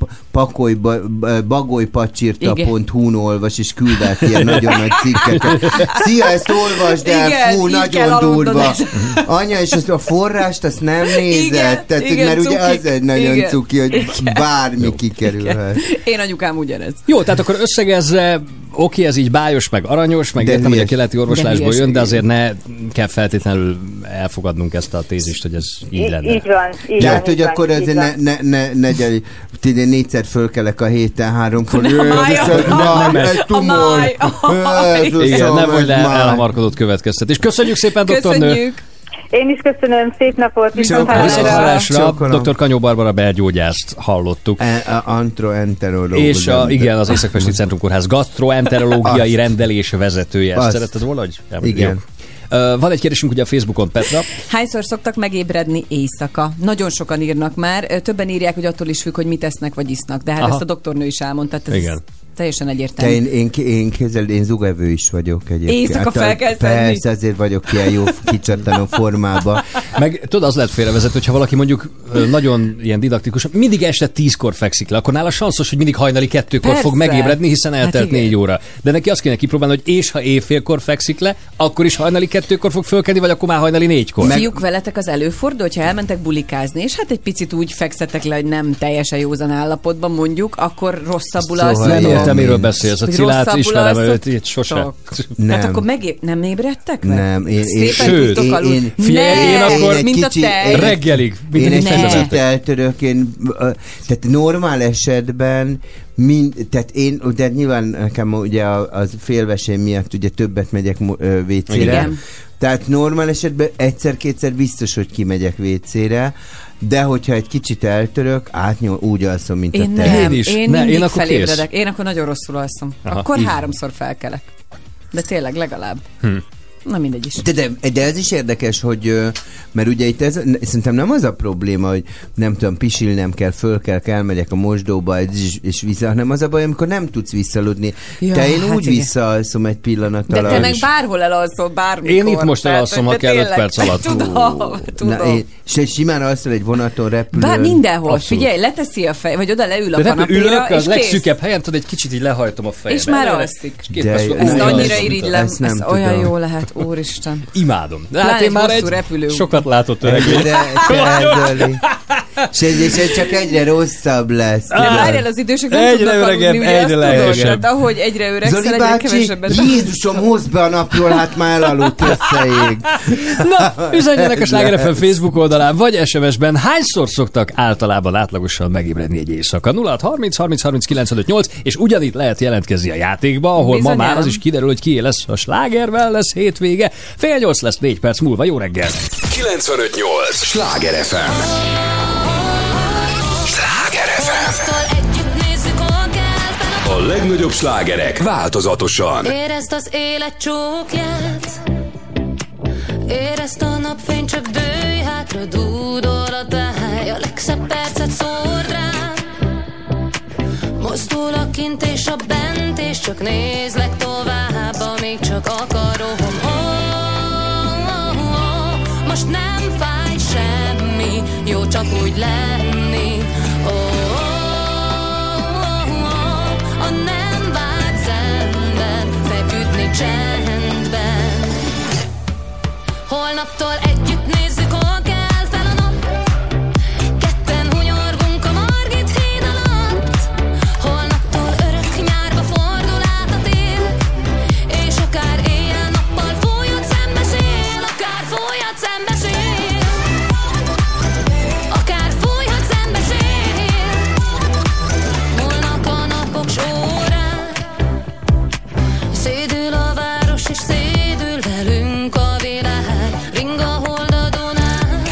Speaker 6: bagolypacsirta.hu-n olvas, és küld át ilyen nagyon nagy cikkeket. Szia, ezt olvasd el,
Speaker 3: igen,
Speaker 6: fú, nagyon durva. Anya, és azt a forrást, azt nem nézed? Tehát, mert ugye az egy nagyon cuki, hogy bármi kikerülhet.
Speaker 3: Én anyukám ugyanez.
Speaker 2: Jó, tehát akkor összegezve, oké, ez így bájos, meg aranyos, meg értem, hogy a keleti orvoslásból jön, de azért ne kell feltétlenül elfogadnunk ezt a tézist, hogy ez így lenne.
Speaker 13: Így van.
Speaker 6: De hát, hogy akkor azért ne 4-szer fölkelek a héten 3-kor.
Speaker 2: Igen, nem vagy elhamarkodott következtetés. Következtetés. Köszönjük szépen, doktornő!
Speaker 13: Én is köszönöm, szép napot,
Speaker 2: viszonthallásra. Dr. Kanyó Barbara belgyógyászt hallottuk.
Speaker 6: Gastroenterológus.
Speaker 2: És igen, az Észak-Pesti Centrum Kórház gastroenterológiai rendelés vezetője. Ezt szeretted volna, hogy?
Speaker 6: Igen.
Speaker 2: Van egy kérdésünk ugye a Facebookon, Petra.
Speaker 3: Hányszor szoktak megébredni éjszaka? Nagyon sokan írnak már. Többen írják, hogy attól is függ, hogy mit esznek vagy isznak. De hát ezt a doktornő is elmondta.
Speaker 2: Igen.
Speaker 3: Teljesen egyértelmű.
Speaker 6: Én zugevő is vagyok egyébként.
Speaker 3: Éjszaka fel kell szedni.
Speaker 6: Persze, azért vagyok ilyen jó kicsattanó formában.
Speaker 2: Meg tudod, az lehet félrevezető, hogyha valaki mondjuk nagyon ilyen didaktikus, mindig este 10-kor fekszik le, akkor nála sanszos, hogy mindig hajnali 2-kor fog megébredni, hiszen eltelt 4 óra. De neki azt kéne kipróbálni, hogy és ha éjfélkor fekszik le, akkor is hajnali 2-kor fog fölkelni, vagy akkor már hajnali 4-kor.
Speaker 3: Fiúk, veletek az előfordul, hogyha elmentek bulikázni, és hát egy picit úgy fekszetek le, hogy nem teljesen józan állapotban mondjuk, akkor rosszabbul alszol.
Speaker 2: Nem értem, miről beszélsz. A Cilát ismerem őt, itt sose.
Speaker 3: Hát akkor nem ébredtek meg?
Speaker 6: Nem.
Speaker 3: Szépen tudtok aludni.
Speaker 2: Én akkor
Speaker 3: mint a tej.
Speaker 2: Reggelig.
Speaker 6: Én egy kicsit eltörök. Tehát normál esetben tehát de nyilván nekem ugye az félvesém miatt ugye többet megyek WC-re. Tehát normál esetben egyszer-kétszer biztos, hogy kimegyek WC-re, de hogyha egy kicsit eltörök, úgy alszom, mint a te.
Speaker 3: Én mindig felébredek. Én akkor nagyon rosszul alszom. Akkor 3-szor felkelek. De tényleg legalább. Na mindegy is.
Speaker 6: De ez is érdekes, hogy mert ugye itt szerintem nem az a probléma, hogy nem tudom, pisilnem kell, föl kell, elmegyek a mosdóba és vissza, hanem az a baj, amikor nem tudsz visszaludni.
Speaker 3: Ja,
Speaker 6: te én
Speaker 3: hát
Speaker 6: úgy
Speaker 3: igen.
Speaker 6: visszaalszom egy pillanat
Speaker 3: De
Speaker 6: alatt.
Speaker 3: te meg bárhol elalszol, bármikor.
Speaker 2: Én itt most elalszom, ha kell 5 perc alatt.
Speaker 3: Tudom.
Speaker 6: És simán alszol egy vonaton, repülőn.
Speaker 3: Bár mindenhol,
Speaker 6: Abszolút.
Speaker 3: figyelj, leteszi a fej, vagy oda leül a
Speaker 2: De
Speaker 3: kanapéra,
Speaker 2: ülök
Speaker 3: és
Speaker 2: az
Speaker 3: kész.
Speaker 2: legszűkebb helyen, tudod, egy kicsit így lehajtom a fejem.
Speaker 3: És már
Speaker 2: előre,
Speaker 3: alszik.
Speaker 2: és két perc múlva
Speaker 3: Ezt
Speaker 2: újra
Speaker 3: annyira
Speaker 2: alszom.
Speaker 3: irigylem,
Speaker 6: Ezt nem
Speaker 3: ez olyan
Speaker 6: tudom.
Speaker 3: jó lehet, úristen.
Speaker 2: Imádom. De
Speaker 3: Pláne
Speaker 2: hát én
Speaker 3: egy
Speaker 2: már
Speaker 3: hosszú
Speaker 2: egy
Speaker 3: repülőút.
Speaker 2: sokat látott öreg.
Speaker 6: És ez csak egyre rosszabb lesz.
Speaker 3: De várjál, az idősek nem
Speaker 2: Egyre
Speaker 3: tudnak aludni,
Speaker 2: öregebb,
Speaker 3: ugye
Speaker 2: egyre
Speaker 3: azt tudod,
Speaker 2: lelkesebb.
Speaker 3: tehát ahogy egyre öregszel,
Speaker 6: Zoli
Speaker 3: egyre
Speaker 6: bácsi,
Speaker 3: kevesebbet.
Speaker 6: Jézusom, hozd be a napról, hát már elaludt összeég.
Speaker 2: Na, üzenjenek a Sláger FM Facebook oldalán, vagy SMS-ben. Hányszor szoktak általában átlagosan megébredni egy éjszaka? 0630 30 30 95 8, és ugyanitt lehet jelentkezni a játékba, ahol
Speaker 3: Bizonyám.
Speaker 2: ma már az is kiderül, hogy ki lesz a Slágervel lesz hétvége. 7:30 lesz 4 perc múlva. Jó reggel!
Speaker 1: 95.8 Sláger FM. Sláger FM. A legnagyobb slágerek változatosan.
Speaker 8: Érezd az élet csókját, érezd a napfény, csak dőj hátra, dúdol a táj, a legszebb percet szór rám. Mozdul a kint és a bent, és csak nézlek tovább, amíg csak akarom. Most nem fáj semmi, jó csak úgy lenni. A nem vált szemben, feküdni csendben. Holnaptól együtt nézzük, hol kell fel a nap. Ketten hunyorgunk a Margit híd alatt. Holnaptól örök nyárba fordul át a tél, és akár éjjel-nappal fújhat szembe szél, akár fújhat szembe szél, akár fújhat szembe szél. Múlnak a napok során, szédül a város és szédül velünk a világ. Ring a hold a Dunán,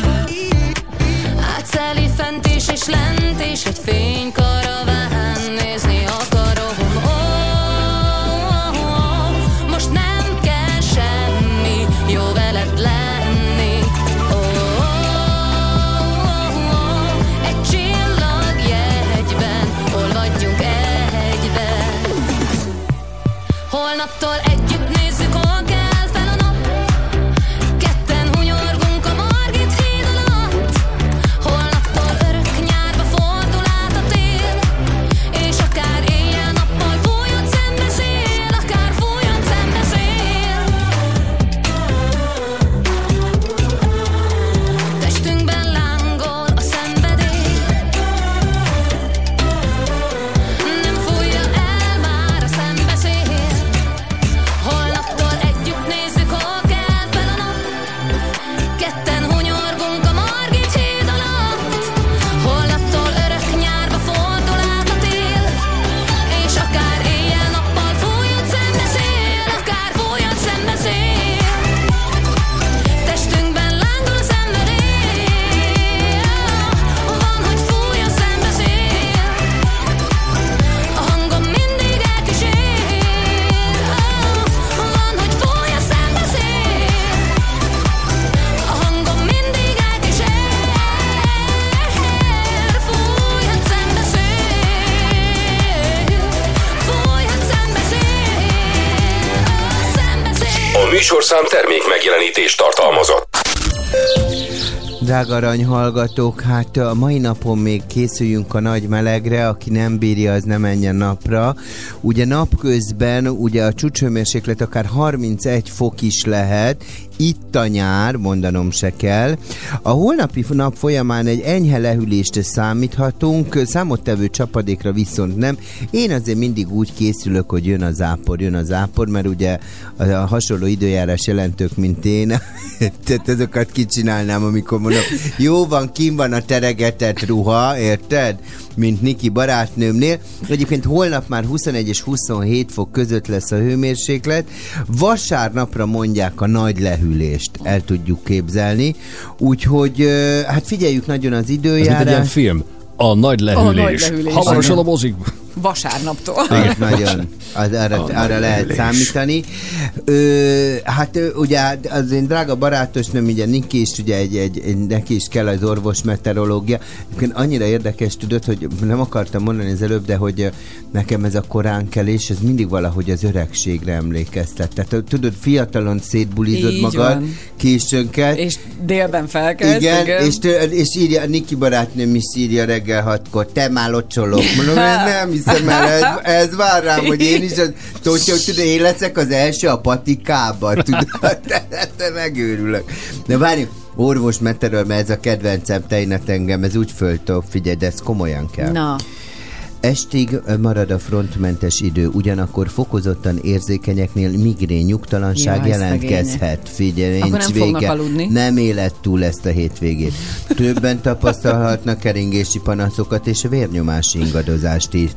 Speaker 8: átszeli fent is és lent, és egy fénykaraván nézni akarom. Most nem kell semmi, jó veled lenni. Egy csillagjegyben olvadjunk egyben. Holnaptól együtt nézzük, hol kell fel a nap. Ketten hunyorgunk a Margit híd alatt. Holnaptól örök nyárba fordul át a tél, és akár éjjel-nappal fújjon szembe szél, akár fújjon szembe szél. Testünkben lángol a szenvedély, nem fújja el már a szembeszél. Holnaptól együtt nézzük, hol kell fel a nap. Ketten hunyorgunk a Margit híd alatt. Holnaptól örök nyárba fordul át a tél, és akár éjjel-nappal fújjon szembeszél, akár fújjon szembeszél. Testünkben lángol a szenvedély, van, hogy fúj a szembeszél. A hangom mindig elkísér, van, hogy fúj a szembeszél. A hangom mindig elkísér, fújhat szembeszél, fújhat szembeszél.
Speaker 1: A műsorszám termék megjelenítést tartalmazott.
Speaker 6: Drága aranyhallgatók, hát a mai napon még készüljünk a nagy melegre, aki nem bírja, az nem menjen napra. Ugye napközben ugye a csúcshőmérséklet akár 31 fok is lehet, itt a nyár, mondanom se kell. A holnapi nap folyamán egy enyhe lehűlést számíthatunk, számottevő csapadékra viszont nem. Én azért mindig úgy készülök, hogy jön az ápor, mert ugye a hasonló időjárás jelentők, mint én. Tehát azokat kicsinálnám, amikor mondom, jó van, kim van a teregetett ruha, érted? Mint Niki barátnőmnél. Egyébként holnap már 21 és 27 fok között lesz a hőmérséklet. Vasárnapra mondják a nagy lehűlést, el tudjuk képzelni. Úgyhogy hát figyeljük nagyon az
Speaker 2: Ez mint egy
Speaker 6: időjárás.
Speaker 2: ilyen film. A nagy lehűlés.
Speaker 3: lehűlés.
Speaker 2: Hamarosan a mozikban.
Speaker 3: vasárnaptól.
Speaker 6: Nagyon. Arra lehet számítani. Hát ugye az én drága barátosnőm, ugye Niki is, ugye neki is kell az orvos meteorológia. Annyira érdekes, tudod, hogy nem akartam mondani az előbb, de hogy nekem ez a koránkelés, ez mindig valahogy az öregségre emlékeztet. Tehát tudod, fiatalon szétbulizod
Speaker 3: így
Speaker 6: magad,
Speaker 3: van.
Speaker 6: későn kell.
Speaker 3: És délben felkelsz.
Speaker 6: Igen. És írja, Niki barátnőm is írja reggel 6-kor, te már locsolok. Mondom, nem hiszem el, ez vár rám, hogy én is, tudod, én leszek az első a patikában, tudod, te megőrülök. De várj, orvos meteorológia, mert ez a kedvencem, tejnet engem, ez úgy föltop, figyelj, de ez komolyan kell.
Speaker 3: Na.
Speaker 6: Estig marad a frontmentes idő, ugyanakkor fokozottan érzékenyeknél migrén nyugtalanság jelentkezhet. Figyelj,
Speaker 3: akkor
Speaker 6: nincs
Speaker 3: nem
Speaker 6: vége.
Speaker 3: fognak aludni.
Speaker 6: Nem éled túl ezt a hétvégét. Többen tapasztalhatnak keringési panaszokat és vérnyomási ingadozást is.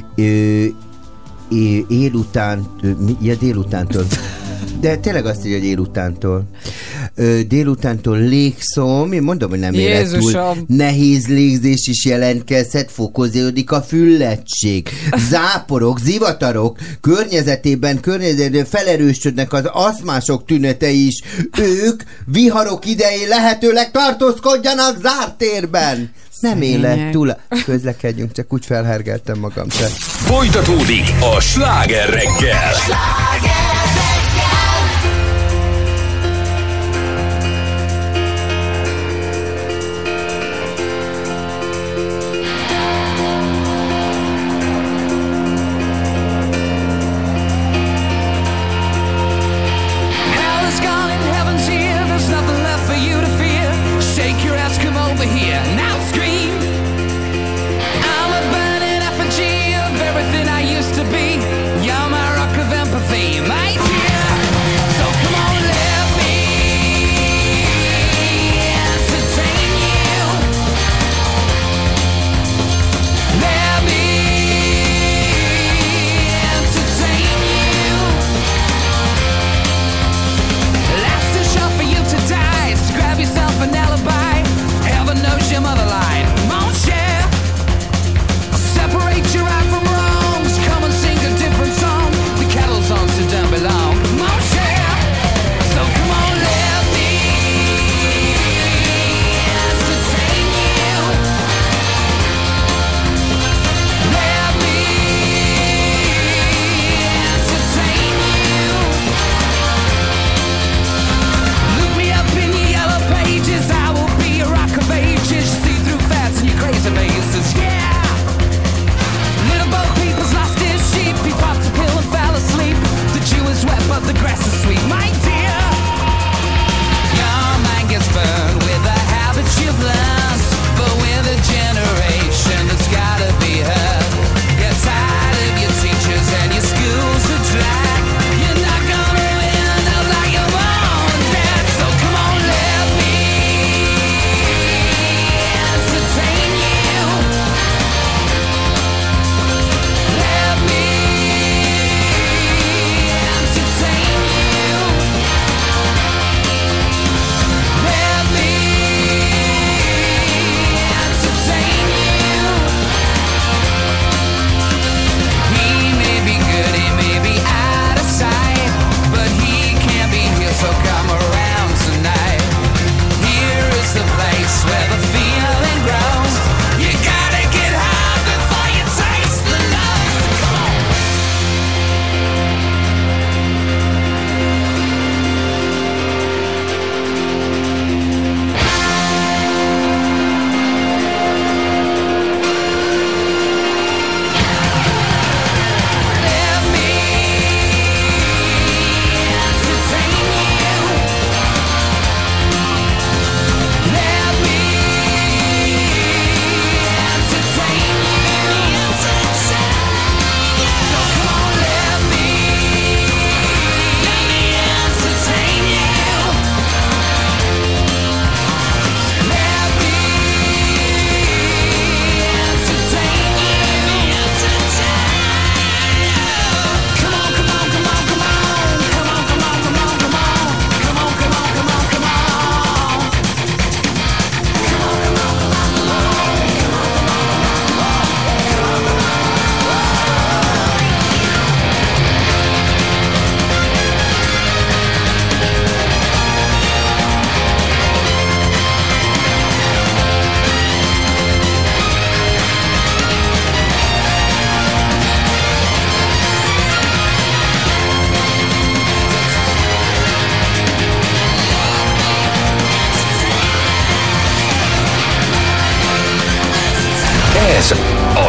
Speaker 6: Délutántól. De tényleg azt írja, hogy délutántól légszom, én mondom, hogy nem éled túl. Nehéz légzés is jelentkezhet, fokozódik a füllettség. Záporok, zivatarok környezetében felerősödnek az aszmások tünetei is. Ők viharok idején lehetőleg tartózkodjanak zárt térben. Nem éled túl. Közlekedjünk, csak úgy felhergeltem magam.
Speaker 1: Folytatódik a Sláger reggel.
Speaker 11: Everything I used to be, you're my rock of empathy.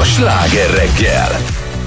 Speaker 1: Sláger reggel.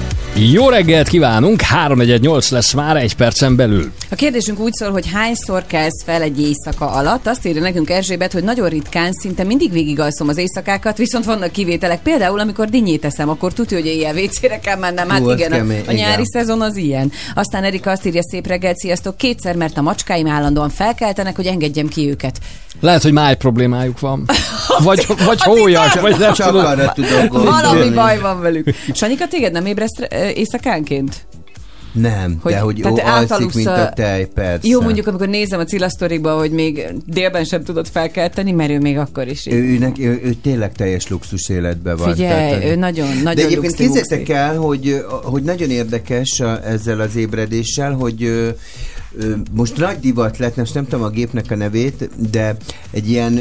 Speaker 2: Jó reggelt kívánunk, 3-4-8 lesz már egy percen belül.
Speaker 3: A kérdésünk úgy szól, hogy hányszor kelsz fel egy éjszaka alatt. Azt írja nekünk Erzsébet, hogy nagyon ritkán, szinte mindig végigalszom az éjszakákat, viszont vannak kivételek. Például, amikor dinnyét eszem, akkor tudja, hogy éjjel WC-re kell mennem. Hát igen,
Speaker 6: kemény,
Speaker 3: a nyári szezon az ilyen. Aztán Erika azt írja, szép reggelt, sziasztok, kétszer, mert a macskáim állandóan felkeltenek, hogy engedjem ki őket.
Speaker 2: Lehet, hogy máj problémájuk van. Vagy hólyak, vagy nem
Speaker 6: Csak
Speaker 2: tudom.
Speaker 6: arra tudok
Speaker 3: Valami
Speaker 6: gondolni.
Speaker 3: baj van velük. Sanyika, téged nem ébreszt éjszakánként?
Speaker 6: Nem,
Speaker 3: Hogy-
Speaker 6: de hogy
Speaker 3: tehát te
Speaker 6: alszik,
Speaker 3: átaludsz
Speaker 6: mint
Speaker 3: a-
Speaker 6: a tej, persze.
Speaker 3: Jó, mondjuk, amikor nézem a Cilla sztorikba, hogy még délben sem tudod felkelteni, mert ő még akkor is így.
Speaker 6: Ő tényleg teljes luxus életben van.
Speaker 3: Figyelj, ő nagyon
Speaker 6: De egyébként
Speaker 3: luxi-muxi.
Speaker 6: képzeljétek el, hogy nagyon érdekes ezzel az ébredéssel, hogy most nagy divat lett, most nem tudom a gépnek a nevét, de egy ilyen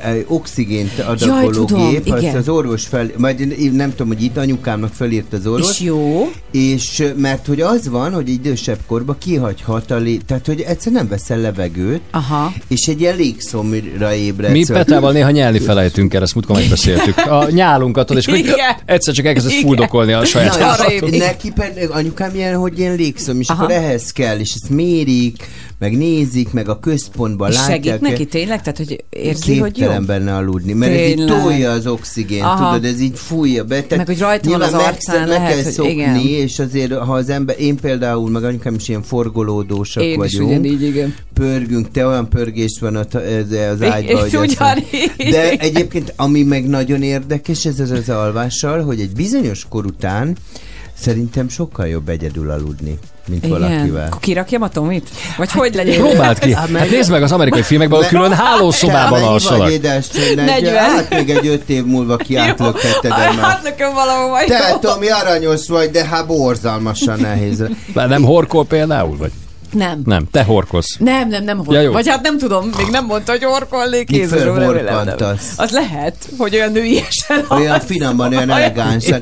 Speaker 6: oxigént adagoló
Speaker 3: tudom,
Speaker 6: gép, azt
Speaker 3: igen.
Speaker 6: az orvos majd én nem tudom, hogy itt anyukámnak felírt az orvos.
Speaker 3: És jó.
Speaker 6: És mert hogy az van, hogy idősebb korban kihagyhat tehát hogy egyszer nem veszel levegőt,
Speaker 3: Aha.
Speaker 6: és egy ilyen légszomra ébredsz.
Speaker 2: Mi Petával néha nyelni felejtünk el, ezt múltkor megbeszéltük. A nyálunkat, és akkor
Speaker 3: Igen.
Speaker 2: egyszer csak elkezdett
Speaker 3: Igen.
Speaker 2: fuldokolni a saját
Speaker 3: Na,
Speaker 2: házatot.
Speaker 3: arra
Speaker 6: Neki pedig anyukám ilyen, hogy ilyen légszom, és
Speaker 3: Aha.
Speaker 6: akkor ehhez kell, és ezt mérik, meg nézik, meg a központban
Speaker 3: És
Speaker 6: látják.
Speaker 3: segít neki tényleg? Tehát, hogy érzi, hogy jó?
Speaker 6: Képtelen benne aludni, mert ez így
Speaker 3: Tényleg.
Speaker 6: tolja az oxigént,
Speaker 3: Aha.
Speaker 6: tudod, ez így fújja be. Tehát
Speaker 3: Meg, hogy rajta van
Speaker 6: nyilván
Speaker 3: az arcán,
Speaker 6: meg
Speaker 3: lehet,
Speaker 6: kell
Speaker 3: hogy
Speaker 6: szokni,
Speaker 3: igen.
Speaker 6: és azért, ha az ember, én például, meg anyukám is ilyen forgolódósak
Speaker 3: Én is
Speaker 6: vagyunk.
Speaker 3: ugyanígy, igen.
Speaker 6: Pörgünk, te olyan pörgés van az ágyban, hogy
Speaker 3: Ugyanígy.
Speaker 6: de egyébként, ami meg nagyon érdekes, ez az alvással, hogy egy bizonyos kor után szerintem sokkal jobb egyedül aludni, mint valakivel.
Speaker 3: Akkor kirakjam a Tomit? Vagy hogy legyen?
Speaker 2: Próbáld ki. Hát nézd meg az amerikai filmekben, ahol külön hálószobában
Speaker 6: Te
Speaker 2: alszanak.
Speaker 6: mennyi vagy, édes?
Speaker 3: 40.
Speaker 6: Hát még egy 5 év múlva ki átlökheted el már.
Speaker 3: Hát nekem valahova jó.
Speaker 6: Te, Tomi, aranyos vagy, de hát borzalmasan nehéz.
Speaker 2: Már nem horkol például, vagy?
Speaker 3: Nem.
Speaker 2: Nem, te horkolsz.
Speaker 3: Nem
Speaker 2: Ja, jó.
Speaker 3: Vagy hát nem tudom, még nem mondta, hogy orkolnék
Speaker 6: Mi
Speaker 3: kézről, remélem nem.
Speaker 6: fölhorkantasz?
Speaker 3: Az lehet, hogy olyan nőiesen
Speaker 6: Olyan
Speaker 3: alszol.
Speaker 6: finoman, olyan elegánsan.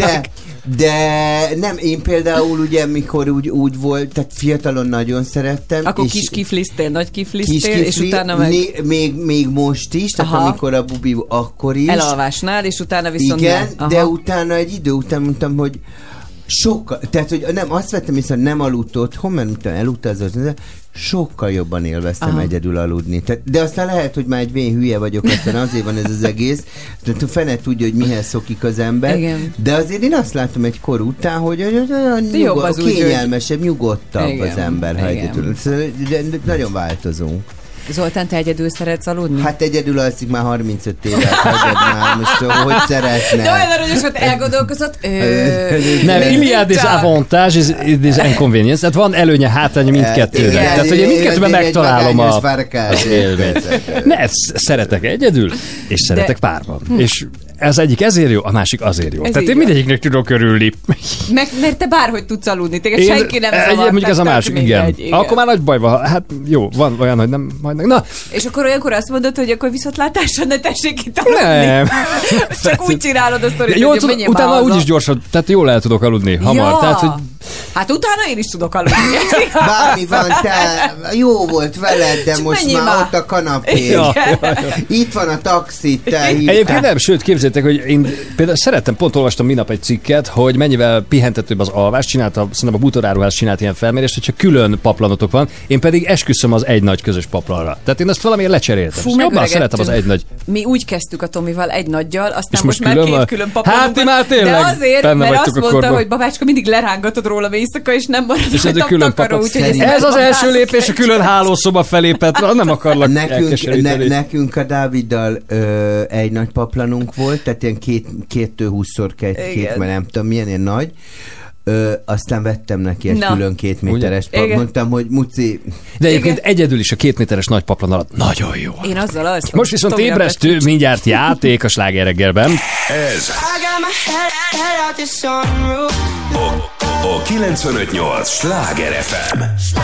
Speaker 6: De nem, én például ugye, mikor úgy volt, tehát fiatalon nagyon szerettem.
Speaker 3: Akkor
Speaker 6: és
Speaker 3: kis kiflisztél, nagy
Speaker 6: kis
Speaker 3: kiflisztél, és
Speaker 6: kifli,
Speaker 3: utána meg
Speaker 6: még most is, tehát
Speaker 3: Aha.
Speaker 6: amikor a bubi, akkor is.
Speaker 3: elalvásnál, és utána viszont
Speaker 6: Igen,
Speaker 3: nem.
Speaker 6: de utána egy idő után mondtam, hogy sokkal, tehát hogy nem, azt vettem észre, hogy nem aludt otthon, mert utána elutazott, de sokkal jobban élveztem
Speaker 3: Aha.
Speaker 6: egyedül aludni. De aztán lehet, hogy már egy vén hülye vagyok, aztán azért van ez az egész, tehát fene tudja, hogy mihez szokik az ember,
Speaker 3: Igen.
Speaker 6: de azért én azt látom egy kor után, hogy olyan
Speaker 3: jobb az úgy,
Speaker 6: kényelmesebb, nyugodtabb
Speaker 3: Igen.
Speaker 6: az ember, ha
Speaker 3: Igen.
Speaker 6: egyedül. De nagyon változunk.
Speaker 3: Zoltán, te egyedül szeretsz aludni?
Speaker 6: Hát egyedül alszik már 35 évet, hagyjad már, most hogy szeretne.
Speaker 3: De olyan aranyos, hogy elgondolkozott.
Speaker 2: Nem,
Speaker 3: mindig
Speaker 2: il y a des
Speaker 3: csak.
Speaker 2: avantages et des inconvénients. Tehát van előnye, hátránya mindkettőnek.
Speaker 3: Igen.
Speaker 2: Tehát, hogy én mindkettőben megtalálom
Speaker 6: a...
Speaker 2: az élményt. Ne, szeretek egyedül, és szeretek párban. És ez egyik ezért jó, a másik azért jó.
Speaker 3: Ez
Speaker 2: Tehát
Speaker 3: így
Speaker 2: én
Speaker 3: van.
Speaker 2: mindegyiknek tudok örülni.
Speaker 3: Mert te bárhogy tudsz aludni, téged senki nem zavar.
Speaker 2: mondjuk ez a
Speaker 3: tehát
Speaker 2: másik,
Speaker 3: tök
Speaker 2: igen.
Speaker 3: mindegy,
Speaker 2: Akkor már nagy baj van. Hát jó, van olyan, hogy nem majd meg. Na,
Speaker 3: És akkor olyankor azt mondod, hogy akkor viszontlátásra ne tessék itt aludni.
Speaker 2: nem.
Speaker 3: Csak úgy csinálod a sztorit,
Speaker 2: Jó,
Speaker 3: hogy menjél
Speaker 2: utána
Speaker 3: már haza.
Speaker 2: úgyis gyorsan, tehát jól el tudok aludni hamar.
Speaker 3: Ja.
Speaker 2: Tehát, hogy
Speaker 3: Hát utána én is tudok aludni.
Speaker 6: Bármi van, te jó volt veled, de
Speaker 3: Csak
Speaker 6: most
Speaker 3: menjél
Speaker 6: már
Speaker 3: már.
Speaker 6: ott a kanapén.
Speaker 2: Ja.
Speaker 6: Itt van a taxi, te
Speaker 2: Egyébként
Speaker 6: hívtál.
Speaker 2: nem, sőt, képzeljétek, hogy én például szerettem, pont olvastam minap egy cikket, hogy mennyivel pihentetőbb az alvás, szerintem a bútoráruház csinált ilyen felmérést, hogyha külön paplanotok van, én pedig esküszöm az egy nagy közös paplanra. Tehát én azt valamiért lecseréltem.
Speaker 3: Fú,
Speaker 2: És jobban
Speaker 3: megöregettünk.
Speaker 2: szeretem az egy nagy.
Speaker 3: Mi úgy kezdtük a Tomival egy nagyjal, aztán
Speaker 2: És
Speaker 3: most
Speaker 2: most
Speaker 3: már
Speaker 2: külön
Speaker 3: két
Speaker 2: van?
Speaker 3: külön paplanunk
Speaker 2: Hát, ti
Speaker 3: van.
Speaker 2: már tényleg
Speaker 3: De azért,
Speaker 2: benne
Speaker 3: mert
Speaker 2: vagytok
Speaker 3: azt
Speaker 2: a
Speaker 3: mondta,
Speaker 2: korban.
Speaker 3: hogy babácska, mindig lerángatod róla éjszaka, és nem marad
Speaker 2: És ez a
Speaker 3: rajtam
Speaker 2: külön
Speaker 3: takaró,
Speaker 2: paplan.
Speaker 3: úgyhogy ezt
Speaker 2: Ez az első
Speaker 3: megpapáztuk
Speaker 2: lépés, a külön hálószoba felé, Petra, nem akarlak elkeseríteni.
Speaker 6: Nekünk a Dáviddal egy nagy paplanunk volt, tehát ilyen 2x20x2, mert nem tudom milyen, ilyen nagy. Aztán vettem neki egy külön 2 méteres paplant. Mondtam, hogy Muci...
Speaker 2: De egyébként egyedül is a 2 méteres nagy paplan alatt nagyon jó.
Speaker 3: Én azzal alszom.
Speaker 2: Most viszont
Speaker 3: Tomi
Speaker 2: ébresztő, mindjárt játék a Sláger reggelben.
Speaker 1: Ez a 95.8 Sláger FM.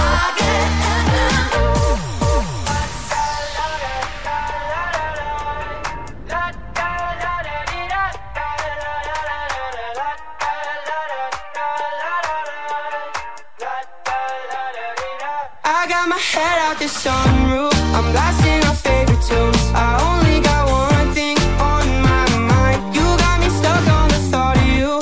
Speaker 14: I got my head out the sunroof. I'm blasting our favorite tunes. I only got one thing on my mind. You got me stuck on the thought of you.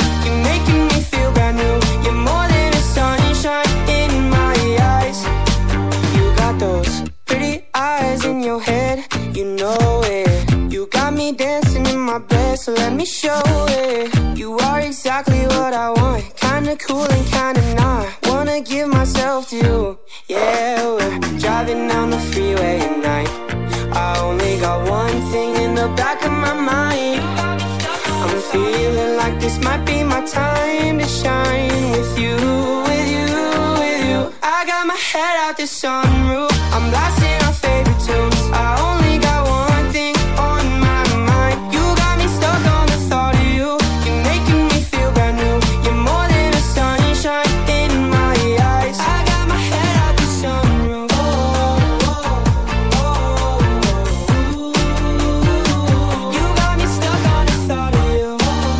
Speaker 14: eyes in your head, you know it. You got me dancing in my bed, so let me show it. You are exactly what I want, kinda cool and kinda not. Wanna give myself to you, yeah. We're driving down the freeway at night. I only got one thing in the back of my mind. I'm feeling like this might be my time to shine with you, with you, with you. I got my head out the sunroof, I'm blasting our favorite tunes. I only got one thing on my mind. You got me stuck on the thought of you. You're making me feel brand new. You're more than a sunshine in my eyes. I got my head out the sunroof. You got me stuck on the thought of you.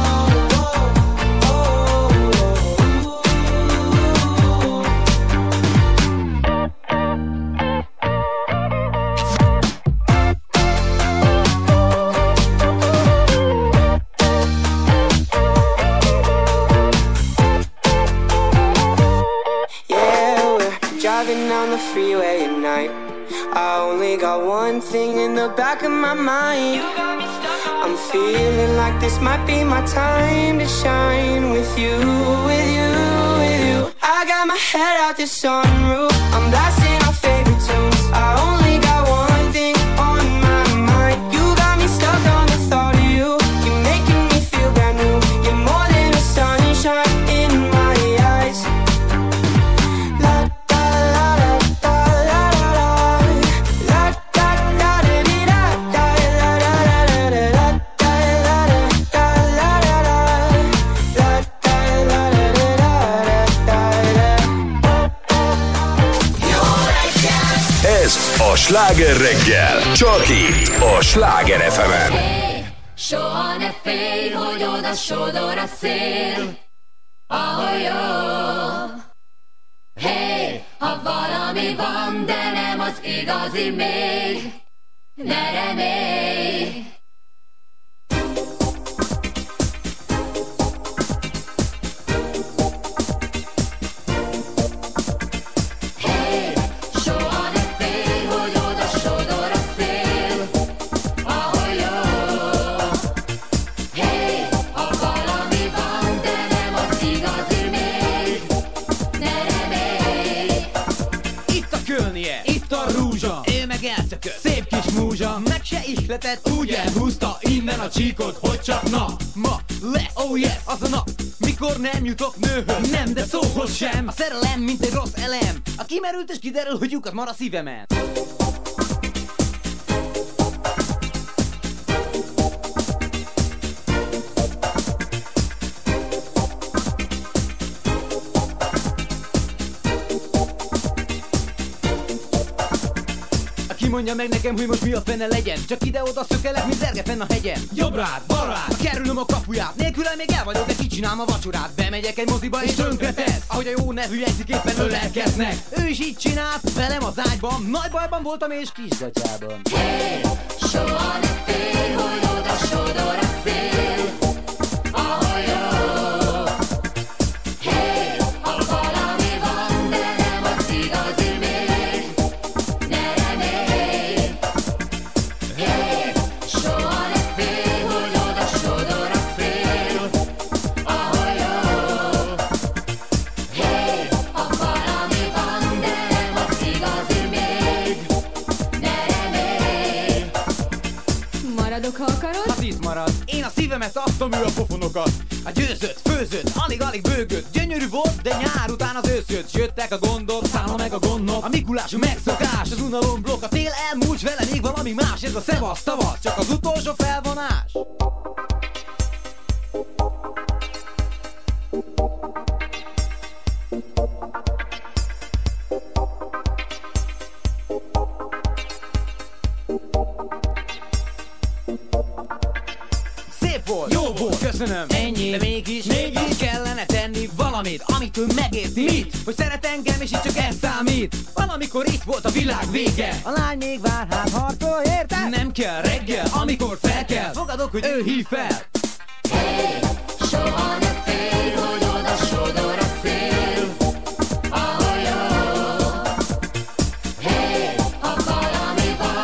Speaker 14: Driving down the freeway at night. I only got one thing in the back of my mind. I'm feeling like this might be my time to shine with you, with you, with you. I got my head out the sunroof, I'm blasting our favorite tunes. I only got one thing on my mind. You got me stuck on the thought of you. You're making me feel brand new. You're more than a sunshine in my eyes.
Speaker 1: A Sláger reggel, csak itt a Sláger FM-en.
Speaker 8: Soha ne félj, hogy oda sodor a szél, ahol jó. Hey, ha valami van, de nem az igazi még, ne remélj.
Speaker 15: Szép kis múzsa, meg se ihletett, úgy elhúzta innen a csíkot, hogy csak ma lesz, oh yes, az a nap, mikor nem jutok nőhöz, nem, de szóhoz sem. A szerelem, mint egy rossz elem, a kimerült és kiderül, hogy lyukat mar a szívemen. Ki mondja meg nekem, hogy most mi a fene legyen? Csak ide-oda szökelek, mint zerge fenn a hegyen. Jobbrád, balrád, ha kerülöm a kapuját, nélküle még el vagyok, de kicsinálom a vacsorát. Bemegyek egy moziba és tönkretesz, ahogy a jó nevű jegyzik éppen ölelkeznek. Ő is így csinált, velem az ágyban, nagy bajban voltam és kisgatyában.
Speaker 8: Hey, soha ne félj, hogy oda sodor a szél, ahol jó. Hey, ha valami van, de nem az igazi még, ne remélj. Hey, soha ne félj, hogy oda sodor a szél, ahol jó. Hey, ha valami van, de nem az igazi még, ne remélj.
Speaker 16: Maradok, ha akarod?
Speaker 15: Hát itt marad. Én a szívemet adtam, ő a pofonokat. A győzött, főzött, alig-alig bőgött. Gyönyörű volt, de nyár után az ősz jött. S jöttek a gondok, számla meg a gondok. A Mikulás a megszokás, az unalom blokk. A tél elmúlt, vele még valami más. Ez a szevasz, tavasz, csak az utolsó felvonás. Szép volt, jó volt, köszönöm, ennyi. De mégis kellene tenni valamit, amitől megérti. Mit? Hogy szeret engem és itt csak ez számít. Valamikor itt volt a világ vége. A lány még vár, hát harcol, érted? Nem kell reggel, amikor fel kell. Fogadok, hogy ő hív fel.
Speaker 8: Hey, soha ne félj, hogy oda sodor a szél, ahol jó. Hey, ha valami van,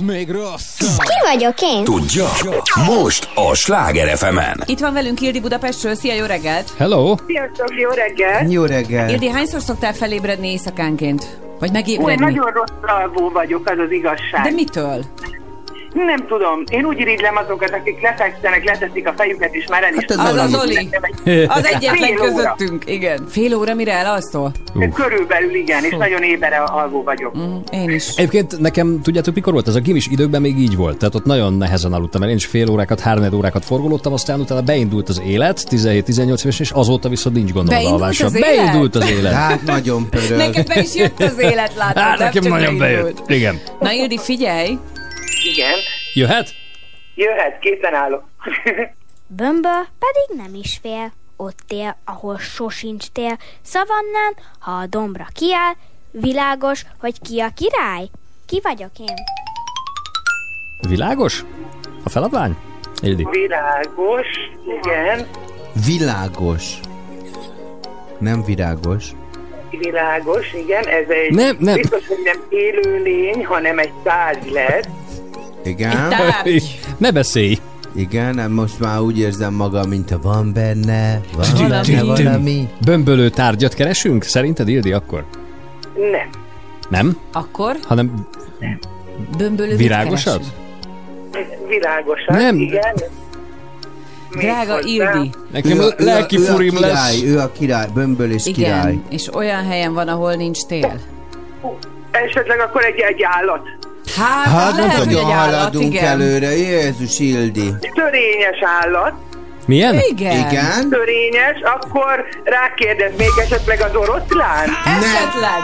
Speaker 2: még rossz.
Speaker 17: Ki vagyok én?
Speaker 1: Tudja? Most a Sláger FM-en.
Speaker 3: Itt van velünk Ildi Budapestről. Szia, jó reggelt!
Speaker 2: Hello!
Speaker 13: Sziasztok, jó reggel!
Speaker 6: Jó reggel!
Speaker 3: Ildi, hányszor szoktál felébredni éjszakánként? Vagy
Speaker 13: Új,
Speaker 3: megébredni?
Speaker 13: nagyon rossz alvó vagyok, az az igazság.
Speaker 3: De mitől?
Speaker 13: Nem tudom, én úgy irigylem azokat, akik lefekszenek, leteszik a fejüket, és már el is...
Speaker 3: Az az Oli. Az egyetlen
Speaker 13: Fél óra.
Speaker 3: közöttünk, igen. Fél óra mire elalszol?
Speaker 13: Körülbelül igen, és nagyon éber alvó vagyok.
Speaker 3: Én is.
Speaker 2: Egyébként nekem, tudjátok mikor volt? Ez a gimis időkben még így volt. Tehát ott nagyon nehezen aludtam, mert én is fél órákat, 3 órákat forgolódtam, aztán utána beindult az élet, 17-18 éves, és azóta viszont nincs gondom a
Speaker 3: Beindult
Speaker 2: alvásra.
Speaker 3: az élet?
Speaker 2: Beindult az élet.
Speaker 6: Hát nagyon pörög.
Speaker 3: Neked be is jött az élet, látod.
Speaker 2: Hát
Speaker 3: nem
Speaker 2: nekem
Speaker 3: csak
Speaker 2: nagyon
Speaker 3: beindult.
Speaker 2: bejött. Igen.
Speaker 3: Na Ildi, figyelj!
Speaker 13: Igen.
Speaker 2: Jöhet?
Speaker 13: Jöhet, készen állok.
Speaker 17: Bömböl pedig nem is fél. Ott él, ahol sosincs tél. Szavannán, ha a dombra kiáll, világos, hogy ki a király. Ki vagyok én?
Speaker 2: Világos? A feladvány? Ildi.
Speaker 13: Világos, igen.
Speaker 6: Világos. Nem virágos.
Speaker 13: Világos, igen. Ez egy...
Speaker 2: Nem.
Speaker 13: Biztos, hogy nem élőlény, hanem egy tárgy lesz.
Speaker 6: Igen.
Speaker 2: Ne beszélj!
Speaker 6: Igen, most már úgy érzem magam, mint a van benne valami.
Speaker 2: Bömbölő tárgyat keresünk? Szerinted, Ildi, akkor?
Speaker 13: Nem.
Speaker 2: Nem?
Speaker 3: Akkor?
Speaker 2: Hanem
Speaker 3: Bömbölő
Speaker 2: virágosat?
Speaker 13: Világosat,
Speaker 2: Nem.
Speaker 13: igen.
Speaker 3: Drága Ildi.
Speaker 2: Nekem a lelki furim lesz.
Speaker 6: Ő a király, bömbölés király.
Speaker 3: Igen, és olyan helyen van, ahol nincs tél.
Speaker 13: Esetleg akkor egy állat.
Speaker 6: Hát
Speaker 3: lehet, hogy
Speaker 6: nagyon
Speaker 3: egy állat,
Speaker 6: haladunk
Speaker 3: igen.
Speaker 6: előre, Jézus Ildi.
Speaker 13: Törényes állat.
Speaker 2: Milyen?
Speaker 6: Igen.
Speaker 13: Törényes, akkor rákérdeznék esetleg az oroszlán?
Speaker 3: Esetleg.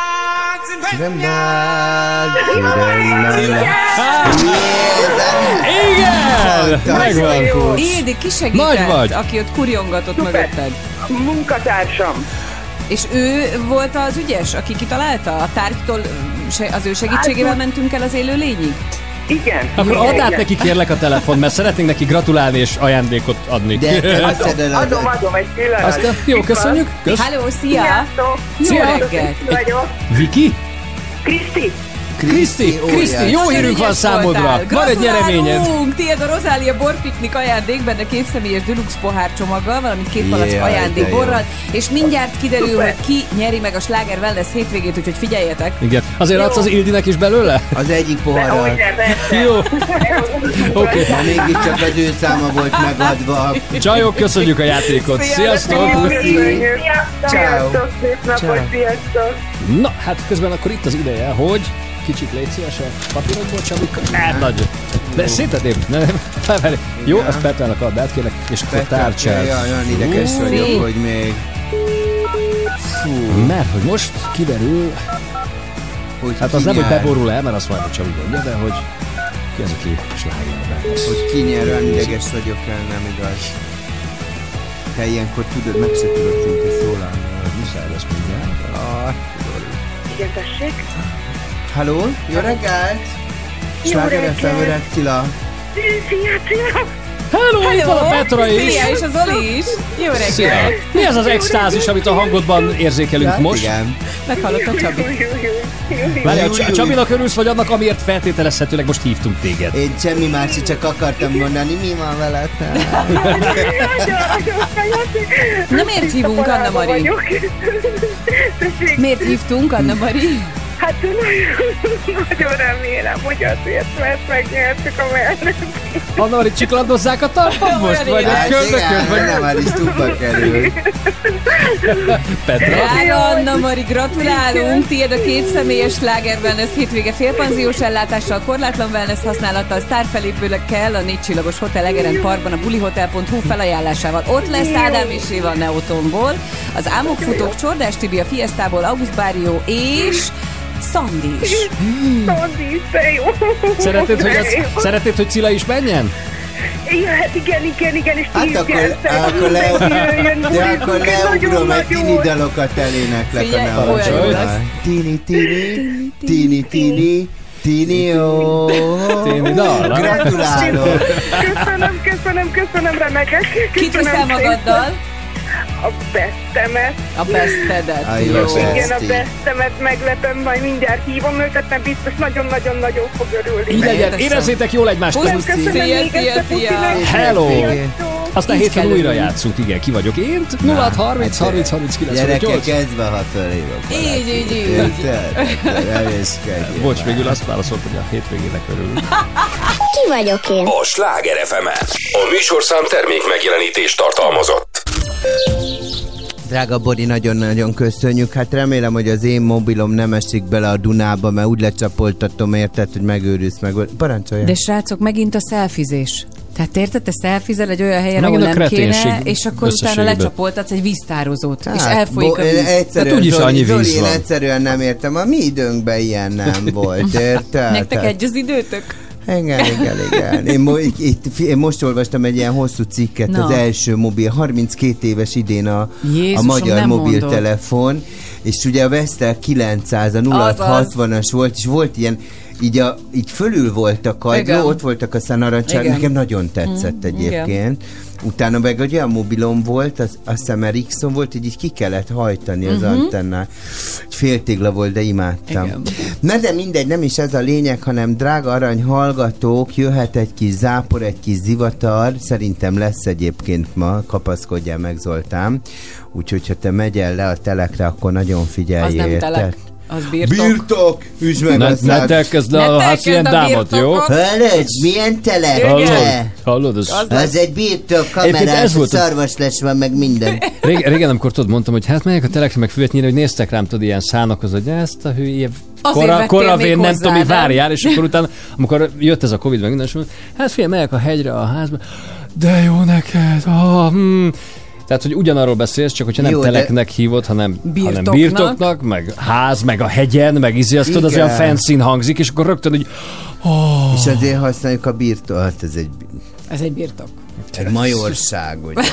Speaker 2: Igen! Megvan.
Speaker 3: Ildi, ki segített,
Speaker 2: Nagy vagy.
Speaker 3: aki ott kurjongatott mögötted?
Speaker 13: Munkatársam.
Speaker 3: És ő volt az ügyes, aki kitalálta? A tárgytól az ő segítségével mentünk el az élő lényig?
Speaker 13: Igen.
Speaker 2: Akkor
Speaker 13: igen,
Speaker 2: add át
Speaker 13: igen.
Speaker 2: neki kérlek a telefon, mert szeretnénk neki gratulálni és ajándékot adni.
Speaker 13: Adom egy pillanat.
Speaker 2: Aztán, jó, köszönjük. Kösz.
Speaker 3: Halló, szia!
Speaker 13: Sziasztok.
Speaker 3: Jó
Speaker 2: Szia.
Speaker 3: reggelt!
Speaker 13: Vagyok.
Speaker 2: Viki?
Speaker 13: Kriszti.
Speaker 2: Kriszti, jó hírünk van számodra. Van egy nyereményed.
Speaker 3: Gratulálunk! Tiéd a Rozália borpiknik ajándék, benne 2 személyes deluxe pohárcsomaggal, valamint 2 palack
Speaker 6: Jaj,
Speaker 3: ajándék
Speaker 6: de jó.
Speaker 3: borral, és mindjárt kiderül, hogy ki nyeri meg a Sláger Wellness hétvégét, úgyhogy figyeljetek!
Speaker 2: Igen. Azért adsz az Ildinek is belőle?
Speaker 6: Az egyik poharat.
Speaker 2: Jó. Oké.
Speaker 6: De mégiscsak az ő száma volt megadva.
Speaker 2: Csajok, köszönjük a játékot. Sziasztok!
Speaker 13: Sziasztok, szép napot, sziasztok.
Speaker 2: Na, hát közben akkor itt az ideje, hogy kicsit légy szíves a papírokból, Csabika. Nagyon. De szétedém. Jó, azt Petrának add át, kérlek, és akkor tárcsál.
Speaker 6: Ja, olyan ideges vagyok, hogy még...
Speaker 2: Mert hogy most kiderül,
Speaker 6: hogy
Speaker 2: hát az nem, hogy beborul el, mert azt majd a Csabi mondja, de hogy ki az, aki slágerben lesz.
Speaker 6: Hogy ki nyer, olyan ideges vagyok el, nem igaz. Te ilyenkor tudod, meg se tudod szinte szólalni.
Speaker 2: Muszáj lesz mindjárt.
Speaker 13: Igen, tessék.
Speaker 6: Halló, jó reggelt!
Speaker 13: Jó
Speaker 6: Sláger
Speaker 13: reggelt.
Speaker 6: FM Öreg Cilla.
Speaker 13: Szia.
Speaker 2: Hello, itt van a Petra is.
Speaker 3: Szia, és az Oli is! Jó
Speaker 2: Szia.
Speaker 3: reggelt!
Speaker 2: Mi az az extázis, amit a hangodban érzékelünk most?
Speaker 6: Igen.
Speaker 3: Meghallott a Csabi.
Speaker 2: Várjál, Csabinak örülsz, vagy annak, amiért feltételezhetőleg most hívtunk téged?
Speaker 6: Én semmi más, csak akartam mondani, mi van veled?
Speaker 3: Na miért hívunk, Anna Mari? Miért hívtunk, Anna Mari?
Speaker 13: Hát nagyon remélem, hogy azért, mert megnyertük a versenyt.
Speaker 2: Anna Mari, csiklandozzák a talpam most? Vagy a köldökön? Vagy
Speaker 6: nem, már is túlba kerül.
Speaker 2: Petra?
Speaker 3: Drága Anna Mari, gratulálunk! Tiéd a 2 személyes Sláger Wellness hétvége félpanziós ellátással, korlátlan wellness használattal, sztárfelépőkkel a 4 csillagos Hotel Egeren Parkban a bulihotel.hu felajánlásával. Ott lesz Ádám és Éva a Neotonból, az Álmokfutók Csordás Tibi a Fiestából, August Bárió és Szandi is.
Speaker 13: Szandi is, de jó.
Speaker 2: Szeretnéd, hogy Cilla is menjen?
Speaker 13: Ja, hát igen, és
Speaker 6: Hát akkor leugrom, egy tini dalokat eléneklek a
Speaker 3: Figyelj, olyan jó
Speaker 6: neocsodal.
Speaker 3: lesz.
Speaker 6: Tini, jó.
Speaker 2: Tini dal.
Speaker 6: Gratulálok.
Speaker 13: Köszönöm, remekek.
Speaker 3: Kit viszel magaddal?
Speaker 18: a bestemet.
Speaker 3: A bestedet.
Speaker 18: Igen, a bestemet meglepem, majd mindjárt hívom őket, mert biztos nagyon-nagyon-nagyon fog örülni.
Speaker 2: Így legyen, érezzétek jól egymást.
Speaker 18: Köszönöm még egyszer, Pucinak.
Speaker 2: Hello! Aztán
Speaker 3: Így
Speaker 2: hétfőn
Speaker 3: kell
Speaker 2: újra
Speaker 3: örülni.
Speaker 2: játszunk, igen, ki vagyok én? 06 30 30 39
Speaker 6: Gyerekek, kezdve, ha fölhívok valakit.
Speaker 3: Így.
Speaker 2: Bocs, végül azt válaszolt, hogy a hétvégének örülünk.
Speaker 17: Ki vagyok én?
Speaker 1: A Sláger FM-en. A műsorszám termék megjelenítést tartalmazott.
Speaker 6: Drága Bori, nagyon-nagyon köszönjük. Hát remélem, hogy az én mobilom nem esik bele a Dunába, mert úgy lecsapoltatom, érted, hogy megőrülsz meg. Parancsolja.
Speaker 3: De srácok, megint a szelfizés. Tehát érted, te szelfizel egy olyan helyen,
Speaker 2: Megint
Speaker 3: ahol
Speaker 2: a
Speaker 3: nem
Speaker 2: kreténség
Speaker 3: kéne, és akkor utána
Speaker 2: összességében.
Speaker 3: lecsapoltatsz egy víztározót, és
Speaker 6: Hát,
Speaker 3: elfolyik a víz.
Speaker 6: egyszerűen,
Speaker 2: úgyis
Speaker 6: Zoli,
Speaker 2: annyi víz
Speaker 6: Zoli, én
Speaker 2: van.
Speaker 6: egyszerűen nem értem. A mi időnkben ilyen nem volt, érted?
Speaker 3: Nektek egy az időtök?
Speaker 6: Igen. Én most olvastam egy ilyen hosszú cikket,
Speaker 3: Na.
Speaker 6: az első mobil, 32 éves idén a
Speaker 3: Jézusom,
Speaker 6: magyar
Speaker 3: nem
Speaker 6: mobiltelefon, és ugye a Vestel 900, a 0660-as volt, és volt ilyen, így fölül volt a kagyló,
Speaker 3: Igen.
Speaker 6: ott voltak a szanarancsák,
Speaker 3: Igen.
Speaker 6: nekem nagyon tetszett egyébként. Utána meg egy olyan mobilom volt, azt hiszem RX-on volt, hogy így ki kellett hajtani az antennát. Egy féltégla volt, de imádtam.
Speaker 3: Igen.
Speaker 6: Na de mindegy, nem is ez a lényeg, hanem drága arany hallgatók, jöhet egy kis zápor, egy kis zivatar, szerintem lesz egyébként ma, kapaszkodjál meg Zoltán. Úgyhogy ha te megyel le a telekre, akkor nagyon figyelj,
Speaker 3: Az nem
Speaker 6: érted?
Speaker 3: telek, az birtok.
Speaker 6: Birtok! Üsd meg
Speaker 2: Ne
Speaker 6: aztán!
Speaker 2: telkezd le a ház ilyen dámot, jó?
Speaker 6: Hallod? Milyen telek?
Speaker 2: Hallod?
Speaker 6: Az egy birtok,
Speaker 2: Egyébként
Speaker 6: kamerás,
Speaker 2: ez volt a-
Speaker 6: szarvasles van, meg minden.
Speaker 2: Régen, amikor tudod, mondtam, hogy hát megyek a telekre, meg füvet nyírni, hogy néztek rám, tudod, ilyen szánokhoz, hogy ezt a hülye
Speaker 3: Azért vettél
Speaker 2: koravén,
Speaker 3: még
Speaker 2: nem
Speaker 3: hozzá,
Speaker 2: tudom, mi
Speaker 3: nem?
Speaker 2: várjál, és akkor utána, amikor jött ez a Covid, meg minden, és mondom, hát figyelj, megyek a hegyre, a házba, de jó neked, Tehát, hogy ugyanarról beszélsz, csak hogyha nem
Speaker 6: Jó, de-
Speaker 2: teleknek hívod, hanem
Speaker 3: Birtoknak.
Speaker 2: birtoknak, meg ház, meg a hegyen, meg azt tudod, az
Speaker 6: Igen.
Speaker 2: olyan fancy hangzik, és akkor rögtön így,
Speaker 6: És azért használjuk a birtokat,
Speaker 3: Ez egy birtok.
Speaker 6: egy majorság, ugye?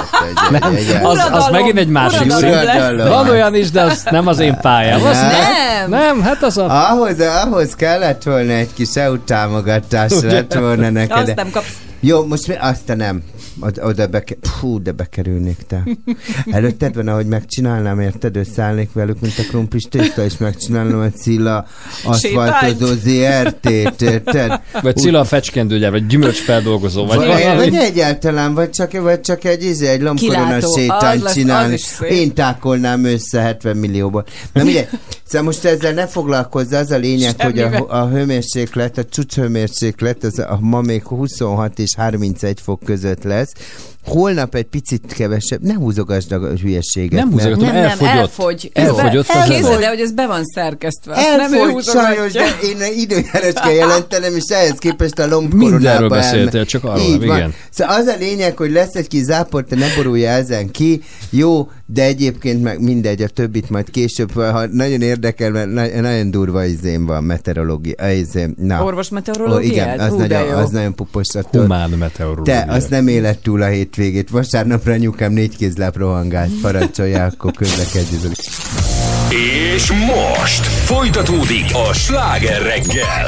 Speaker 2: az megint egy másik
Speaker 3: Uradalom
Speaker 2: szín.
Speaker 3: lesz.
Speaker 2: Van olyan is, de az nem az én pályám. Az
Speaker 3: Nem.
Speaker 2: hát az a...
Speaker 6: Ahhoz kellett volna egy kis EU támogatás, lett volna neked.
Speaker 3: Azt nem kapsz.
Speaker 6: Jó, most azt nem. Oda de bekerülnék te. Előtted van, ahogy megcsinálnám, érted? Összeállnék velük, mint a krumplis tészta, és megcsinálnom a Cilla aszfaltozó ZRT-t, érted?
Speaker 2: Vagy Cilla a fecskendőgyár, vagy gyümölcsfeldolgozó, vagy
Speaker 6: Vagy egyáltalán, vagy csak egy lombkorona
Speaker 3: Kilátó,
Speaker 6: sétányt
Speaker 3: az
Speaker 6: csinálni.
Speaker 3: is szép.
Speaker 6: Én tákolnám össze 70 millióból. Na mindegy, szóval most ezzel ne foglalkozz, az a lényeg, hogy a hőmérséklet, a csúcshőmérséklet, az ma még 26 és 31 fok között lesz. Holnap egy picit kevesebb, ne húzogasd a hülyeséget.
Speaker 2: Nem húzogatom,
Speaker 3: Nem,
Speaker 2: elfogyott.
Speaker 3: elfogy.
Speaker 2: az
Speaker 3: Képzeld el, hogy ez be van szerkesztve. Azt nem ő
Speaker 6: Elfogy,
Speaker 3: húzogatja.
Speaker 6: sajnos, de én időjárat kell jelentenem, és ehhez képest a
Speaker 2: Mindenről
Speaker 6: lombkoronába
Speaker 2: beszéltél, csak arról,
Speaker 6: Így van.
Speaker 2: igen.
Speaker 6: Szóval az a lényeg, hogy lesz egy kis zápor, te ne borulj ezen ki, jó, de egyébként meg mindegy, a többit majd később, ha nagyon érdekel, mert nagyon durva izém van, meteorológia.
Speaker 3: Orvos meteorológiád?
Speaker 6: Igen,
Speaker 3: Hú, de jó.
Speaker 6: az nagyon pupos.
Speaker 2: Humán meteorológia.
Speaker 6: Te azt nem éled túl a hétvégét. Vasárnapra anyukám 4 kézláb rohangált. Parancsolja, akkor közlekedj.
Speaker 1: És most folytatódik a Sláger reggel.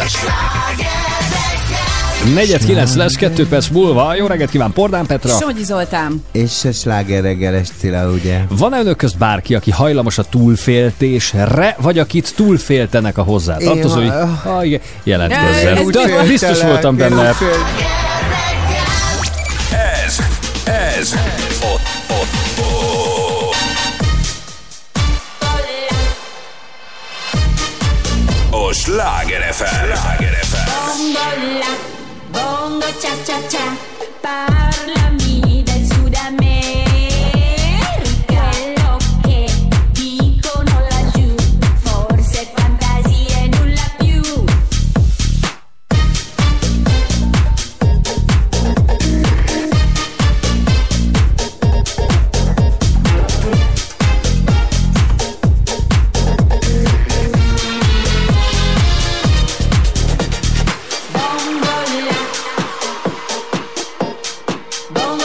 Speaker 2: 4:09 lesz, 2 perc múlva. Jó reggelt kíván, Pordán Petra.
Speaker 3: Somogyi Zoltán.
Speaker 6: És a Sláger reggeles Cilla, ugye?
Speaker 2: Van-e önök közt bárki, aki hajlamos a túlféltésre, vagy akit túlféltenek a hozzátartozói? Igen, jelentkezzen. Biztos voltam benne.
Speaker 1: Ez a Sláger FM.
Speaker 8: Bongo cha cha cha, parlami del Sud America. Quello che dicono laggiù, forse fantasia e nulla più. Bongo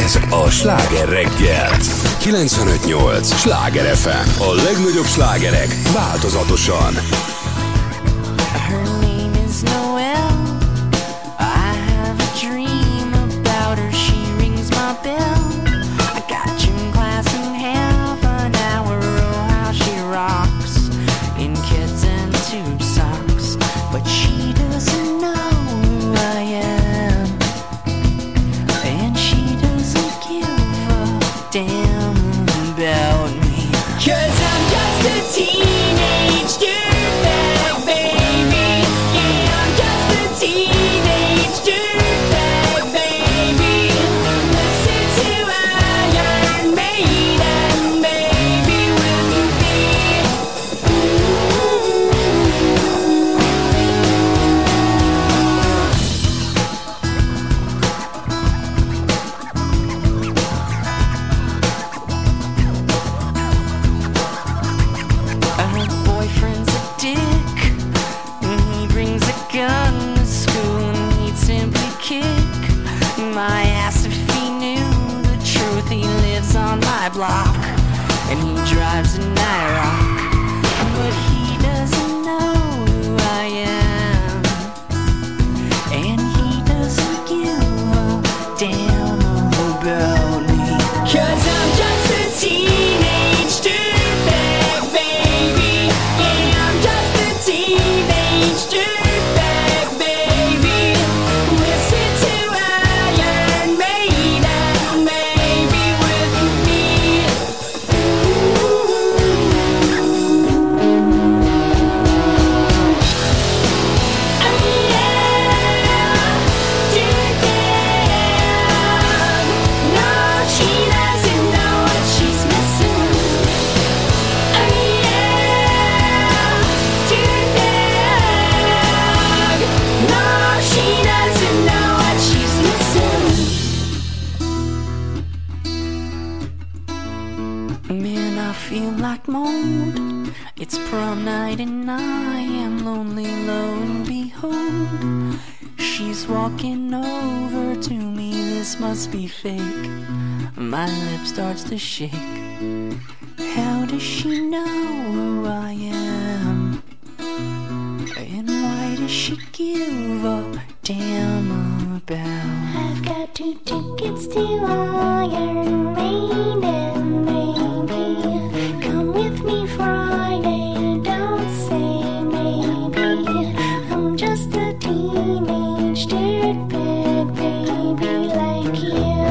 Speaker 1: Ez a Sláger reggel. 95.8 Sláger FM. A legnagyobb slágerek változatosan.
Speaker 10: Her name is Noelle. I have a dream about her. She rings my bell. I got gym class in half an hour. Oh, how she rocks in kids and tube socks. But she doesn't know who I am, and she doesn't give a damn about me. 'Cause I'm just a teenage dirtbag, baby. Yeah, I'm just a teenage dirtbag, baby. Listen to Iron Maiden, baby, with me. Her boyfriend's a dick, and he brings a gun to school, and he'd simply kick my ass if he knew the truth. He lives on my block, and he drives an IROC, but he doesn't know who I am, and he doesn't give a damn about me. 'Cause I'm just a teenage dirtbag, baby. Yeah, I'm just a teenage dirtbag, baby. Listen to Iron Maiden, baby, with me. Man, I feel like mold. It's prom night and I am lonely, lo and behold. She's walking over to me, this must be fake. My lip starts to shake. How does she know who I am? And why does she give a damn about? I've got 2 tickets to Iron Maiden, baby. Come with me Friday, don't say maybe. I'm just a teenage dirtbag, baby, like you.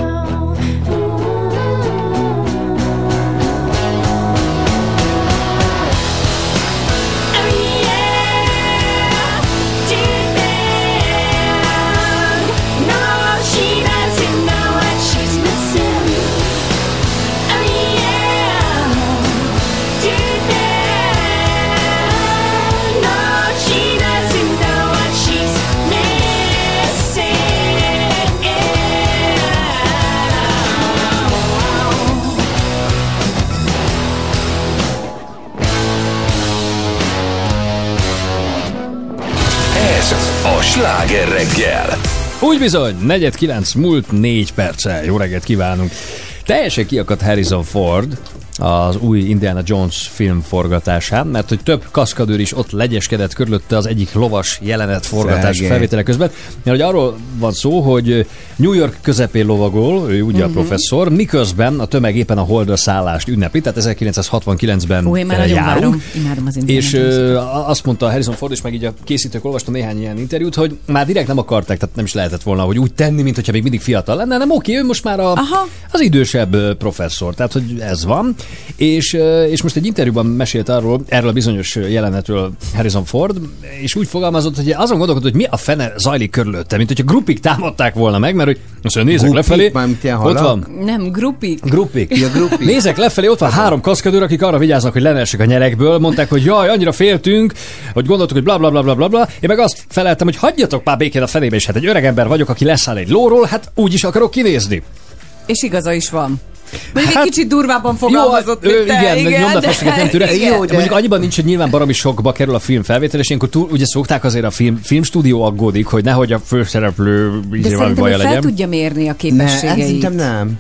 Speaker 1: A Sláger reggel.
Speaker 2: Úgy bizony, 4:09 múlt 4 perccel. Jó reggelt kívánunk. Teljesen kiakadt Harrison Ford az új Indiana Jones film forgatásán, mert hogy több kaszkadőr is ott legyeskedett körülötte az egyik lovas jelenet forgatás felvétele közben. Mert hogy arról van szó, hogy New York közepén lovagol, ő ugye a professzor, miközben a tömeg éppen a Holdra szállást ünnepli, tehát 1969-ben
Speaker 3: én már nagyon
Speaker 2: járunk.
Speaker 3: Imádom az Indiana
Speaker 2: És azt mondta Harrison Ford, és meg így a készítők, olvastam néhány ilyen interjút, hogy már direkt nem akarták, tehát nem is lehetett volna, hogy úgy tenni, mintha még mindig fiatal lenne, nem oké, ő most már az idősebb professzor, tehát hogy ez van. És most egy interjúban mesélt erről a bizonyos jelenetről Harrison Ford, és úgy fogalmazott, hogy azon gondolkodott, hogy mi a fene zajlik körülötte, mint hogyha grupik támadták volna meg, mert hogy azt mondja, nézek lefelé, ott van.
Speaker 3: Nem, grupik.
Speaker 2: Ja, nézek lefelé, ott van 3 kaszkadőr, akik arra vigyáznak, hogy lenessek a nyerekből, mondták, hogy jaj, annyira féltünk, hogy gondoltuk, hogy bla bla bla bla bla bla. Én meg azt feleltem, hogy hagyjatok már békén a fenébe, és hát egy öreg ember vagyok, aki leszáll egy lóról, hát úgy is akarok kinézni.
Speaker 3: És igaza is van. Mondjuk egy kicsit durvábban fogalmazott, mint te.
Speaker 2: Igen, nyomdafesteket nem tűre.
Speaker 6: Jó, de
Speaker 2: Mondjuk annyiban nincs, hogy nyilván baromi sokba kerül a film felvétel, és ilyenkor túl, ugye szokták azért a filmstúdió aggódik, hogy nehogy a főszereplő
Speaker 3: de szerintem
Speaker 2: baja
Speaker 3: fel
Speaker 2: legyen.
Speaker 3: tudja mérni a
Speaker 6: ne,
Speaker 3: képességeit.
Speaker 6: szerintem nem.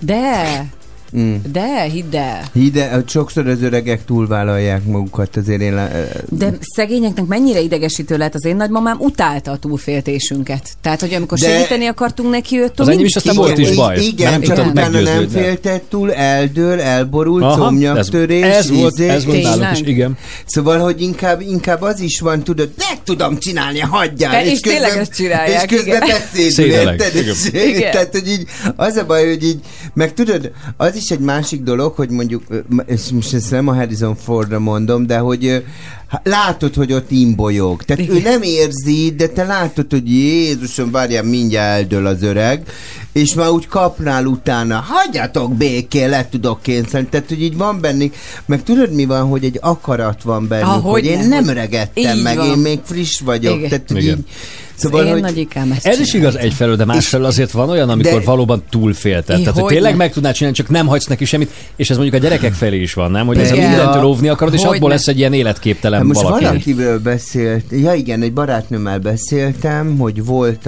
Speaker 3: De, hidd el.
Speaker 6: Sokszor az öregek túlvállalják magukat, azért én...
Speaker 3: De szegényeknek mennyire idegesítő lehet, az én nagymamám utálta a túlféltésünket. Tehát, hogy amikor segíteni akartunk neki, őt
Speaker 2: az enyém is aztán volt is baj.
Speaker 6: Igen, csak utána nem féltett túl, eldől, elborult, comnyaktörés.
Speaker 2: Ez volt nálunk is, igen.
Speaker 6: Szóval, hogy inkább az is van, tudod, meg tudom csinálni, hagyjál.
Speaker 3: És tényleg ezt csinálják.
Speaker 6: És közben beszédül, tehát, hogy így, az a baj, hogy így, meg tudod, az is egy másik dolog, hogy mondjuk, most ezt nem a Harrison Fordra mondom, de hogy látod, hogy ott imbolyog. Tehát ő nem érzi, de te látod, hogy Jézusom, várjál, mindjárt eldől az öreg, és már úgy kapnál utána, hagyjatok békén, le tudok kényszerni. Tehát, hogy így van bennük, meg tudod mi van, hogy egy akarat van bennük, hogy én nem öregedtem meg, én még friss vagyok.
Speaker 3: Igen.
Speaker 6: Tehát, hogy így, szóval,
Speaker 3: én nagyikám ezt
Speaker 2: ez is igaz egyfelől, de másfelől azért van olyan, amikor valóban túlfélted. Tehát, hogy tényleg meg tudnád csinálni, csak nem hagysz neki semmit, és ez mondjuk a gyerekek felé is van, nem? Hogy ez a mindentől óvni akarod, és abból lesz egy ilyen életképtelen
Speaker 6: most
Speaker 2: valaki.
Speaker 6: valakivel beszélt, egy barátnőmmel beszéltem, hogy volt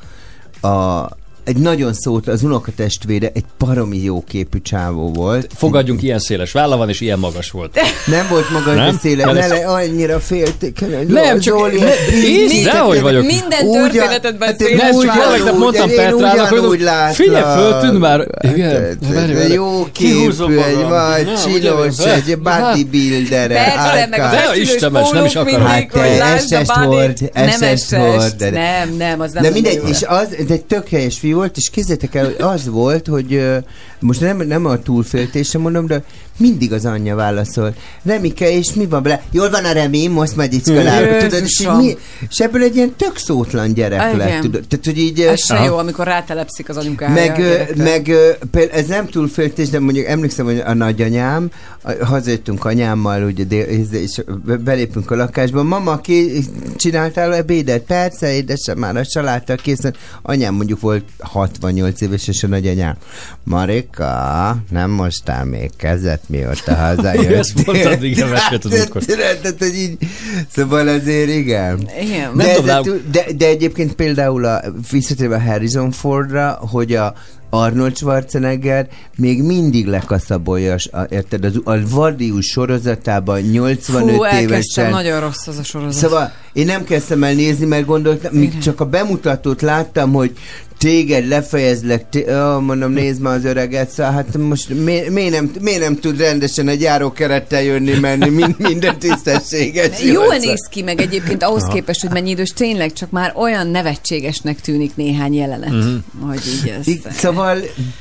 Speaker 6: egy nagyon az unokatestvére egy baromi jó képű csávó volt.
Speaker 2: Fogadjunk, ilyen széles válla van, és ilyen magas volt.
Speaker 6: Nem volt magas, de széles. Annyira félték.
Speaker 2: Nem, csak dehogy vagyok.
Speaker 3: Minden történetedben széles
Speaker 2: nem, csak valaki mondtam Petrának, hogy figyelj, föltűn már.
Speaker 6: Igen. Jó képű, egy vagy csinos, egy bodybuilder.
Speaker 3: Persze, meg a feszülős pólók mindig, hogy lásd a bodyt. Nem, az nem.
Speaker 6: De mindegy, és az egy tök helyes fiú volt, és képzeljétek el, hogy az volt, hogy most nem a túlféltésre mondom, de mindig az anyja válaszol. Remike, és mi van bele? Jól van a Remi, most majd iskolába, tudod, és ebből egy ilyen tök szótlan gyerek lett, tudod. Tehát, hogy így...
Speaker 3: Ez se jó, amikor rátelepszik az anyukája.
Speaker 6: Meg ez nem túlféltés, de mondjuk emlékszem, hogy a nagyanyám, hazajöttünk anyámmal, ugye, és belépünk a lakásba, mama, ki csináltál ebédet? Persze, édesem, már a családtal készen. Anyám mondjuk volt 68 éves, és a nagyanyám. Marika, nem mostál még kezet, mióta hazajött.
Speaker 2: Ezt mondtad, igen, mesélted útkor.
Speaker 6: Szóval azért igen. De egyébként például visszatérve a Harrison Fordra, hogy a Arnold Schwarzenegger még mindig lekaszabolja, érted? A Vardius sorozatában 85 évesen.
Speaker 3: Nagyon rossz az a sorozat.
Speaker 6: Szóval én nem kezdtem el nézni, mert gondoltam, még csak a bemutatót láttam, hogy téged lefejezlek, mondom, nézd már az öreget, szóval hát most miért nem tud rendesen egy járókerettel jönni, menni, minden tisztességes.
Speaker 3: Jól néz ki meg egyébként ahhoz képest, hogy mennyi idős, tényleg csak már olyan nevetségesnek tűnik néhány jelenet, hogy így ez.
Speaker 6: Szóval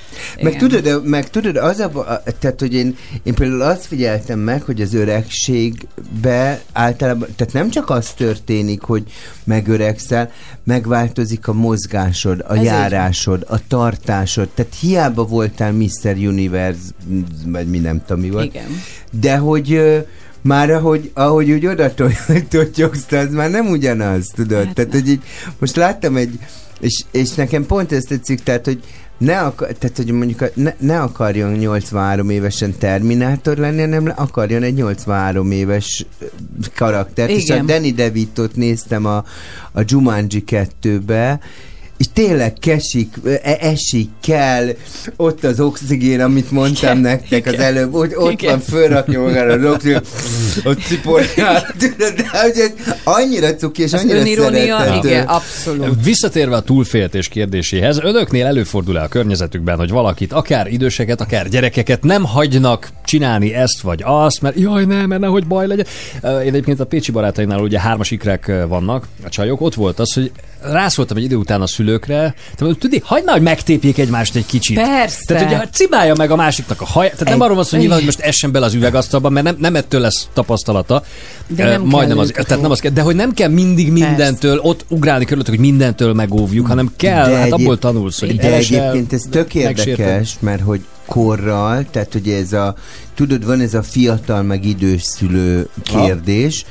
Speaker 6: meg tudod, tehát, hogy én például azt figyeltem meg, hogy az öregségbe általában, tehát nem csak az történik, hogy megöregszel, megváltozik a mozgásod, a járásod, a tartásod, tehát hiába voltál Mr. Universe, vagy mi nem tudom mi volt.
Speaker 3: Igen.
Speaker 6: De hogy már ahogy úgy oda totyogsz, az már nem ugyanaz, tudod? Hát tehát, hogy így, most láttam és nekem pont ezt tetszik, tehát, hogy tehát, hogy mondjuk ne akarjon 83 évesen Terminátor lenni, hanem akarjon egy 83 éves karaktert. Igen. És a Danny DeVito-t néztem a Jumanji 2-be, és tényleg esik, kell, ott az oxigén, amit mondtam nektek az előbb, ott van, fölrakja magára az oxigén, ott ciporjál, de hogy annyira cuki, és annyira szeretett.
Speaker 3: Igen, abszolút.
Speaker 2: Visszatérve a túlféltés kérdéséhez, önöknél előfordul-e a környezetükben, hogy valakit, akár időseket, akár gyerekeket nem hagynak csinálni ezt vagy azt, mert jaj, nem, mert nehogy baj legyen. Én egyébként a pécsi barátainál ugye 3-as ikrek vannak, a csajok, ott volt az, hogy rászóltam egy idő után a szülőkre, tudni, hagyd már, hogy megtépjék egymást egy kicsit.
Speaker 3: Persze.
Speaker 2: Tehát ugye cibálja meg a másiknak a haját. Tehát nem arról van szó, hogy nyilván, hogy most essen bele az üvegasztalban, mert nem ettől lesz tapasztalata.
Speaker 3: De nem
Speaker 2: majdnem az, tehát nem az kell, de hogy nem kell mindig mindentől ott ugrálni körülöttük, hogy mindentől megóvjuk, hanem kell, hát abból tanulsz, hogy
Speaker 6: de egyébként ez tök érdekes, mert hogy korral, tehát ugye tudod, van ez a fiatal meg idős szülő kérdés,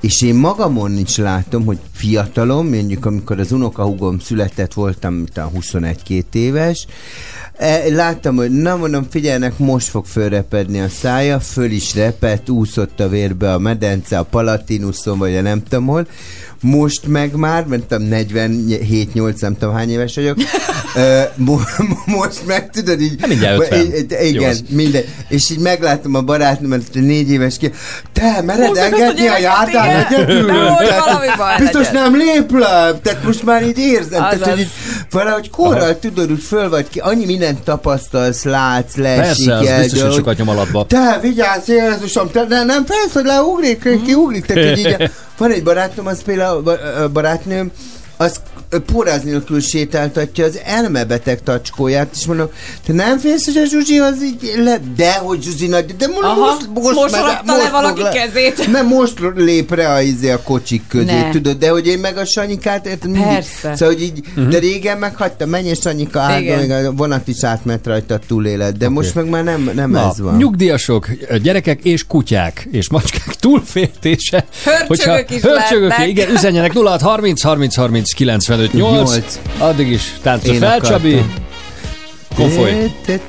Speaker 6: És én magamon is látom, hogy fiatalom, mondjuk amikor az unokahúgom született, voltam, mint a 21-22 éves, láttam, hogy na mondom, figyelnek, most fog fölrepedni a szája, föl is repett, úszott a vérbe a medence, a Palatinuson, vagy a nem tudom hol. Most meg már, mert 47-8, nem tudom hány éves vagyok, most meg tudod így...
Speaker 2: Hát mindjárt 50.
Speaker 6: Igen, minden. És így meglátom a barátnőmet, 4 éves ki, te mered engedni a jártán egyedül? Biztos nem lép le? Tehát most már így érzem. Tehát, hogy így valahogy korral tudod, úgy föl vagy ki, annyi mindent tapasztalsz, látsz, leesik.
Speaker 2: Persze, az biztos, hogy sokat nyom alatba.
Speaker 6: Te, vigyázz, Jézusom, te nem félsz, hogy leugrik, kiugrik. Tehát, hogy így, van egy barátnőm, az például barátnőm, az póráz nélkül sétáltatja az elmebeteg tacskóját, és mondom, te nem félsz, hogy a Zsuzsi az így de hogy Zsuzsi nagy, de
Speaker 3: most rakta le valaki kezét.
Speaker 6: Nem, most lép rá a kocsik közé, tudod, de hogy én meg a Sanyikát, érted, mindig. Szóval, hogy így, de régen meghagyta, menj és Sanyika áldom, még a vonat is átment rajta túlélet, de most meg már nem ez van.
Speaker 2: Nyugdíjasok, gyerekek és kutyák és macskák túlféltése.
Speaker 3: Hörcsögök is
Speaker 2: lehetnek. Igen, üzenjenek 06 30 30 30 95 8. Addig is táncol fel, Csabi. Konfoly.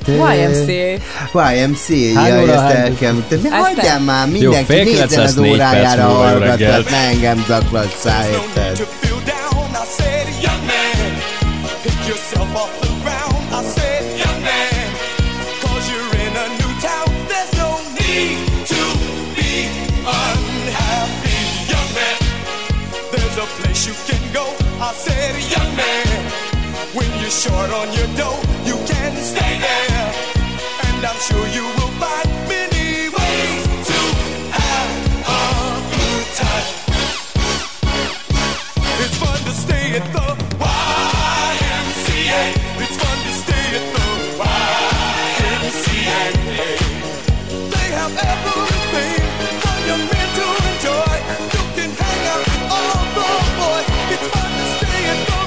Speaker 6: YMCA. Jaj, ezt el kell mutatni. Hagyjál már, mindenki nézzen az órájára, hallgatlat, ne engem zaklat szájérted.
Speaker 4: Short on your dough, you can stay there, and I'm sure you will find many ways to have a good time. It's fun to stay at the YMCA. It's fun to stay at the YMCA. They have everything for young men to enjoy. You can hang out with all the boys. It's fun to stay at the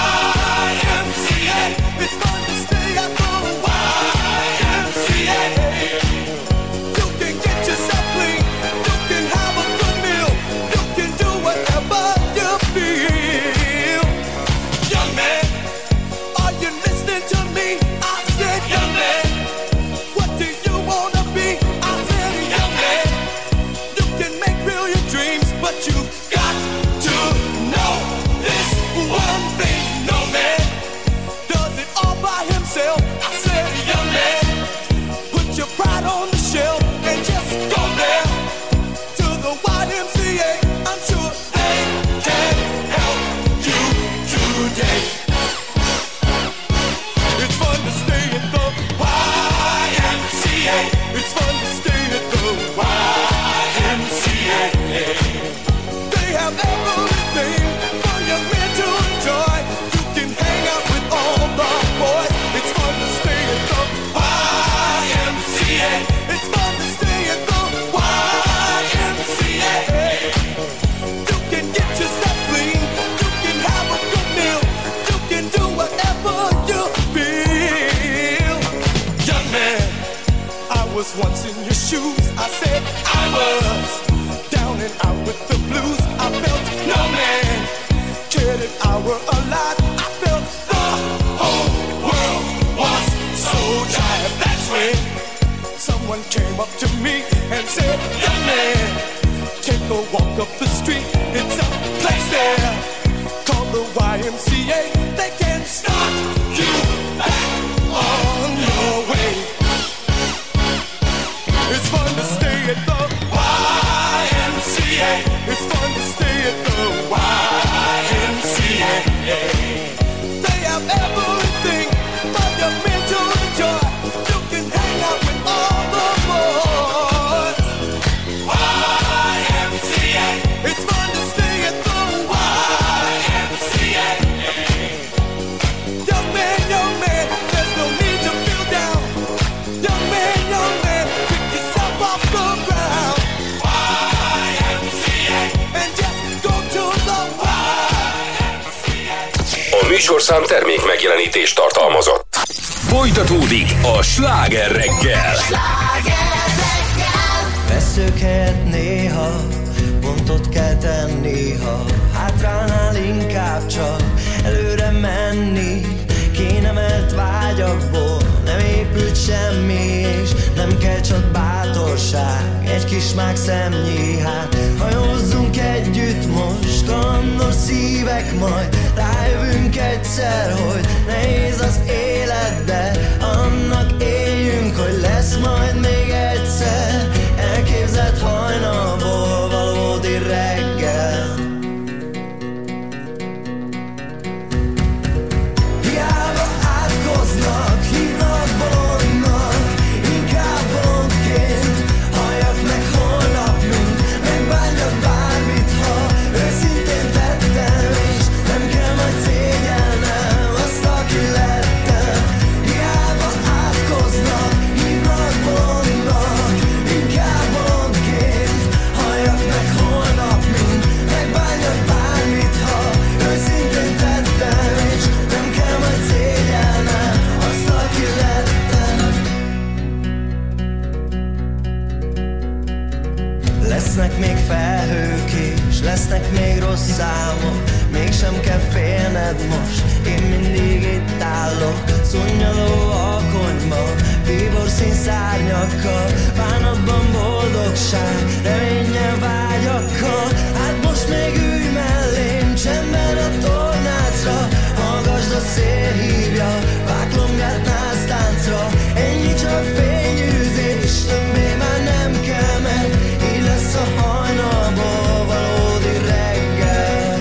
Speaker 4: it's fun to stay at the YMCA. You can get yourself clean. You can have a good meal. You can do whatever you feel. Young man, are you listening to me? I said, young man, what do you want to be? I said, young man, you can make real your dreams, but you've got to know this one thing. No man all by himself. I said, young man, put your pride on the shelf and just go there to the YMCA. I'm sure they can help you today. It's fun to stay at the YMCA. It's fun to stay at the YMCA. They have everything for young men to enjoy. You can hang out with all the boys. It's fun to stay at the YMCA. It's fun to stay at the YMCA. You can get yourself clean. You can have a good meal. You can do whatever you feel. Young man, I was once in your shoes. I said I was down and out with the blues. I felt no man cared if I were alive. I felt the whole world was so tired. That's when someone came up to me and said, young man, take a walk up the street. It's a place there called the YMCA. They can start you back on your way. It's fun to stay at the YMCA. It's fun to stay at the YMCA. They have everything for your men to enjoy. You can hang out with all the boys. YMCA. It's fun to stay at the YMCA. Young man, there's no need to feel down. Young man, pick yourself off the ground. YMCA. And just go to the YMCA.
Speaker 1: A műsorszám termék megjelenítést tartalmazott. Folytatódik a Sláger reggel.
Speaker 11: Veszők helyett néha pont
Speaker 19: dolgot kell tenni, ha hátránál inkább csak előre menni. Kéne, mert vágyakból nem épült semmi, és nem kell csak bátorság, egy kis mágszemnyi. Hát hajózzunk együtt most, kalandos szívek, majd rájövünk egyszer, hogy nehéz az élet, de annak éljünk, hogy lesz majd még egyszer elképzelt hajnalból valódi reggel. Hiába átkoznak, hívnak bolondnak, inkább bolondként halljak meg holnap, mint megbánjak bármit, ha őszintén tettem, és nem kell majd szégyelnem azt, aki lettem. Hiába átkoznak, hívnak bolondnak, inkább bolondként halljak meg holnap, mint megbánjak bármit, ha őszintén tettem, és nem kell majd szégyelnem azt, aki lettem. Lesznek még felhők és lesznek még rossz számok, mégsem kell félned most, én mindig itt állok. Szunnyadó alkonyban, bíborszín szárnyakkal, bánatban boldogság, reménnyel vágyakkal. Hát most még ülj mellém, csendben a tornácra, hallgasd a szél hívja, váklongát násztáncra. Ennyi csak fényűzés, többé már nem kell, mert így lesz a hajnalból valódi reggel.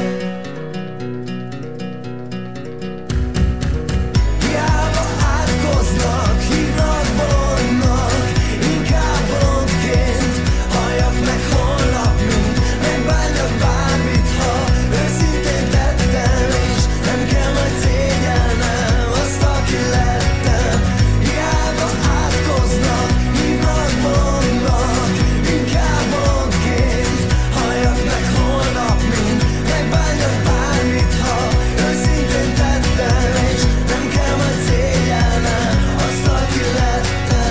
Speaker 19: Hiába átkoznak, hívnak bolondnak, inkább bolondként halljak meg holnap, mint megbánjak bármit, ha őszintén tettem, és nem kell majd szégyelnem azt, aki lettem. Hiába átkoznak, hívnak bolondnak, inkább bolondként halljak meg holnap, mint megbánjak bármit, ha őszintén tettem, és nem kell majd szégyelnem azt, aki lettem.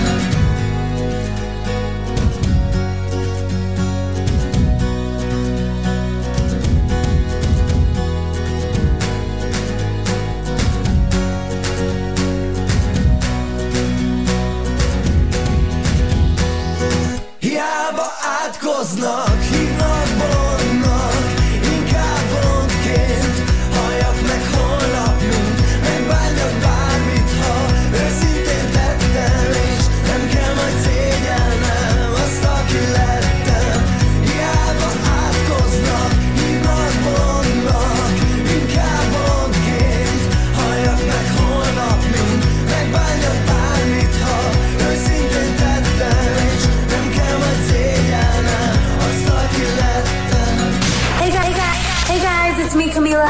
Speaker 19: Hiába átkoznak, hívnak bolondnak, inkább bolondként halljak meg holnap, mint megbánjak bármit, ha őszintén tettem, és nem kell majd szégyelnem azt, aki lettem. Hiába átkoznak, hívnak bolondnak, inkább bolondként halljak meg holnap, mint megbánjak bármit, ha őszintén tettem, és nem kell majd szégyelnem azt, aki lettem.
Speaker 20: Hey guys, it's me, Camila.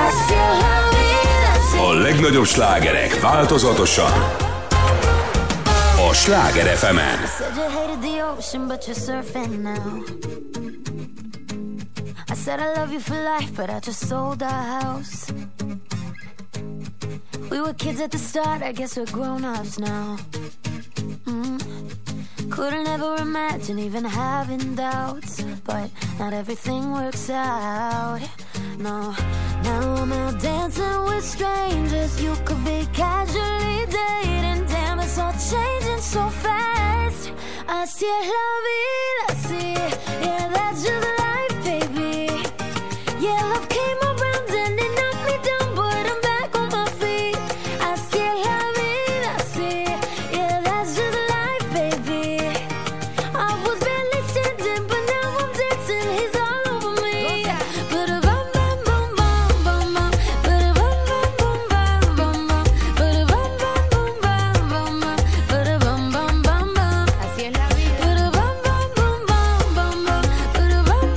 Speaker 1: A legnagyobb slágerek változatosan a Sláger FM-en.
Speaker 10: Said you hated the ocean, but you're surfing now. I said I love you for life, but I just sold our house. We were kids at the start, I guess we're grown-ups now. Couldn't ever imagine even having doubts, but not everything works out. No, now I'm out dancing with strangers. You could be casually dating. Damn, it's all changing so fast. Así es la vida, así. Yeah, that's just life, baby. Yeah, love came around and it knocked me down, but I'm back on my feet. Así es la vida, así. Yeah, that's just life, baby. I was barely standing, but now I'm dancing. He's all over me. Ba-da-bum, bum, bum, bum, bum, bum. Ba-da-bum, bum, bum, bum, bum, bum. Ba-da-bum, bum, bum, bum, bum, bum. Ba-da-bum, bum, bum, bum. Así es la vida. Ba-da-bum, bum, bum, bum, bum, bum. Ba-da-bum,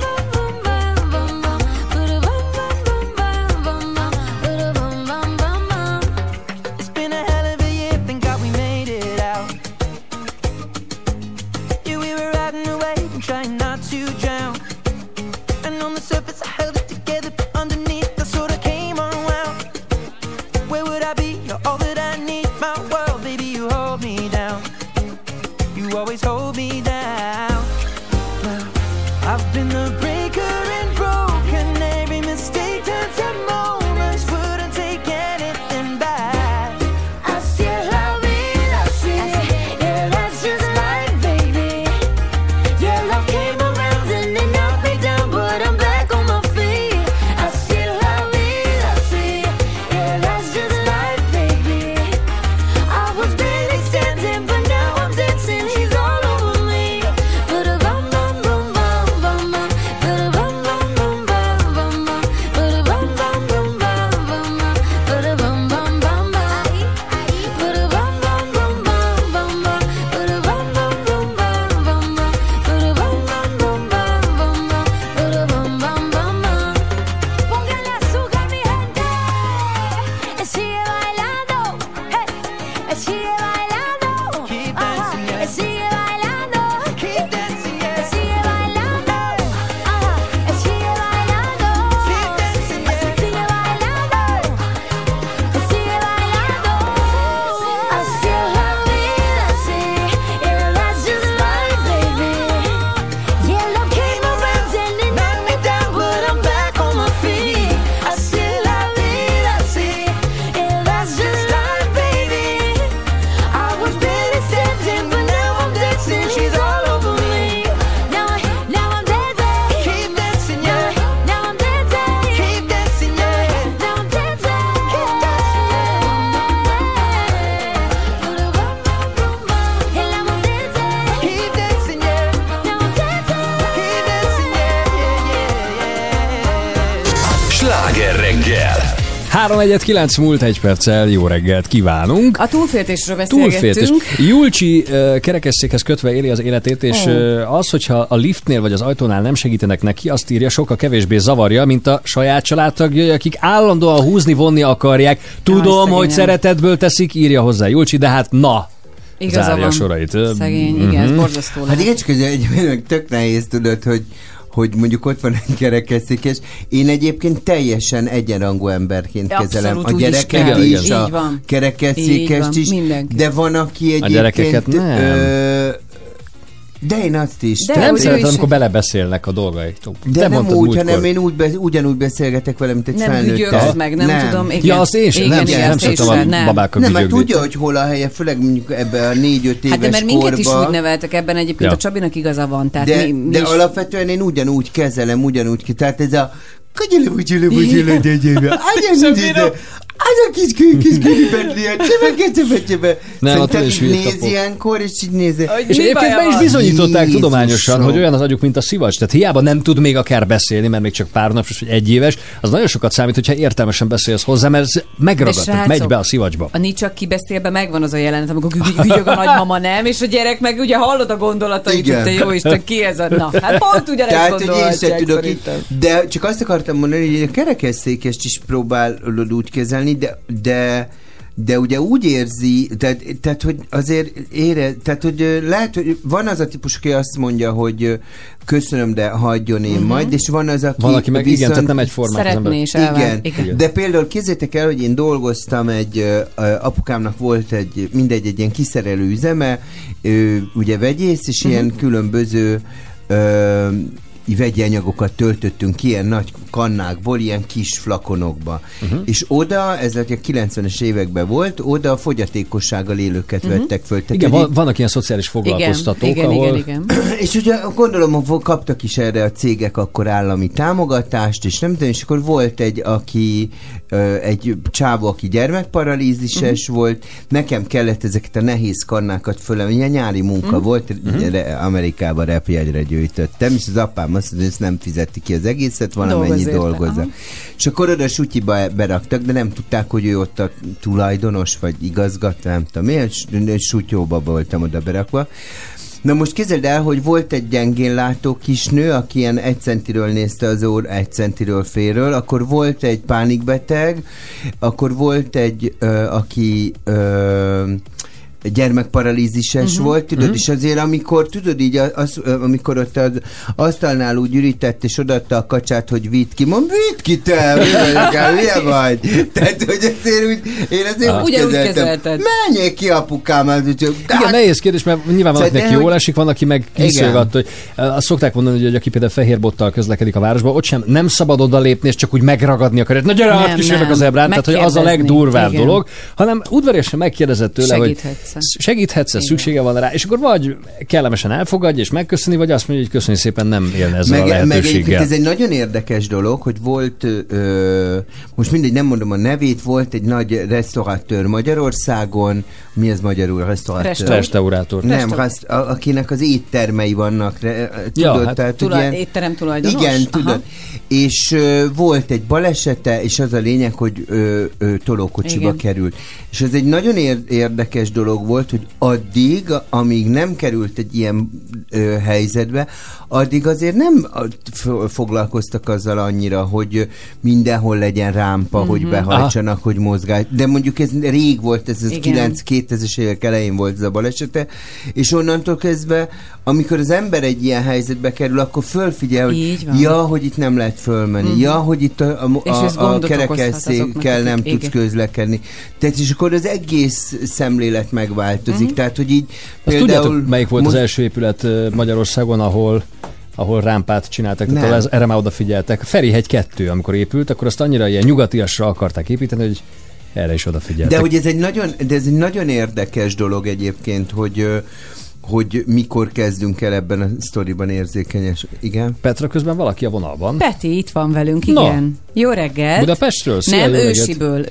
Speaker 1: Sláger reggel.
Speaker 2: 3-1-9 múlt 1 perccel, jó reggelt kívánunk.
Speaker 3: A túlféltésről beszélgettünk.
Speaker 2: Julcsi kerekesszékhez kötve éli az életét, és az, hogyha a liftnél vagy az ajtónál nem segítenek neki, azt írja, sokkal kevésbé zavarja, mint a saját családtagjai, akik állandóan húzni, vonni akarják. Tudom, hogy szeretetből teszik, írja hozzá Julcsi, de hát na,
Speaker 3: igaza
Speaker 2: zárja
Speaker 3: van.
Speaker 2: a sorait.
Speaker 3: Szegény, igen, ez borzasztó lehet.
Speaker 6: Hát igen, csak egy tök nehéz, tudod, hogy mondjuk ott van egy kerekesszékes. Én egyébként teljesen egyenrangú emberként kezelem. A gyereket is, a kerekesszékest is, de van, aki egyébként...
Speaker 2: A gyerekeket nem.
Speaker 6: De én azt is.
Speaker 2: De nem szeretem, amikor belebeszélnek a dolgaitok.
Speaker 6: De nem úgy, hanem én ugyanúgy beszélgetek vele, mint egy felnőtt.
Speaker 3: Nem hügyögsz meg, nem tudom. Igen.
Speaker 2: Ja, azt én sem. Nem szeretem a babákat
Speaker 6: nem, mert tudja, hogy hol a helye, főleg mondjuk ebben a 4-5 éves korban.
Speaker 3: Hát de mert minket is úgy neveltek ebben egyébként, a Csabinak igaza van. Tehát
Speaker 6: de alapvetően én ugyanúgy kezelem, tehát ez a az a kis külibetli, a csevegecsebecsebe. Szerintem így néz ilyenkor, és így nézi.
Speaker 2: És egyébként be is bizonyították tudományosan, hogy olyan az agyuk, mint a szivacs. Tehát hiába nem tud még akár beszélni, mert még csak pár napos vagy 1 éves, az nagyon sokat számít, hogyha értelmesen beszélsz hozzá, mert megragad, megy be a szivacsba.
Speaker 3: A Nicsak kibeszélbe megvan az a jelenet, amikor gügyög a nagymama, nem, és a gyerek meg ugye hallod a gondolatait, hogy te jó Isten, ki ez a... Na, hát pont ugyanezt gondolhatják szerintem.
Speaker 6: De csak azt akartam mondani, hogy a kerekesszékest is próbálod úgy kezelni, de ugye úgy érzi, tehát hogy azért tehát hogy lehet, hogy van az a típus, aki azt mondja, hogy köszönöm, de hagyjon én majd, és van az,
Speaker 2: aki meg igen, tehát nem egyformán.
Speaker 3: Szeretné is
Speaker 6: igen. De például képzeljétek el, hogy én dolgoztam apukámnak volt egy ilyen kiszerelő üzeme, ugye vegyész, és ilyen különböző vegyi anyagokat töltöttünk ki ilyen nagy kannákból, ilyen kis flakonokba. És oda, ez a 90-es években volt, oda a fogyatékossággal élőket vettek föl. Tehát,
Speaker 2: igen, vannak ilyen szociális foglalkoztatók,
Speaker 3: igen.
Speaker 6: És ugye gondolom, hogy kaptak is erre a cégek akkor állami támogatást, és nem tudom, és akkor volt egy csávó, aki gyermekparalízises volt, nekem kellett ezeket a nehéz kannákat fölemelni, ilyen nyári munka volt, Amerikában repjegyre gyűjtöttem, és az apám azt mondja, hogy ezt nem fizeti ki az egészet, valamennyi dolgozza. És akkor oda sutyiba beraktak, de nem tudták, hogy ő ott a tulajdonos, vagy igazgató, nem tudom, milyen sutyóba voltam oda berakva. Na most képzeld el, hogy volt egy gyengén látó kisnő, aki ilyen 1 centiről nézte az óra, 1 centiről félről, akkor volt egy pánikbeteg, akkor volt egy, aki gyermekparalízises volt, tudod, és azért amikor, tudod így, amikor ott az asztalnál úgy ürített, és odaadta a kacsát, hogy vidd ki, vidd ki te, milyen vagy? Tehát, hogy azért úgy, én azért úgy kezeltem. Menjél ki, apukám!
Speaker 2: Igen, nehéz kérdés, mert nyilván van, akinek jól esik, van, aki meg kiszolgat, hogy azt szokták mondani, hogy aki például fehér bottal közlekedik a városba, ott sem nem szabad odalépni, és csak úgy megragadni akarod. Na gyere, átkísérlek az ebrán, tehát hogy az a legdurvább dolog, hanem udvariasan megkérdezett tőle, hogy segíthetsz, szüksége van rá, és akkor vagy kellemesen elfogadja, és megköszöni, vagy azt mondja, hogy köszönjük szépen, nem élne ezzel a lehetőséggel.
Speaker 6: Meg ez egy nagyon érdekes dolog, hogy volt, most mindegy, nem mondom a nevét, volt egy nagy restauratőr Magyarországon, mi az magyarul?
Speaker 2: Restaurátor.
Speaker 6: Nem, akinek az éttermei vannak. Tudod,
Speaker 2: hát
Speaker 6: tehát
Speaker 3: étterem tulajdonos?
Speaker 6: Igen, tudod. És volt egy balesete, és az a lényeg, hogy tolókocsiba került. És ez egy nagyon érdekes dolog volt, hogy addig, amíg nem került egy ilyen helyzetbe, addig azért nem foglalkoztak azzal annyira, hogy mindenhol legyen rámpa, hogy behajtsanak, hogy mozgás. De mondjuk ez rég volt, ez 2000-es évek elején volt ez a balesete, és onnantól kezdve, amikor az ember egy ilyen helyzetbe kerül, akkor fölfigyel, hogy hogy itt nem lehet fölmenni, hogy itt a kerekesszékkel nem tudsz közlekedni. Tehát és akkor az egész szemlélet megváltozik. Tehát, hogy így
Speaker 2: például... Tudjátok, melyik volt az első épület Magyarországon, ahol rámpát csináltak, tehát erre már odafigyeltek. Ferihegy 2, amikor épült, akkor azt annyira ilyen nyugatiasra akarták építeni, hogy erre is odafigyeltek.
Speaker 6: De hogy ez egy nagyon érdekes dolog egyébként, hogy mikor kezdünk el ebben a sztoriban érzékenyes. Igen?
Speaker 2: Petra, közben valaki a vonalban.
Speaker 3: Peti itt van velünk, igen. No. Jó reggelt.
Speaker 2: Budapestről?
Speaker 3: Nem, Ősiből.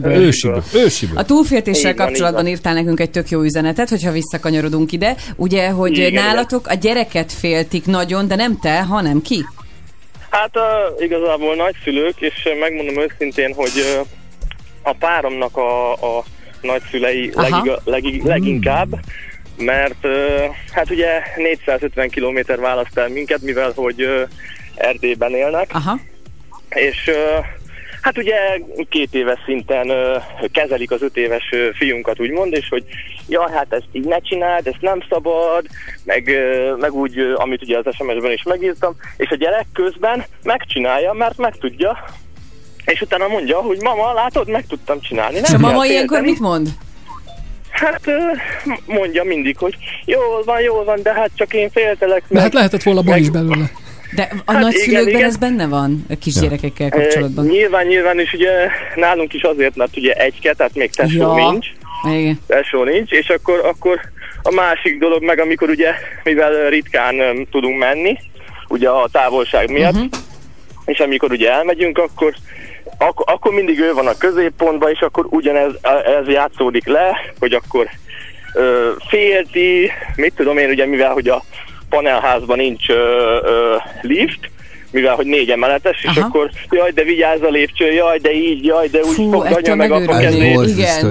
Speaker 3: A túlféltéssel kapcsolatban írtál nekünk egy tök jó üzenetet, hogyha visszakanyarodunk ide. Ugye, hogy nálatok a gyereket féltik nagyon, de nem te, hanem ki?
Speaker 21: Hát igazából nagyszülők, és megmondom őszintén, hogy a páromnak a nagyszülei leginkább, mert hát ugye 450 kilométer választ el minket, mivel hogy Erdélyben élnek.
Speaker 3: Aha.
Speaker 21: És hát ugye 2 éves szinten kezelik az 5 éves fiunkat, úgymond, és hogy ja, hát ezt így ne csináld, ezt nem szabad, meg úgy, amit ugye az SMS-ben is megírtam, és a gyerek közben megcsinálja, mert megtudja, és utána mondja, hogy mama, látod, meg tudtam csinálni.
Speaker 3: És a mama ilyenkor mit mond?
Speaker 21: Hát mondja mindig, hogy jól van, de hát csak én féltelek.
Speaker 22: De hát lehetett volna baj is belőle.
Speaker 3: De a nagyszülőkben ez benne van, a kisgyerekekkel kapcsolatban?
Speaker 21: Nyilván, és ugye nálunk is azért, mert ugye tehát még tesó nincs.
Speaker 3: Igen.
Speaker 21: Tesó nincs, és akkor a másik dolog meg, amikor ugye, mivel ritkán tudunk menni, ugye a távolság miatt, és amikor ugye elmegyünk, akkor mindig ő van a középpontban, és akkor ugyanez játszódik le, hogy akkor félti, mit tudom én, ugye mivel hogy a panelházban nincs lift, mivel hogy 4 emeletes, és akkor jaj, de vigyázz a lépcső, jaj, de így, jaj, de úgy fogadja meg a kezét.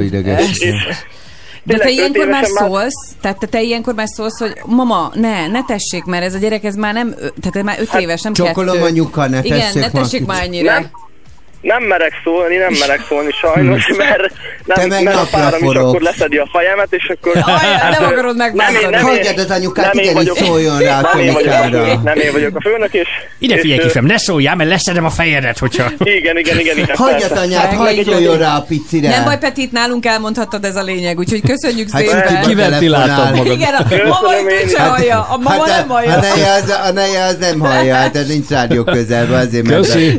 Speaker 3: De te ilyenkor már szólsz, tehát te ilyenkor már szólsz, hogy mama, ne tessék, mert ez a gyerek, ez már nem, tehát már 5 éves, nem 2.
Speaker 6: Csokolom anyuka, ne tessék.
Speaker 3: Igen, ne tessék már ennyire.
Speaker 21: Nem merek szólni sajnos, mert a párom is akkor leszedi a fejemet, és akkor...
Speaker 3: Nem akarod megbántani.
Speaker 6: Hagyjad az anyukát, igenis szóljon rá a Tomikára.
Speaker 21: Nem én vagyok a főnök, és...
Speaker 22: Ide figyelj, kifem, ne szóljál, mert leszedem a fejedet, hogyha...
Speaker 21: Igen.
Speaker 6: Hagyjad anyát, hagyj szóljon rá a picire.
Speaker 3: Nem baj, Petit, nálunk elmondhattad ez a lényeg, úgyhogy köszönjük szépen.
Speaker 22: Kiventiláltad magad.
Speaker 3: Igen, a mama egy hallja, a mama nem hallja.
Speaker 6: A neje az nem hallja, hát ez nincs rádió közelben, azért
Speaker 22: Köszi.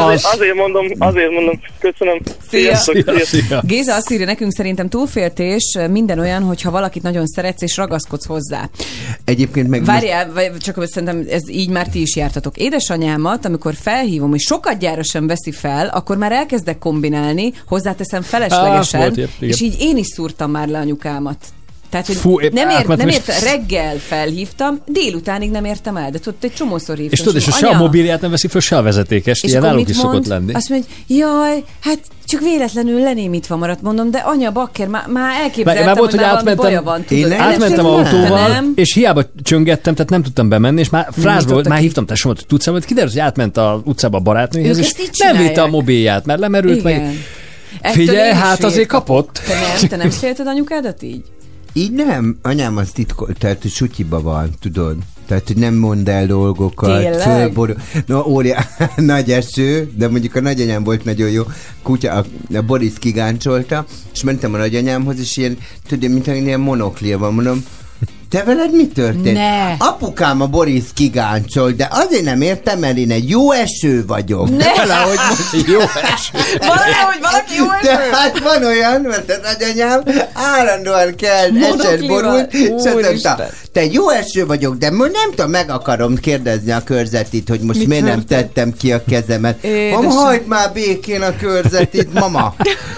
Speaker 21: Azért mondom, köszönöm.
Speaker 3: Szia. Géza azt írja nekünk, szerintem túlféltés minden olyan, hogyha valakit nagyon szeretsz és ragaszkodsz hozzá.
Speaker 6: Egyébként meg...
Speaker 3: Várjál, csak szerintem ez így már ti is jártatok. Édesanyámat, amikor felhívom, és sokadjára sem veszi fel, akkor már elkezdek kombinálni, hozzáteszem feleslegesen, és így én is szúrtam már le anyukámat. Tehát, hogy nem ért, reggel felhívtam, délutánig nem értem el, de tudod, egy csomószor hívtam.
Speaker 2: És tudod, és se a mobilját nem veszi föl, se a vezetékest, ilyen nálunk is szokott lenni.
Speaker 3: Azt mondja, hogy jaj, hát csak véletlenül lenémítva maradt, mondom, de anya bakker, már elképzeltem,
Speaker 2: volt,
Speaker 3: hogy már baja van.
Speaker 2: Átmentem autóval, és hiába csöngettem, tehát nem tudtam bemenni, és már frázból, már hívtam tesómat, tudsz, hogy kiderült, hogy átment az utcába a barátnőhez, és nem vitte a mobilját, mert lemerült, meg figyelj, hát azért kapott.
Speaker 3: Te nem félted anyukádat így?
Speaker 6: Így nem, anyám az titkol, tehát hogy sutyiba van, tudod. Tehát, hogy nem mond el dolgokat. Fölborul. Nagy eső, de mondjuk a nagyanyám volt nagyon jó. Kutya, a Boris kigáncsolta, és mentem a nagyanyámhoz, és ilyen, tudod, mint ilyen monoklia van, mondom, te veled mi történt?
Speaker 3: Ne.
Speaker 6: Apukám a Boris kigáncsol, de azért nem értem, mert én egy jó eső vagyok.
Speaker 3: Ne.
Speaker 6: De valahogy most
Speaker 2: jó eső.
Speaker 3: Valahogy valaki jó eső?
Speaker 6: De hát van olyan, mert a nagyanyám állandóan kell, eset borult, te jó eső vagyok, de most nem tudom, meg akarom kérdezni a körzetit, hogy most miért nem tettem ki a kezemet. Mama, hagyd már békén a körzetit, mama.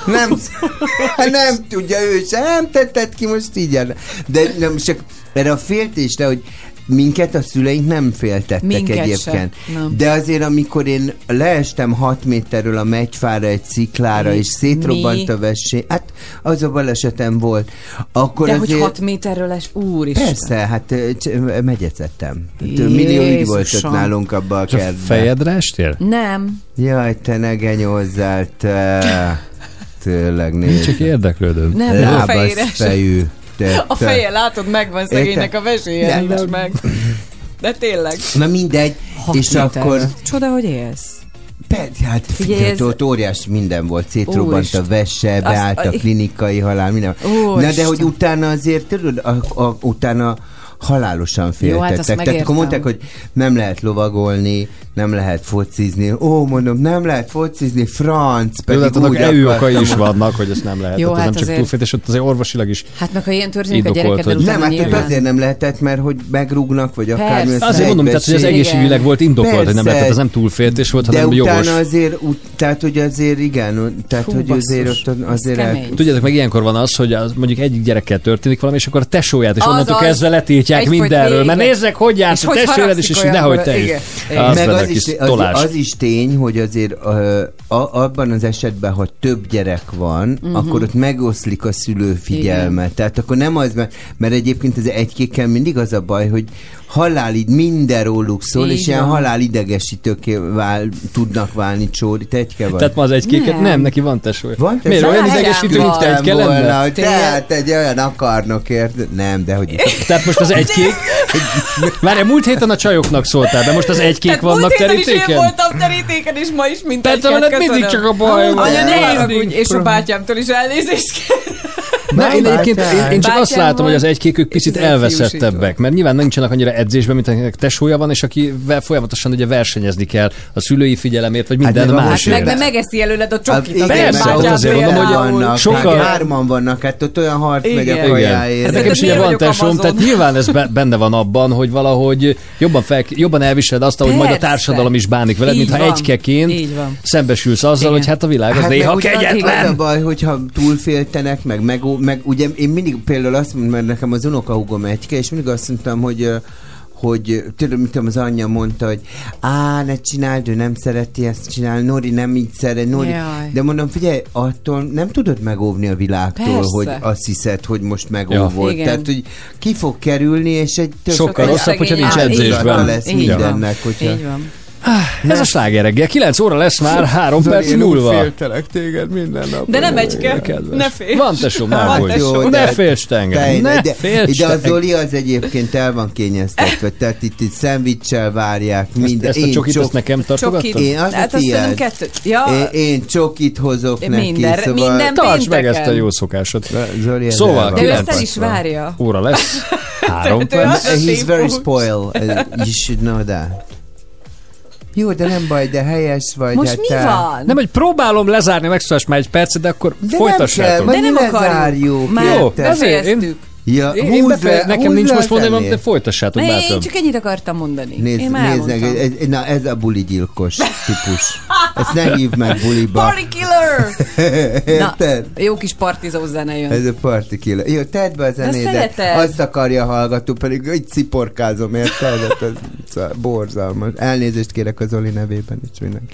Speaker 6: Nem tudja ő sem, nem tetted ki, most így. De nem csak erre a féltésre, hogy minket a szüleink nem féltettek egyébként. De azért, amikor én leestem 6 méterről a Megyfára egy sziklára, és szétrobbant a vessély, hát az a balesetem volt. Akkor
Speaker 3: de
Speaker 6: azért...
Speaker 3: hogy 6 méterről úristen.
Speaker 6: Persze, hát megyezettem. Millió ügy volt ott nálunk abba a kertben.
Speaker 2: Fejedre estél?
Speaker 3: Nem.
Speaker 6: Jaj, te ne genyózzál, te. Tényleg nézd.
Speaker 2: Csak érdeklődöm.
Speaker 3: Nem, a fejére
Speaker 6: fejű.
Speaker 3: A feje, látod, megvan szegénynek a vesélye, nincs meg. De tényleg.
Speaker 6: Na mindegy. És akkor...
Speaker 3: Csoda, hogy élsz.
Speaker 6: Hát figyelj, ott óriási minden volt. Szétrobbant a vese, beállt a klinikai halál, minden. Na de hogy utána azért, tudod, utána halálosan féltettek. Tehát akkor mondták, hogy nem lehet lovagolni, nem lehet focizni. Mondom, nem lehet focizni, franc, pedig
Speaker 2: jó, úgy okai is vannak, hogy ezt nem lehet. Jó, hát ez nem csak túlféltés, ott azért orvosilag is.
Speaker 3: Hát meg ha ilyen történik a gyerekeddel
Speaker 6: nem, hát azért nem lehetett, mert hogy megrúgnak, vagy akármi.
Speaker 2: Azért mondom, tehát, hogy az egészségügyileg volt indokolt, hogy nem lehetett, ez nem túlféltés volt, hanem jogos.
Speaker 6: De utána azért, tehát hogy azért igen, tehát hogy azért
Speaker 2: tudjátok, meg ilyenkor van az, hogy mondjuk egyik gyerekkel történik valami, és akkor a tesóját is onnantól kezdve letiltják mindenről, mert nézzek, hogy járt a tesóját, és nehogy te is.
Speaker 6: Meg
Speaker 2: kis tolás.
Speaker 6: Az is tény, hogy azért abban az esetben, ha több gyerek van, akkor ott megoszlik a szülőfigyelme.
Speaker 3: Igen.
Speaker 6: Tehát akkor nem az, mert egyébként az egykékkel mindig az a baj, hogy minden róluk szól,
Speaker 3: Így
Speaker 6: és ilyen
Speaker 3: van.
Speaker 6: halálidegesítőké tudnak válni. Csóri, te egyke vagy?
Speaker 2: Tehát ma az egykéket? Nem, neki van tesója.
Speaker 6: Van
Speaker 2: Miért olyan idegesítő, mint te egyke lenne?
Speaker 6: Tehát egy olyan akarnok, érted? Nem, de hogy...
Speaker 2: Tehát most az egykék... Várjál, múlt héten a csajoknak szóltál, de most az egykék vannak
Speaker 3: múlt héten is
Speaker 2: terítéken?
Speaker 3: én voltam terítéken, és ma is mint
Speaker 2: Tehát veled mindig csak a baj van.
Speaker 3: Anya, ne
Speaker 2: Mindig.
Speaker 3: haragudj, és a bátyámtól is elnézést kell.
Speaker 2: Na, én egyébként én csak azt
Speaker 3: Bátyám
Speaker 2: látom,
Speaker 3: van,
Speaker 2: hogy az egykék ők picit
Speaker 3: és ez egy
Speaker 2: elveszettebbek, mert nyilván nincsenek annyira edzésben, mint akinek tesója van, és akivel folyamatosan ugye versenyezni kell a szülői fiedelemért, vagy minden
Speaker 6: de van,
Speaker 2: másért.
Speaker 3: Meg megeszi előled a csokit.
Speaker 2: Persze,
Speaker 3: bátyám
Speaker 2: azért mondom, hogy
Speaker 6: vannak,
Speaker 2: sokkal-
Speaker 6: hárman vannak, hát ott olyan harc megy a
Speaker 2: Igen.
Speaker 6: kajáért.
Speaker 2: Hát nekem is ugye van tesóm, tehát nyilván ez benne van abban, hogy valahogy jobban elviseled azt, hogy majd a társadalom is bánik veled,
Speaker 3: Így
Speaker 2: mintha
Speaker 3: van.
Speaker 2: egykeként
Speaker 3: Így van.
Speaker 2: szembesülsz azzal,
Speaker 3: Igen.
Speaker 2: hogy hát a világ az néha
Speaker 6: meg ugye
Speaker 2: kegyetlen.
Speaker 6: Az a baj, hogyha túlféltenek, meg ugye én mindig például azt mondom, mert nekem az unokahúgom egyke, és mindig azt mondtam, hogy tudom, az anyja mondta, hogy ne csináld, ő nem szereti ezt csinálni, Nori nem így szeret, Nori.
Speaker 3: Jaj.
Speaker 6: De mondom, figyelj, attól nem tudod megóvni a világtól,
Speaker 3: Persze.
Speaker 6: hogy azt hiszed, hogy most megóvod.
Speaker 3: Igen.
Speaker 6: Tehát, hogy ki fog kerülni, és egy
Speaker 2: Sokkal rosszabb, hogyha nincs edzésben.
Speaker 6: lesz
Speaker 3: Így van.
Speaker 6: mindennek, hogyha...
Speaker 3: Így van.
Speaker 2: Ez a Sláger reggel. 9 óra lesz már 3 perc múlva.
Speaker 6: Féltelek téged minden nap.
Speaker 3: De nem egyke,
Speaker 2: Kedves.
Speaker 3: ne félj.
Speaker 2: Van tesóm, már
Speaker 3: Van
Speaker 2: hogy.
Speaker 3: tesóm.
Speaker 2: Ne félts te engem. Ne félts
Speaker 6: de
Speaker 2: te
Speaker 6: a
Speaker 2: engem.
Speaker 6: Zoli az egyébként el van kényeztetve, tehát itt szendvicsel várják. Minden.
Speaker 2: Ezt a csokit ezt nekem tartogattad?
Speaker 6: Én az
Speaker 3: Hát
Speaker 6: a
Speaker 3: azt szerintem
Speaker 6: tiéd.
Speaker 3: kettőt. Ja,
Speaker 6: Én csokit hozok
Speaker 3: Minden-
Speaker 6: neki, szóval...
Speaker 3: minden
Speaker 2: Tartsd meg
Speaker 3: pénteken.
Speaker 2: ezt a jó szokásot.
Speaker 6: Zoli, ez
Speaker 2: Szóval
Speaker 6: el van.
Speaker 3: de ő
Speaker 2: 9
Speaker 3: ezt el is várja.
Speaker 2: óra lesz. 3
Speaker 3: Tehát ő
Speaker 2: perc.
Speaker 3: az-
Speaker 6: He's very spoiled. You should know that. Jó, de nem baj, de helyes vagy.
Speaker 3: Most
Speaker 6: hát
Speaker 3: mi
Speaker 6: te-
Speaker 3: van?
Speaker 2: Nem, hogy próbálom lezárni, megszólás már egy percet, de akkor
Speaker 6: De
Speaker 2: folytassátok.
Speaker 6: nem kell,
Speaker 3: De nem
Speaker 6: lezárjuk.
Speaker 3: akarjuk. Már
Speaker 2: Jó,
Speaker 6: érted?
Speaker 2: ezért én-
Speaker 3: befejeztük.
Speaker 6: Ja,
Speaker 2: Én nekem
Speaker 6: húzd
Speaker 2: nincs
Speaker 6: le
Speaker 2: most
Speaker 6: az
Speaker 2: mondani,
Speaker 6: zenét.
Speaker 2: de folytassátok
Speaker 3: Én
Speaker 2: bátran.
Speaker 3: csak ennyit akartam mondani.
Speaker 6: Nézd,
Speaker 3: Én már
Speaker 6: nézd meg,
Speaker 3: elmondtam.
Speaker 6: ez a buligyilkos típus. Ezt ne hívd meg buliba.
Speaker 3: Party killer! Na,
Speaker 6: Érted?
Speaker 3: jó kis partizó zene jön.
Speaker 6: Ez a party killer. Jó, tedd be a zenédet.
Speaker 3: szereted.
Speaker 6: Azt akarja a hallgató, pedig így sziporkázom, érted? Ez borzalmas. Elnézést kérek a Zoli nevében is mindenkit.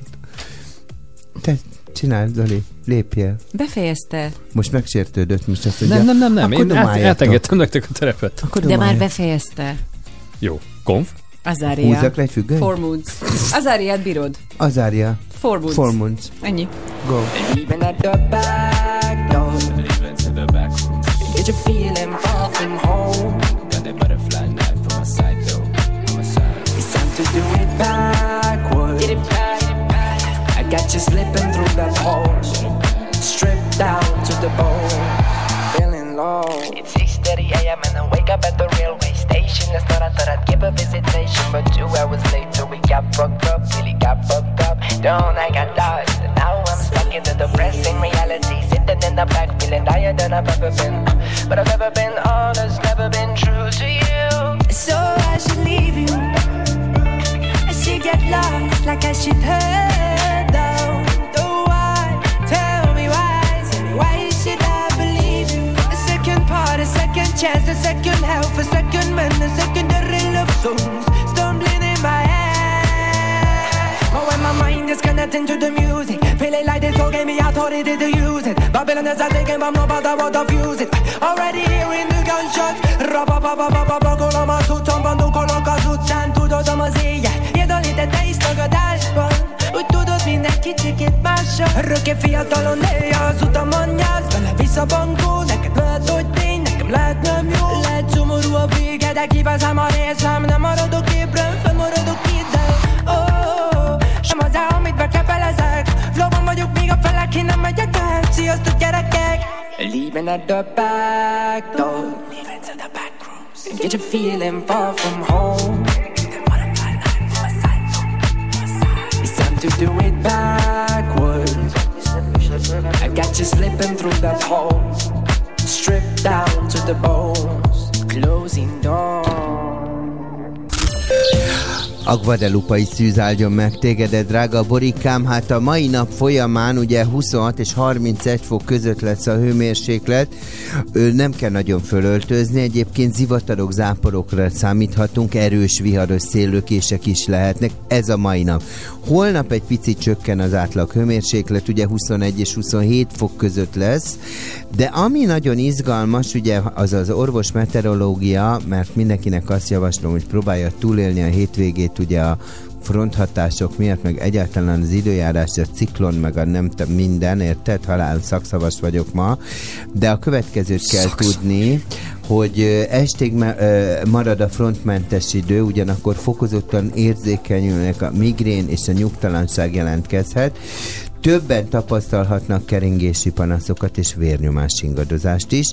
Speaker 6: Te csináld, Zoli, lépjél.
Speaker 3: Befejezte.
Speaker 6: Most megsértődött, most azt mondja.
Speaker 2: Nem.
Speaker 6: Akkor
Speaker 2: Én
Speaker 6: domáljatok.
Speaker 2: átengedtem nektek a terepet.
Speaker 6: Akkor
Speaker 3: De már
Speaker 6: domáljatok.
Speaker 3: befejezte.
Speaker 2: Jó. Konf?
Speaker 3: Azária.
Speaker 6: Húzzak le egy függönyt?
Speaker 3: Four moods. Azáriát bírod.
Speaker 6: Azária.
Speaker 3: Four moods.
Speaker 6: Four months.
Speaker 3: Ennyi.
Speaker 6: Go.
Speaker 11: Even at the back door. Get your feeling far from home. Got that butterfly knife on my side though. On my side. It's time to do it backwards. Get it back. I got you slipping through that hole. Stripped down to the bone. Feeling low. It's 6:30 a.m. and I wake up at the railway station. Last night I thought I'd give a visitation, but 2 hours later we got fucked up. Really got fucked up. Don't I got lost. And now I'm stuck in the depressing reality. Sitting in the back feeling higher than I've ever been. But I've never been honest, never been true to you. So I should leave you. I should get lost like I should head down. The why? Tell me why. Tell me why should I believe you? A second part, a second chance, a second help, a second man, a secondary love songs stumbling in my head. But when my mind is connecting to the music, feeling like this all gave me authority to use it. Babylon is a thinking, but I'm not about what I've used it. Already hearing the gunshots. Rabba-ba-ba-ba-ba-ba, kolama szutcan, bandukolok az utcán, tudod az éjjel. Jedolítette is tagadásban, úgy tudod minden kicsikét mással. Örökké fiatalon élje az utamon nyász, vele visz a bankó, neked lehet, hogy tény, nekem lehet nem jó. Lehet szomorú a vége, de kivezem a részem, nem maradok ébren, fennmaradok ide. Sem az el, amit bekepelezek, flowban vagyok még a felek, én nem megyek el. Sziasztok gyerekek! Leaving at the back door, leaving to the back rooms. Get you feeling far from home. It's time to do it backwards. I got you slipping through that hole. Stripped down to the bones. Closing door.
Speaker 6: A guadalupai szűz áldjon meg téged, de drága Borikám, hát a mai nap folyamán ugye 26 és 31 fok között lesz a hőmérséklet, nem kell nagyon fölöltözni, egyébként zivatarok, záporokra számíthatunk, erős viharos széllökések is lehetnek, ez a mai nap. Holnap egy picit csökken az átlag hőmérséklet, ugye 21 és 27 fok között lesz, de ami nagyon izgalmas, ugye az az orvos meteorológia, mert mindenkinek azt javaslom, hogy próbálja túlélni a hétvégét, ugye a fronthatások miatt, meg egyáltalán az időjárás, a ciklon, meg a nem minden, érted? Halál szakszavas vagyok ma, de a következőt kell tudni, hogy estig marad a frontmentes idő, ugyanakkor fokozottan érzékenyülnek a migrén és a nyugtalanság jelentkezhet. Többen tapasztalhatnak keringési panaszokat és vérnyomás ingadozást is.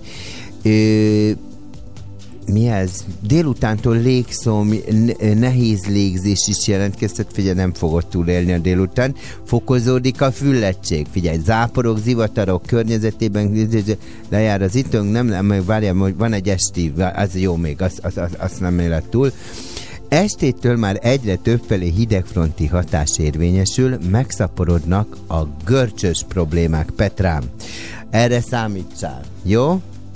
Speaker 6: Mi ez? Délutántól légszom, nehéz légzés is jelentkeztet, figyelj, nem fogod túlélni a délután, fokozódik a füllettség, figyelj, záporok, zivatarok környezetében lejár az időnk, nem várjál, hogy van egy esti, az jó még, azt nem élet túl. Estétől már egyre többfelé hidegfronti hatás érvényesül, megszaporodnak a görcsös problémák, Petrám. Erre számítsál, jó?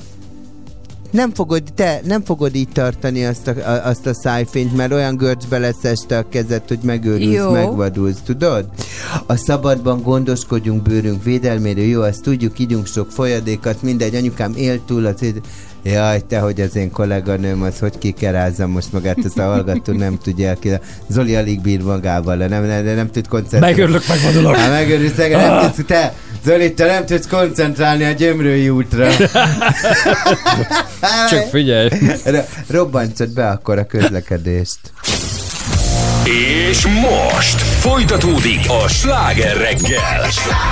Speaker 6: Nem fogod így tartani azt a szájfényt, mert olyan görcsbe lesz este a kezed, hogy megőrülsz, megvadulsz, tudod? A szabadban gondoskodjunk bőrünk védelmére, jó, azt tudjuk, ígyunk sok folyadékat, mindegy, anyukám él túl, jaj, te, hogy az én kolléganőm, az hogy kikerázzam most magát, ezt a hallgató nem tudja elképzelni. Zoli alig bír magával, nem tud koncentrálni.
Speaker 22: Megörlök, megvadulok.
Speaker 6: Megörülsz, nem tudsz, te, Zoli, te nem tudsz koncentrálni a Gyömrői útra.
Speaker 2: Csak figyelj.
Speaker 6: Robbantsad be akkor a közlekedést.
Speaker 1: És most folytatódik a Sláger reggel.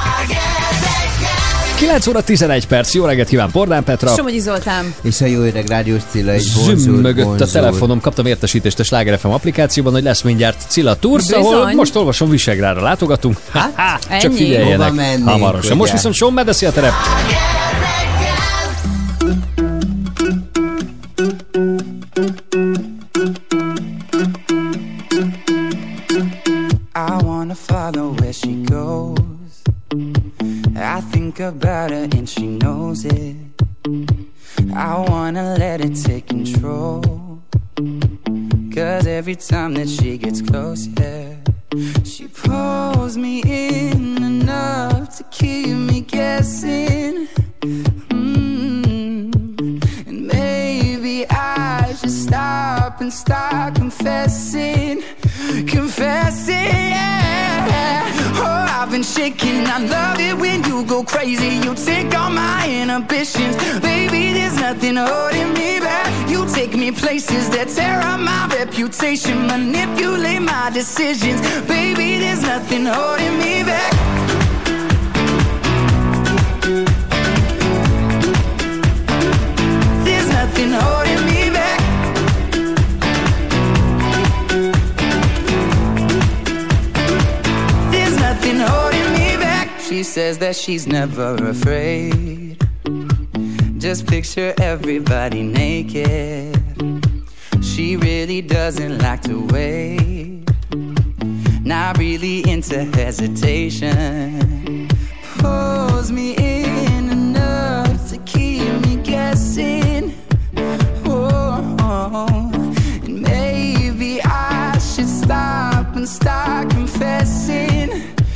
Speaker 2: 9 óra 11 perc, jó reggelt kíván Bordán Petra.
Speaker 3: Somogyi Zoltán.
Speaker 6: És a jó öreg Rádiós Cilla egy
Speaker 2: Zsüm mögött a telefonom, kaptam értesítést a Sláger FM applikációban, hogy lesz mindjárt Cilla Tours, ahol most olvasom Visegrádra látogatunk. Csak figyeljenek hamarosan. Most viszont Shawn Mendesi a terep.
Speaker 11: I wanna follow where she goes. I think about her and she knows it. I wanna let it take control. 'Cause every time that she gets close, yeah, she pulls me in enough to keep me guessing. And maybe I should stop and start confessing, yeah. Oh, I've been shaking, I love it when you go crazy. You take all my inhibitions, baby, there's nothing holding me back. You take me places that tear up my reputation, manipulate my decisions, baby, there's nothing holding me back. There's nothing holding me back. There's nothing holding me back. She says that she's never afraid. Just picture everybody naked. She really doesn't like to wait. Not really into hesitation. Pulls me in enough to keep me guessing. And maybe I should stop and start confessing,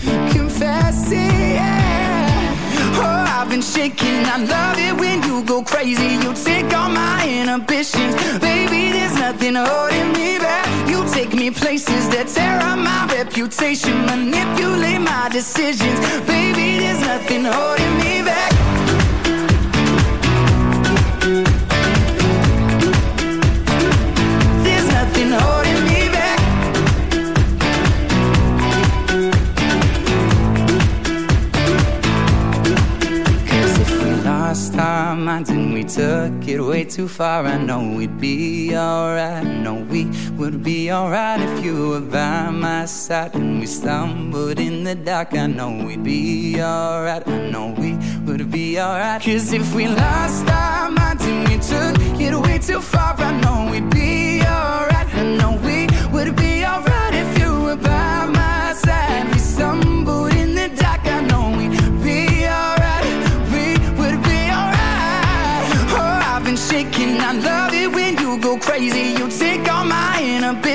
Speaker 11: yeah. Oh, I've been shaking, I love it when you go crazy. You take all my inhibitions, baby, there's nothing holding me back. You take me places that tear up my reputation, manipulate my decisions, baby, there's nothing holding me back. There's nothing holding me back. Lost our minds and we took it way too far. I know we'd be alright. I know we would be alright if you were by my side. And we stumbled in the dark. I know we'd be alright. I know we would be alright. 'Cause if we lost our minds and we took it way too far, I know we'd be alright. I know we would be alright.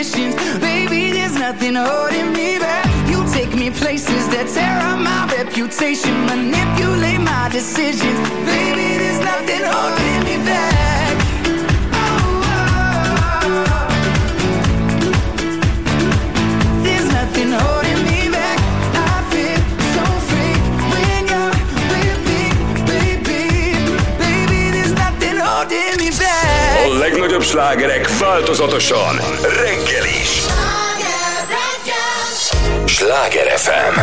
Speaker 5: conditions. Baby, there's nothing holding me back. You take me places that tear up my reputation, manipulate my decisions. Baby, there's nothing holding me back. There's nothing holding me back. I feel so free when you're with me, baby. Baby, there's nothing holding me back.
Speaker 1: A legnagyobb slágerek változatosan reggel is. Sláger FM.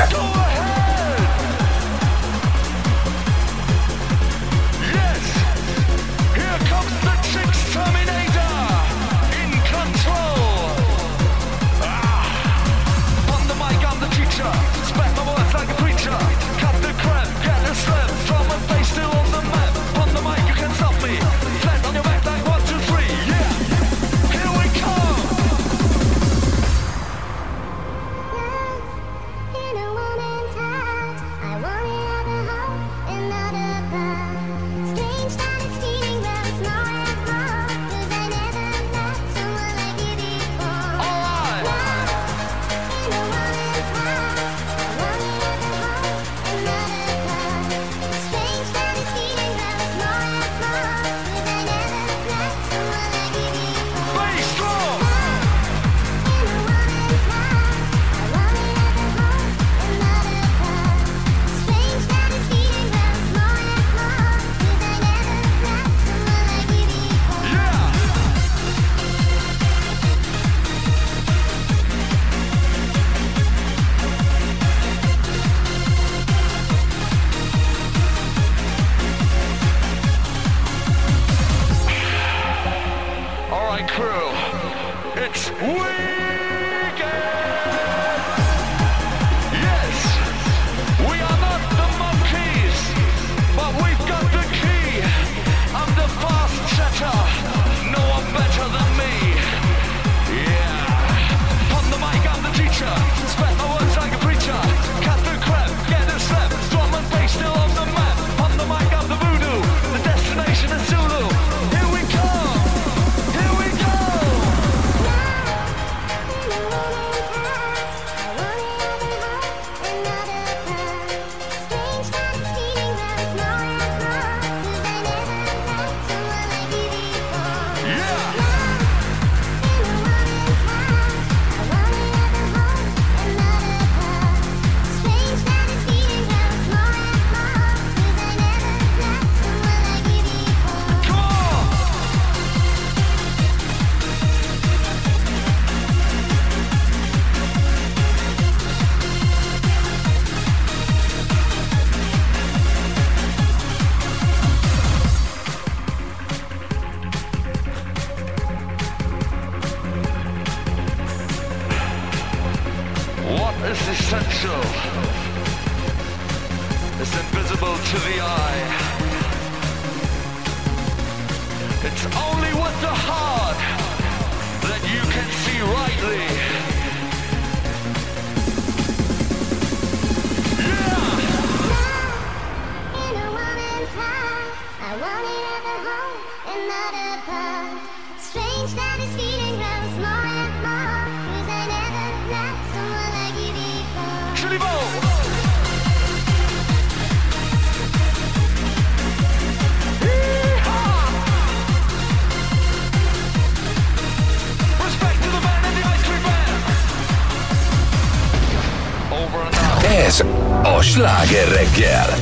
Speaker 1: Ez a Sláger reggel.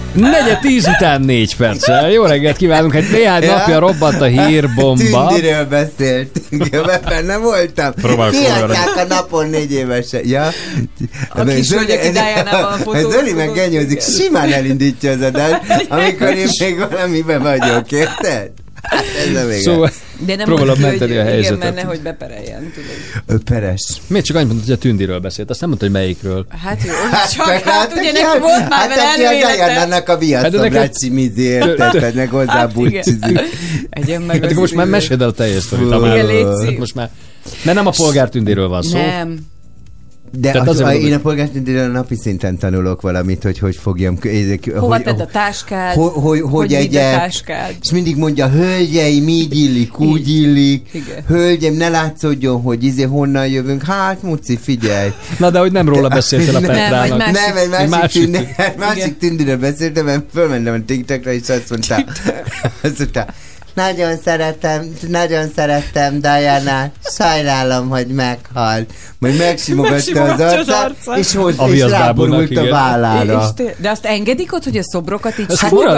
Speaker 2: 9:10 után 4 perccel. Jó reggelt kívánunk, hogy néhány napja robbant a hírbomba.
Speaker 6: Tündiről beszéltünk, benne voltam. Kiadták a napon 4 évesen. Ja.
Speaker 3: A kis hölgyek Diana-val fotózkodott.
Speaker 6: Zoli meg genyózik, simán elindítja az adást, amikor én még valamiben vagyok, érted? Ez a vége.
Speaker 2: Szóval
Speaker 3: de nem
Speaker 2: próbálom
Speaker 3: mondjuk,
Speaker 2: menteni a
Speaker 3: hogy
Speaker 2: helyzetet.
Speaker 3: igen, menne, hogy bepereljen, tudod.
Speaker 6: Peres.
Speaker 2: Miért csak annyit mondtad, hogy a Tündiről beszélt? Azt nem mondta, hogy melyikről.
Speaker 3: Hát jó, csak ugye neki volt már vele előélete.
Speaker 6: Hát annak a viaszabrácsi mizi, érted, meg hozzá búcsizik.
Speaker 3: Egyen meg
Speaker 2: hát akkor most már meséld el a teljes sztorit.
Speaker 3: Igen, légy szív.
Speaker 2: Most már, mert nem a polgár Tündiről van szó.
Speaker 3: Nem.
Speaker 6: De
Speaker 2: Tehát azért mondom,
Speaker 6: én a polgártűntőn napi szinten tanulok valamit, hogy fogjam.
Speaker 3: Hova tedd a táskád?
Speaker 6: Hogy
Speaker 3: vidd a táskád?
Speaker 6: És mindig mondja, hölgyeim, így illik, úgy illik.
Speaker 3: Igen.
Speaker 6: Hölgyem, ne látszódjon, hogy honnan jövünk. Hát, Muci, figyelj.
Speaker 2: Na, de hogy nem róla beszéltél a Petrának.
Speaker 6: Nem, egy másik tündőről beszéltem, mert fölmentem a TikTokra, és azt mondta, nagyon szerettem Diana, sajnálom, hogy meghalt. Majd megsimogatta az arcát, és ráborult a vállára.
Speaker 3: De azt engedik ott, hogy a szobrokat így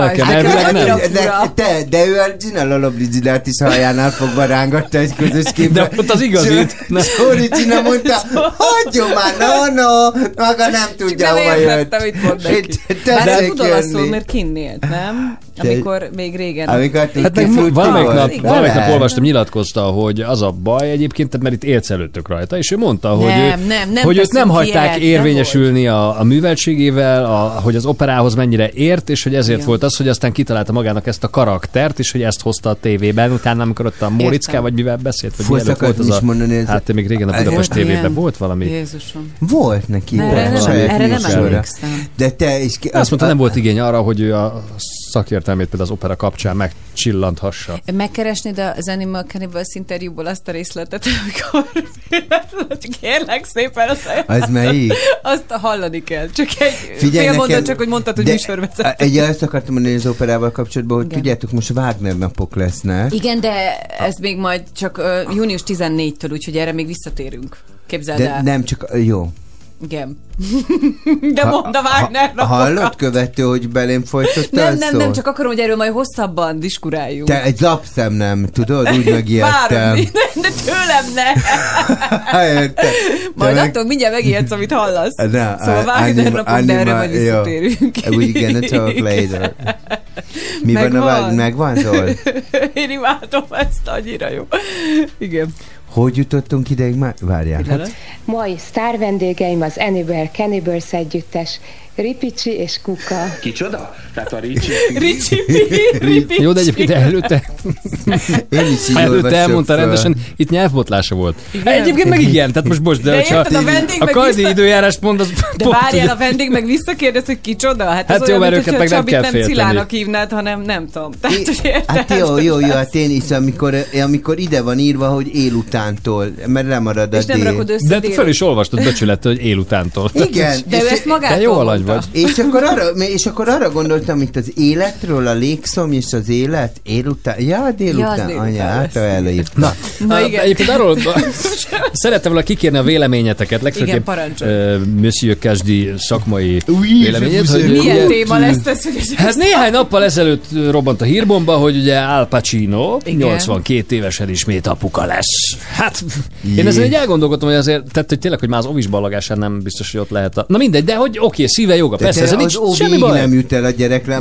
Speaker 6: de ő a Gina Lollobrigida-t is hajánál fogva rángatta egy közös képbe.
Speaker 2: De ott az igazit.
Speaker 6: Szóri Gina mondta, hagyjon már, no, maga nem tudja, hova jött.
Speaker 3: Nem értettem, mit mond neki. Bár tud olaszul, mert kinnélt, nem? Amikor még régen.
Speaker 2: Valamelyik nap olvastam, nyilatkozta, hogy az a baj egyébként, mert itt élsz előttök rajta, és ő mondta, hogy őt nem hagyták érvényesülni a műveltségével, hogy az operához mennyire ért, és hogy ezért volt az, hogy aztán kitalálta magának ezt a karaktert, és hogy ezt hozta a tévében, utána amikor ott a Móriczká, vagy mivel beszélt, vagy mielőtt volt az hát még régen a Budapest tévében volt valami.
Speaker 3: Jézusom.
Speaker 6: Volt neki.
Speaker 3: Erre nem emlékszem.
Speaker 6: De te is...
Speaker 2: Azt mondta, nem volt igény arra, hogy ő a szakértelmét például az opera kapcsán megcsillanthassa.
Speaker 3: Megkeresnéd az Animal Cannibals interjúból azt a részletet, amikor kérlek szépen
Speaker 6: az melyik?
Speaker 3: Azt hallani kell. Csak egy fél mondat, csak hogy mondtad, hogy műsorvezető.
Speaker 6: Egy azt akartam mondani az operával kapcsolatban, hogy tudjátok, most Wagner napok lesznek.
Speaker 3: Igen, de ez még majd csak június 14-től, úgyhogy erre még visszatérünk. Képzeld el.
Speaker 6: Nem, csak jó.
Speaker 3: Igen. De mondd a Wagner napokat.
Speaker 6: Hallott követő, hogy belém folytottál
Speaker 3: Nem, csak akarom, hogy erről majd hosszabban diskuráljunk.
Speaker 6: Te egy lapszem nem, tudod? Úgy megijedtem.
Speaker 3: De tőlem ne!
Speaker 6: Érted.
Speaker 3: Majd attól mindjárt megijedsz, amit hallasz. Szóval Wagner napok, de erről majd visszatérünk.
Speaker 6: We're gonna talk later. Mi megvan, Zol?
Speaker 3: Én imádom ezt, annyira jó. Igen.
Speaker 6: Hogy jutottunk ideig már? Várjál.
Speaker 7: Mai sztár vendégeim az Animal Cannibals együttes, Ripicsi és Kuka.
Speaker 9: Kicsoda? Tehát a Ricsi.
Speaker 3: Ricsi.
Speaker 2: Jó, de egyébként előtte elmondta rendesen, itt nyelvbotlása volt.
Speaker 3: Igen?
Speaker 2: Egyébként meg igen, tehát most de a kajdi időjárást mond, az
Speaker 3: de várjál, a vendég meg visszakérdez, hogy kicsoda? Hát
Speaker 2: jó, mert őket meg nem kell félteni.
Speaker 3: Nem Cilának hívnád, hanem nem tudom.
Speaker 6: Hát jó, hát én is, amikor ide van írva, hogy élutántól, mert lemarad a
Speaker 3: és nem rakod össze.
Speaker 2: De föl is olvastad becsülettel, hogy élutántól.
Speaker 6: Igen.
Speaker 3: De ő ezt magától mondta.
Speaker 6: És akkor arra gondoltam, itt az életről, a légszom és az élet élután. Ja, délután. Anya, hát előírtam.
Speaker 2: Na igen. Egyébként arról szerettem volna kikérni a véleményeteket, legfőképp Monsieur Kasdi szakmai véleményét.
Speaker 3: Milyen téma lesz ez?
Speaker 2: Hát néhány nappal ezelőtt robbant a hírbomba, hogy ugye Al Pacino 82 évesen ismét apuka lesz. Hát én ezen így elgondolkodtam, hogy azért, tehát hogy tényleg, hogy már az ovis ballagásán nem biztos, hogy ott lehet na mindegy, de hogy oké, szíve joga, persze, ez nincs semmi baj.
Speaker 6: Nem jut el a gyerekre.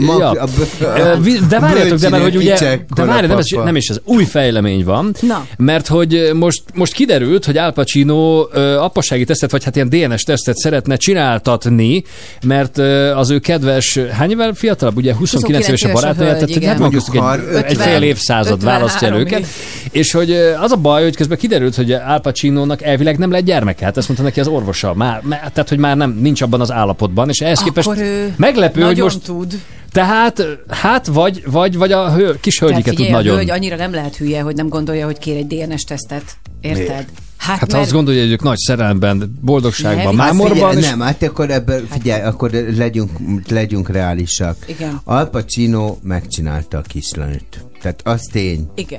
Speaker 2: De várjátok, de mert hogy ugye, de várjátok, nem is ez új fejlemény van, mert hogy most kiderült, hogy Al Pacino apassági tesztet, vagy hát ilyen DNS tesztet szeretne csináltatni, mert az ő kedves, hány évvel fiatalabb, ugye 29 éves a barátnője, tehát hát mondjuk egy fél évszázad választja el őket, és hogy az a baj, hogy közben kiderült, hogy Al Pacinónak elvileg nem lett gyermeke, hát ezt mondta neki az orvosa, tehát hogy már nem nincs abban az állapotban, és ehhez képest meglepő, hogy most
Speaker 3: tud.
Speaker 2: Tehát, hát vagy a kis hölgyiket tud nagyon.
Speaker 3: A hölgy annyira nem lehet hülye, hogy nem gondolja, hogy kér egy DNS tesztet. Érted?
Speaker 2: Hát azt gondolja, hogy ők nagy szerelemben, boldogságban, mámorban.
Speaker 6: Nem, hát akkor ebből, figyelj, akkor legyünk reálisak.
Speaker 3: Igen.
Speaker 6: Al Pacino megcsinálta a kislányt. Tehát az tény.
Speaker 3: Igen.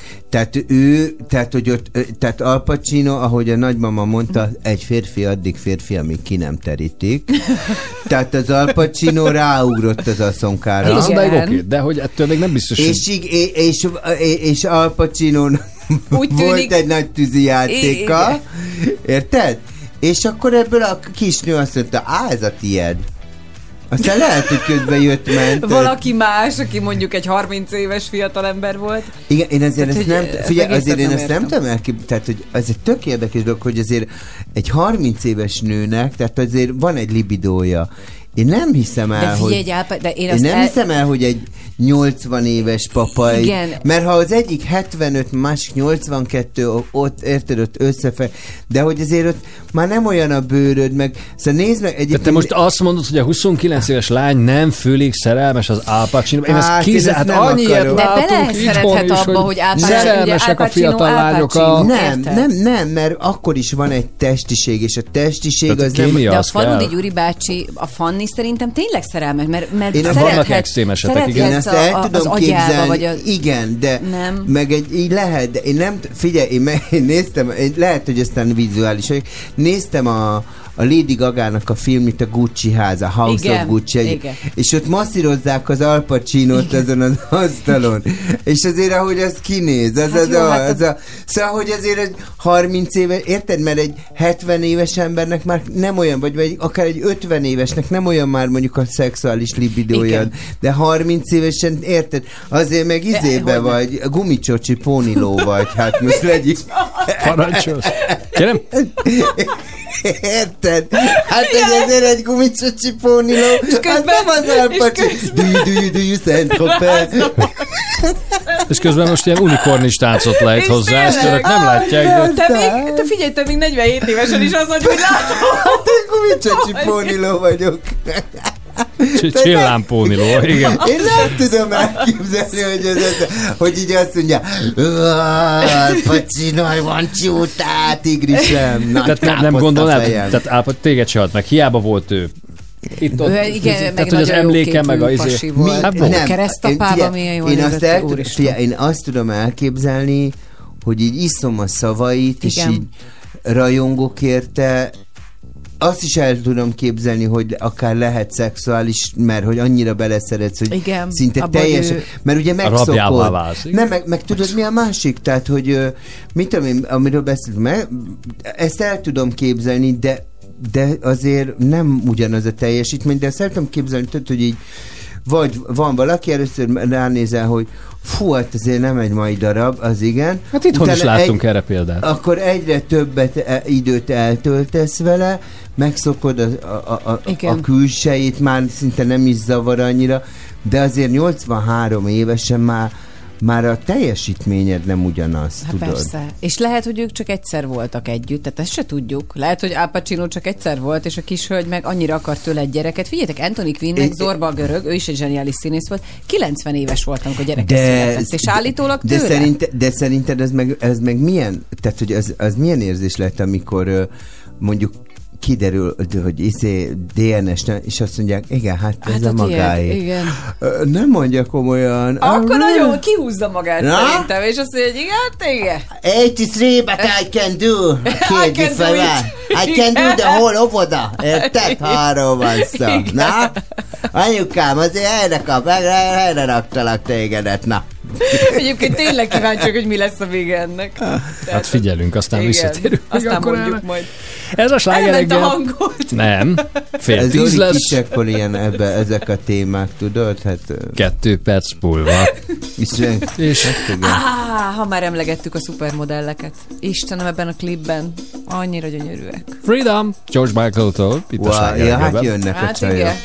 Speaker 6: Tehát Al Pacino, ahogy a nagymama mondta, egy férfi addig férfi, amíg ki nem terítik. Tehát az Al Pacino ráugrott az asszonkára.
Speaker 2: Oké, de hogy ettől még nem biztos.
Speaker 6: És Al Pacino volt egy nagy tűzijátéka. Érted? És akkor ebből a kisnő azt mondta, ez a tied. Aztán lehet, hogy közben ment.
Speaker 3: Valaki más, aki mondjuk egy 30 éves fiatalember volt.
Speaker 6: Igen, én azért ezt nem... Figyelj, azért én ezt nem tudom elképzelni, tehát hogy ez egy tök érdekes dolog, hogy azért egy 30 éves nőnek, tehát azért van egy libidója. Én nem hiszem el, hiszem el, hogy egy 80 éves papa.
Speaker 3: Igen.
Speaker 6: Mert ha az egyik 75, másik 82, ott érted, ott összefel, de hogy azért ott már nem olyan a bőröd, meg szóval nézd meg egyébként...
Speaker 2: De te most azt mondod, hogy a 29 éves lány nem félig szerelmes az Al Pacino. Én ezt kizárt, annyiért
Speaker 3: de
Speaker 2: látunk
Speaker 3: beleszerethet
Speaker 2: itthon is,
Speaker 3: abba, hogy Al Pacino,
Speaker 2: szerelmesek a fiatal lányok.
Speaker 6: Nem, mert akkor is van egy testiség, és a testiség
Speaker 2: tehát
Speaker 6: az nem...
Speaker 3: De a Faludi Gyuri bácsi, a Fanni szerintem tényleg szerelmes, mert
Speaker 2: vannak extrém esetek, igen.
Speaker 6: Én ezt el tudom
Speaker 3: agyába, vagy
Speaker 6: igen, de
Speaker 3: nem.
Speaker 6: meg így lehet, de én nem, figyelj, én néztem, lehet, hogy aztán vizuális vagyok, néztem a Lady Gagának a filmit, a Gucci háza, House
Speaker 3: igen,
Speaker 6: of Gucci,
Speaker 3: igen.
Speaker 6: És ott masszírozzák az Al Pacinót ezen az asztalon. És azért, ahogy az kinéz, szóval, hogy azért egy 30 éves, érted, mert egy 70 éves embernek már nem olyan, vagy akár egy 50 évesnek nem olyan már mondjuk a szexuális libidója, de 30 évesen, érted, azért meg izébe vagy, gumicsocsi póniló vagy, hát most legyik.
Speaker 2: Parancsolsz. Kérem?
Speaker 6: Érted? Hát hogy ezért egy gumicsocsi póniló, hát nem az Al Pacino. Do you Saint-Tropez?
Speaker 2: És közben most ilyen unikornis táncot lehet hozzá, ezt önök nem látják.
Speaker 3: De te figyelj, te még 47 évesen is az, hogy látom.
Speaker 6: Hát én gumicsocsi póniló vagyok.
Speaker 2: Csillámpóniló, igen.
Speaker 6: Én nem tudom elképzelni, hogy így azt mondja, Pacino, I want you, tigrisem.
Speaker 2: Tehát nem gondolnád, tehát téged se halt meg, hiába volt ő. Itt ott,
Speaker 3: igen,
Speaker 2: tehát, hogy az emlékem, meg a izé.
Speaker 3: A keresztapában milyen jól nézett,
Speaker 6: én azt tudom elképzelni, hogy így iszom a szavait, és így rajongok érte. Azt is el tudom képzelni, hogy akár lehet szexuális, mert hogy annyira beleszeretsz, hogy
Speaker 3: igen,
Speaker 6: szinte teljesen... Mert ugye megszokod. Nem, meg tudod mi a másik? Tehát, hogy mit tudom én, amiről beszélünk, ezt el tudom képzelni, de azért nem ugyanaz a teljesítmény, de ezt el tudom képzelni, tehát, hogy így vagy van valaki, először ránézel, hogy fú, hát azért nem egy mai darab, az igen.
Speaker 2: Hát itthon is láttunk erre példát.
Speaker 6: Akkor egyre többet időt eltöltesz vele, megszokod a külsejét, már szinte nem is zavar annyira, de azért 83 évesen már a teljesítményed nem ugyanaz,
Speaker 3: hát
Speaker 6: tudod.
Speaker 3: Persze. És lehet, hogy ők csak egyszer voltak együtt, tehát ezt se tudjuk. Lehet, hogy Al Pacino csak egyszer volt, és a kishölgy meg annyira akart tőle egy gyereket. Figyeljetek, Anthony Quinn meg Zorba a görög, ő is egy zseniális színész volt, 90 éves volt, amikor gyereke született, és állítólag tőle.
Speaker 6: De szerinted ez meg milyen, tehát hogy az milyen érzés lett, amikor mondjuk kiderül, hogy DNS, és azt mondják, igen, hát ez a magáé.
Speaker 3: Igen.
Speaker 6: Nem mondja komolyan.
Speaker 3: Akkor nagyon kihúzza magát szerintem, és azt mondja, hogy igen.
Speaker 6: 83, but I can do. I can do the whole oboda. Érted? Arról van szó. Na? Anyukám, azért helyre raktalak tégedet, na.
Speaker 3: Egyébként tényleg kíváncsiak, hogy mi lesz a vége ennek.
Speaker 2: Hát figyelünk, aztán visszatérünk.
Speaker 3: Aztán mondjuk majd.
Speaker 2: Ez a sláger
Speaker 3: reggel. Elment a hangot.
Speaker 2: Nem. Fél 10 lesz.
Speaker 6: Kisekkor ilyen ezek a témák, tudod? Hát,
Speaker 2: 2 perc múlva.
Speaker 6: És
Speaker 3: ha már emlegettük a szupermodelleket. Istenem, ebben a klipben annyira gyönyörűek.
Speaker 2: Freedom! George Michael-tól. Itt a sláger.
Speaker 6: Ja, hát jönnek a csajok.
Speaker 3: Igen.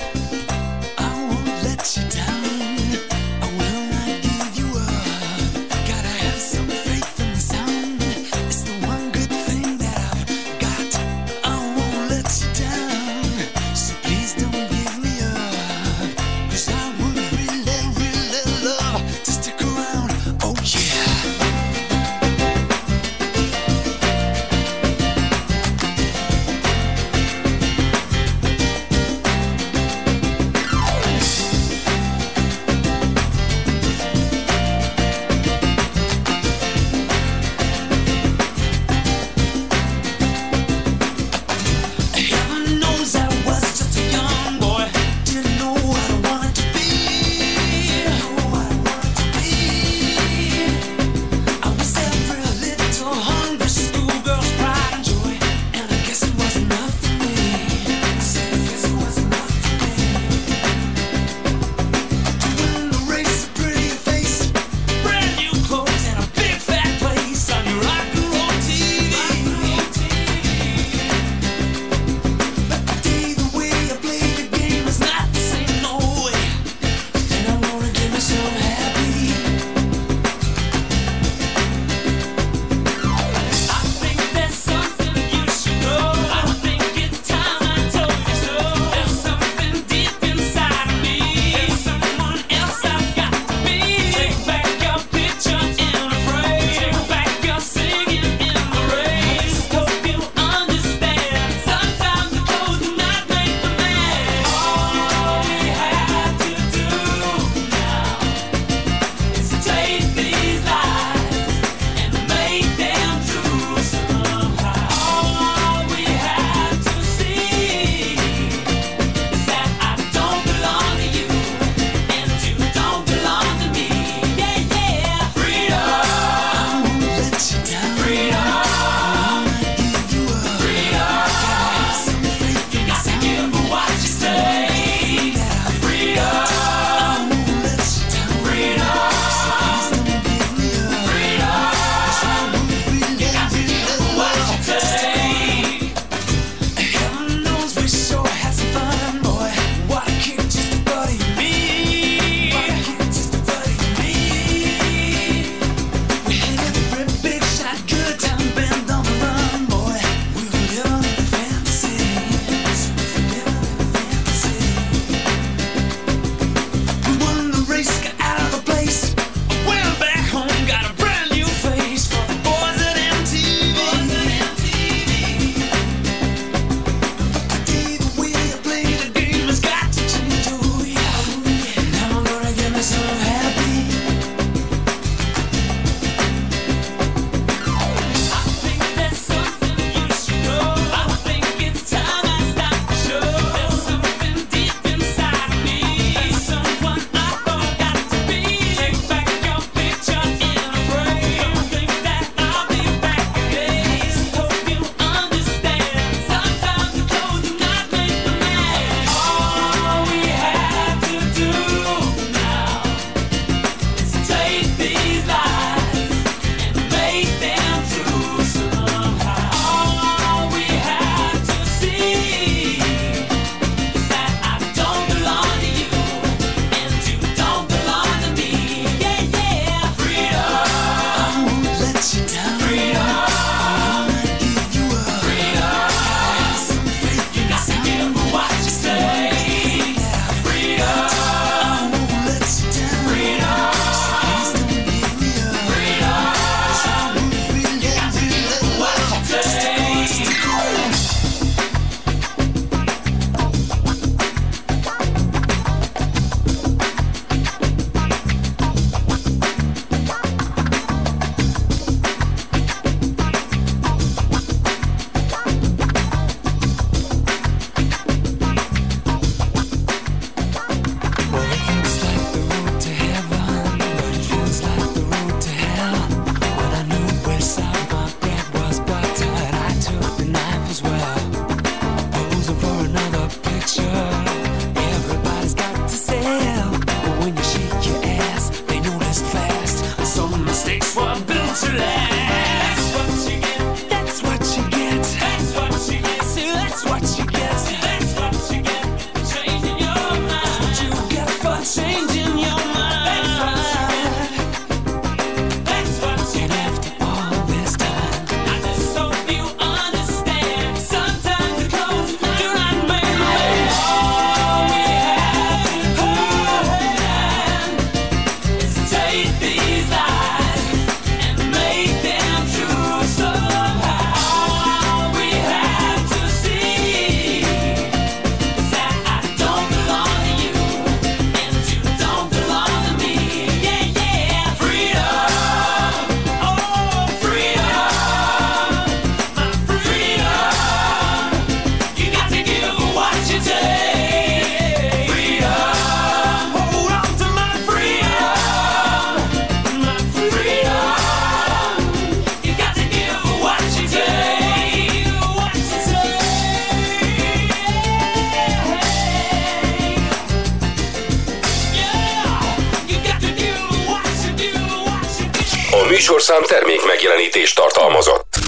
Speaker 1: műsorszám termék megjelenítést tartalmazott.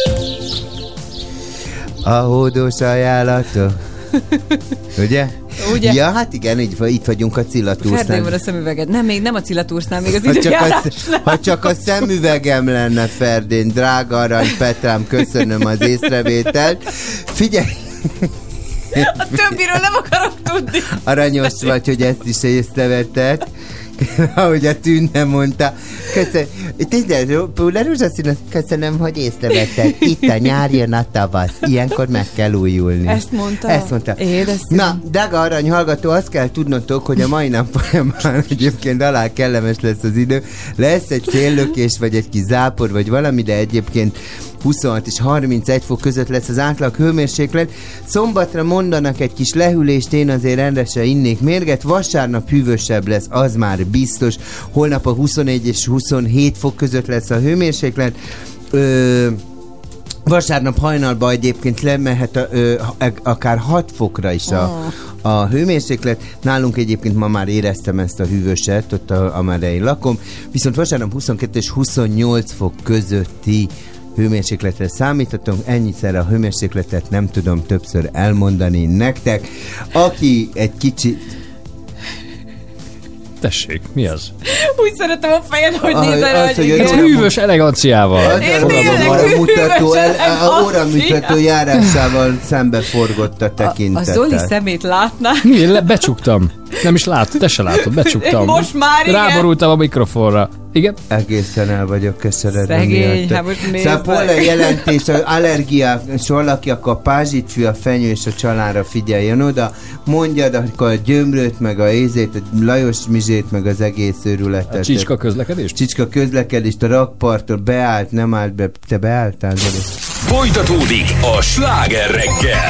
Speaker 6: A hódós ajánlatok. Ugye?
Speaker 3: Ugye?
Speaker 6: Ja, hát igen, itt vagyunk a Cilla
Speaker 3: Ferdén
Speaker 6: Toursnál.
Speaker 3: van a szemüveged. Nem, még nem a Cilla Toursnál, még az
Speaker 6: Ha csak,
Speaker 3: időjárásnál.
Speaker 6: ha csak a szemüvegem lenne, Ferdén, drága arany Petrám, köszönöm az észrevételt. Figyelj!
Speaker 3: A többiről nem akarok tudni.
Speaker 6: Aranyos vagy, hogy ezt is észrevetted. Ahogy a Tünde mondta. Köszönöm, hogy észrevetted. Itt a nyár, jön a tavasz. Ilyenkor meg kell újulni.
Speaker 3: Ezt mondta?
Speaker 6: Ezt mondta.
Speaker 3: Édeszem.
Speaker 6: Na, drága arany hallgató, azt kell tudnotok, hogy a mai nap folyamán egyébként alá kellemes lesz az idő. Lesz egy széllökés, vagy egy kis zápor, vagy valami, de egyébként 26 és 31 fok között lesz az átlag hőmérséklet. Szombatra mondanak egy kis lehűlést, én azért rendesen innék mérget. Vasárnap hűvösebb lesz, az már biztos. Holnap a 24 és 27 fok között lesz a hőmérséklet. Vasárnap hajnalban egyébként lemehet akár 6 fokra is a hőmérséklet. Nálunk egyébként ma már éreztem ezt a hűvöset, ott amerre én lakom. Viszont vasárnap 22 és 28 fok közötti hőmérsékletre számíthatunk, ennyiszer a hőmérsékletet nem tudom többször elmondani nektek. Aki egy kicsit...
Speaker 2: Tessék, mi az?
Speaker 3: Úgy szeretem a fejed, hogy nézel, hogy
Speaker 2: egy hűvös eleganciával.
Speaker 6: A óramutató járásával szembeforgott a tekintetet.
Speaker 3: A Zoli szemét látná.
Speaker 2: Mi? Becsuktam. Nem is látod, te se látod, becsuktam.
Speaker 3: Most már igen.
Speaker 2: Ráborultam a mikrofonra. Igen?
Speaker 6: Egészen el vagyok köszönöm.
Speaker 3: Szegény, hát most nézd
Speaker 6: meg. Szóval jelentés, az allergiák, sorlakjak, a pázsitfű, a fenyő és a csalára figyeljen oda. Mondjad akkor a gyömrőt, meg a ézét, a Lajos Mizsét, meg az egész őrületet.
Speaker 2: A csicska közlekedést?
Speaker 6: Csicska közlekedést, a rakparttól beállt, nem állt be. Te beálltál?
Speaker 1: Folytatódik a Sláger reggel.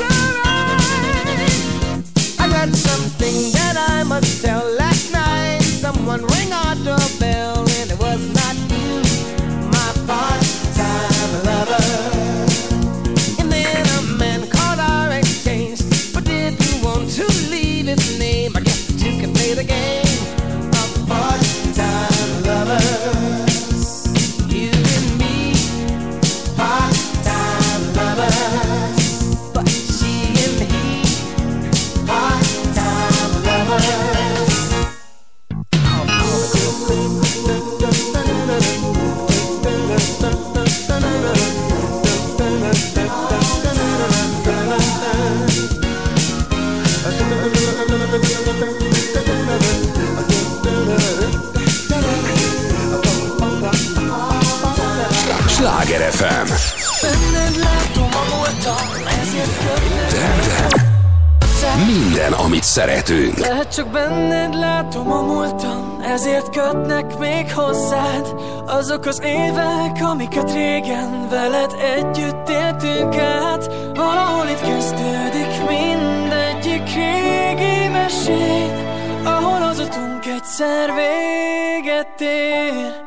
Speaker 5: Something that I must tell last night.
Speaker 4: Benned látom a múltam, ezért kötnek.
Speaker 1: Minden, amit szeretünk.
Speaker 4: Lehet csak benned látom a múltam, ezért kötnek még hozzád azok az évek, amiket régen veled együtt éltünk át. Valahol itt kezdődik mindegyik régi mesét, ahol az utunk egyszer véget ér.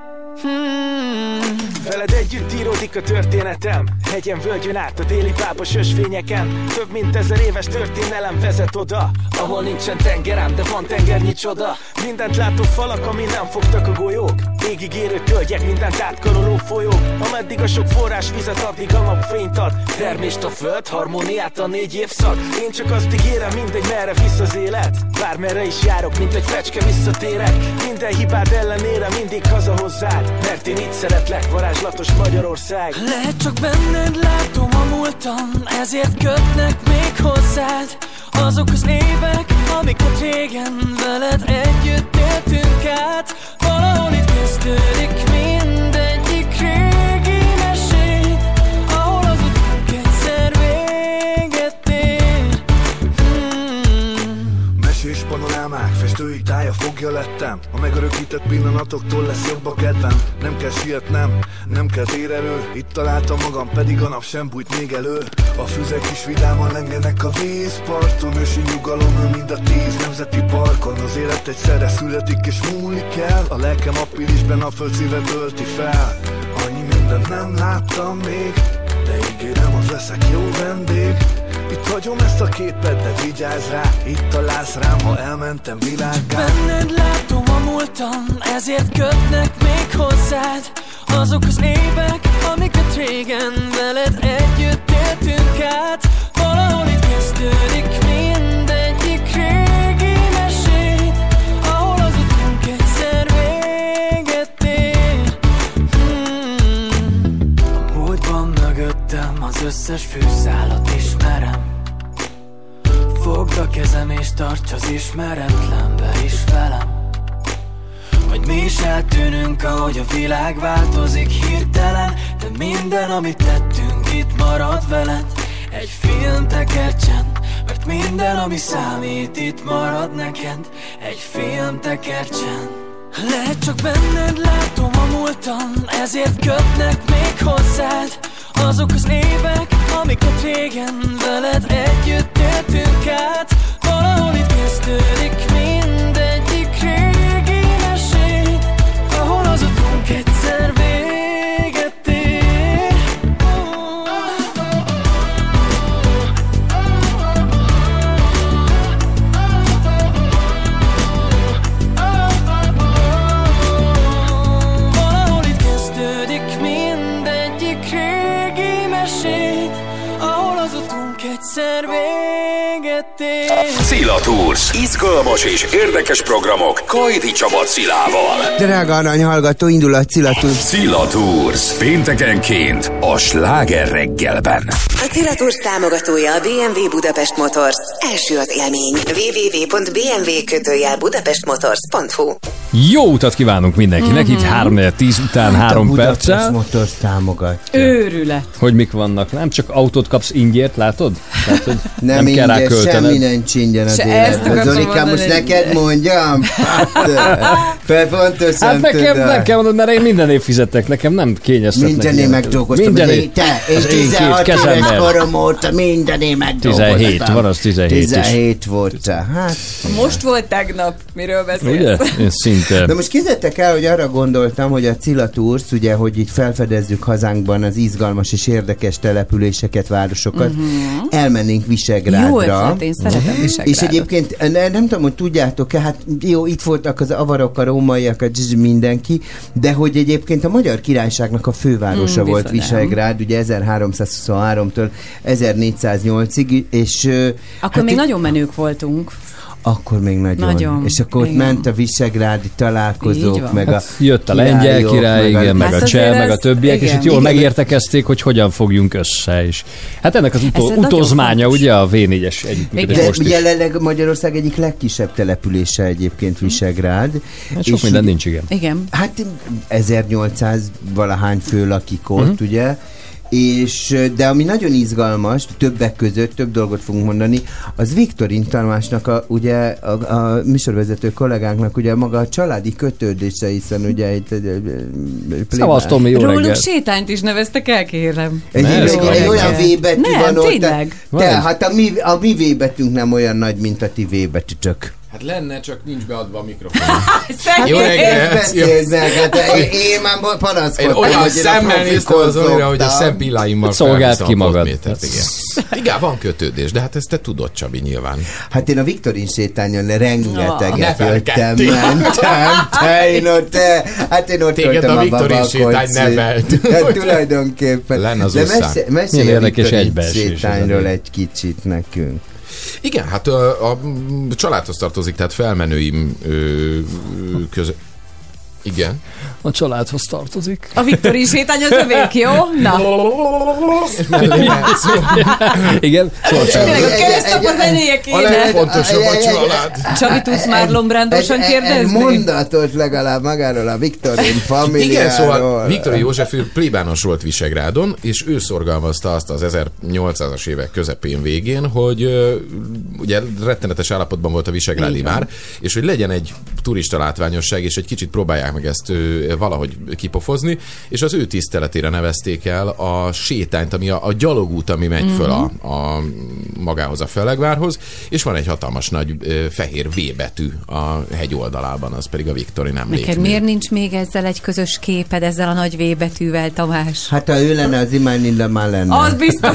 Speaker 12: Veled együtt íródik a történetem, hegyen, völgyön át a déli pápos ösvényeken. Több mint 1000 éves történelem vezet oda, ahol nincsen tengerem, de van tengernyi csoda. Mindent látó falak, ami nem fogtak a golyók, égig érő tölgyek, mindent átkaroló folyók. Ameddig a sok forrás vizet, addig a napfényt ad. Termést a föld, harmóniát a 4 évszak. Én csak azt ígérem, mindegy merre visz az élet. Bármerre is járok, mint egy fecske visszatérek. Minden hibád ellenére mindig haza hozzád, mert én így szeretlek, varázslatos Magyarország.
Speaker 4: Lehet csak benned látom a múltam, ezért kötnek még hozzád azok az évek, amiket régen veled együtt éltünk át. Valahol itt kezdődik mindegyik régi mesét, ahol az utunk egyszer véget ér.
Speaker 14: Mesés panorámák, festői tája fogja lettem. A megörökített pillanatoktól lesz jobb a kedvem. Nem kell sietnem, nem kell térerő. Itt találtam magam, pedig a nap sem bújt még elő. A füzek is vidáman lengenek a vízparton. Ősi nyugalom, mind a 10 nemzeti parkon. Az élet egyszerre születik és múlik el. A lelkem aprílisben a föld szíve tölti fel. Annyi mindent nem láttam még, de ígérem, az leszek jó vendég. Itt hagyom ezt a képet, de vigyázz rá, itt találsz rám, ha elmentem világgá.
Speaker 4: Benned látom a múltam, ezért kötnek még hozzád azok az évek, amiket régen veled együtt éltünk át. Valahol itt kezdődik mindegyik régi mesét, ahol az utunk egyszer véget ér. A múltban mögöttem az összes fűszálat ismerem. Fogd a kezem és tarts az ismeretlenbe is velem. Vagy mi is eltűnünk, ahogy a világ változik hirtelen, de minden, amit tettünk, itt marad veled. Egy film tekercsen, mert minden, ami számít, itt marad neked. Egy film tekercsen. Lehet csak benned látom a múltam, ezért kötnek még hozzád azok az évek, amiket régen veled együtt éltünk át. Valahol itt kezdődik mindegyik régi mesét, ahol az utunk egyszer véget ér. Valahol itt kezdődik mindegyik régi mesét, ahol az utunk egyszer véget ér.
Speaker 1: Szila Tours. Izgalmas és érdekes programok Kajdi Csaba Szilával.
Speaker 6: Drága arany hallgató, indul a Szila Tours.
Speaker 1: Szila Tours. Péntekenként a Sláger reggelben.
Speaker 23: A Szila Tours támogatója a BMW Budapest Motors. Első az élmény. www.bmw-budapestmotors.hu.
Speaker 2: Jó utat kívánunk mindenkinek, itt 3-10 után 3 perccel.
Speaker 6: A Motors támogatja.
Speaker 3: Őrület.
Speaker 2: Hogy mik vannak, nem csak autót kapsz ingyért, látod? Tehát, hogy
Speaker 6: nem
Speaker 2: kell rá
Speaker 6: ingyen,
Speaker 2: költened.
Speaker 6: semmi nincs ingyen az
Speaker 3: Se
Speaker 6: életben. Zolikám, most neked mondjam? Pontosan
Speaker 2: Hát nekem
Speaker 6: tudom.
Speaker 2: nem kell mondod, mert én minden év fizetek, nekem nem kényeztetnek.
Speaker 6: Minden év megdolgoztam.
Speaker 2: Minden
Speaker 6: Ugye,
Speaker 2: év.
Speaker 6: te, és
Speaker 2: Az én
Speaker 6: 16
Speaker 2: két
Speaker 6: éves
Speaker 2: kezemmel.
Speaker 6: korom óta minden év megdolgoztam.
Speaker 2: 17, van az 17 is.
Speaker 6: 17 volt. Hát,
Speaker 3: Most volt tegnap, miről beszélsz?
Speaker 2: Ugye? Én szinte.
Speaker 6: de most képzeljétek el, hogy arra gondoltam, hogy a Szila Tours, ugye, hogy itt felfedezzük hazánkban az izgalmas és érdekes településeket, városokat, elmennénk Visegrádra.
Speaker 3: Jó ötlet, én szeretem Visegrádot.
Speaker 6: És egyébként nem tudom, hogy tudjátok-e, hát jó, itt voltak az avarok, a rómaiak, mindenki, de hogy egyébként a Magyar Királyságnak a fővárosa volt Visegrád, ugye 1323-tól 1408-ig, és
Speaker 3: Akkor
Speaker 6: hát
Speaker 3: még
Speaker 6: itt,
Speaker 3: nagyon menők voltunk.
Speaker 6: akkor még nagyon. És akkor ott
Speaker 3: igen.
Speaker 6: ment a visegrádi
Speaker 3: Így
Speaker 6: találkozók,
Speaker 3: van.
Speaker 6: meg a
Speaker 2: Hát jött a lengyel király, igen, meg
Speaker 3: Hát
Speaker 2: a cseh,
Speaker 3: azért
Speaker 2: meg a
Speaker 3: ez-
Speaker 2: többiek, és
Speaker 3: igen.
Speaker 2: itt jól
Speaker 3: Igen.
Speaker 2: megértekezték, hogy hogyan fogjunk össze is. Hát ennek az
Speaker 3: nagyon
Speaker 2: utózmánya,
Speaker 3: fontos.
Speaker 2: ugye a V4-es együttműködés
Speaker 6: de
Speaker 2: most is.
Speaker 6: jelenleg Magyarország egyik legkisebb települése egyébként Visegrád.
Speaker 2: Hát sok minden nincs, igen.
Speaker 3: Igen.
Speaker 6: Hát 1800 valahány fő lakik ott, ugye? de ami nagyon izgalmas, többek között, több dolgot fogunk mondani, az Viktorin Tamásnak, a műsorvezető kollégánknak ugye maga a családi kötődése, hiszen ugye egy
Speaker 2: Szavasz, Tomi, jó
Speaker 3: Róluk
Speaker 2: reggel.
Speaker 3: sétányt is neveztek el, kérem.
Speaker 6: Egy olyan V betű van ott.
Speaker 3: Tényleg.
Speaker 6: Hát a mi V betűnk nem olyan nagy, mint a ti V betűtök.
Speaker 13: Hát lenne, csak nincs beadva a mikrofon.
Speaker 6: Jó reggelt! Én már panaszkodtam,
Speaker 13: én olyan
Speaker 6: hogy
Speaker 13: szemmel néztem az Olira, hogy a szempilláimmal
Speaker 2: szolgált ki magad.
Speaker 13: Igen, van kötődés, de hát ezt te tudod, Csabi, nyilván.
Speaker 6: Hát én a Viktorin sétányon rengeteget
Speaker 13: Ne
Speaker 6: jöttem,
Speaker 13: felkedtél.
Speaker 6: mentem. Én ott
Speaker 13: Téged
Speaker 6: voltam
Speaker 13: a
Speaker 6: a
Speaker 13: Viktorin sétány nevelt.
Speaker 6: Hát tulajdonképpen.
Speaker 13: Lenne az
Speaker 6: de
Speaker 13: uszán.
Speaker 6: mesélj a
Speaker 2: érdekes
Speaker 6: Viktorin
Speaker 2: egybeesés
Speaker 6: sétányról egy kicsit nekünk.
Speaker 13: Igen, hát a családhoz tartozik, tehát felmenőim között. Igen.
Speaker 2: A családhoz tartozik.
Speaker 3: A Viktorin sétány az övék, jó? Na.
Speaker 2: Igen.
Speaker 3: Tényleg a keresztap a zenéje kéne.
Speaker 13: A legfontosabb a család.
Speaker 3: Csabi, tudsz már lombrándosan kérdezni?
Speaker 6: Egy mondatot legalább magáról a Viktorin familiáról.
Speaker 13: Igen, szóval Viktor József ő plébános volt Visegrádon, és ő szorgalmazta azt az 1800-as évek közepén végén, hogy ugye rettenetes állapotban volt a visegrádi vár, és hogy legyen egy turista látványosság, és egy kicsit próbálják meg ezt valahogy kipofozni, és az ő tiszteletére nevezték el a sétányt, ami a gyalogút, ami megy föl a magához a Fellegvárhoz, és van egy hatalmas nagy fehér V betű a hegy oldalában, az pedig a Viktorin emlékmű.
Speaker 3: Neked miért nincs még ezzel egy közös képed, ezzel a nagy V betűvel, Tamás?
Speaker 6: Hát ha ő lenne, az Imánilda már lenne.
Speaker 3: Az biztos.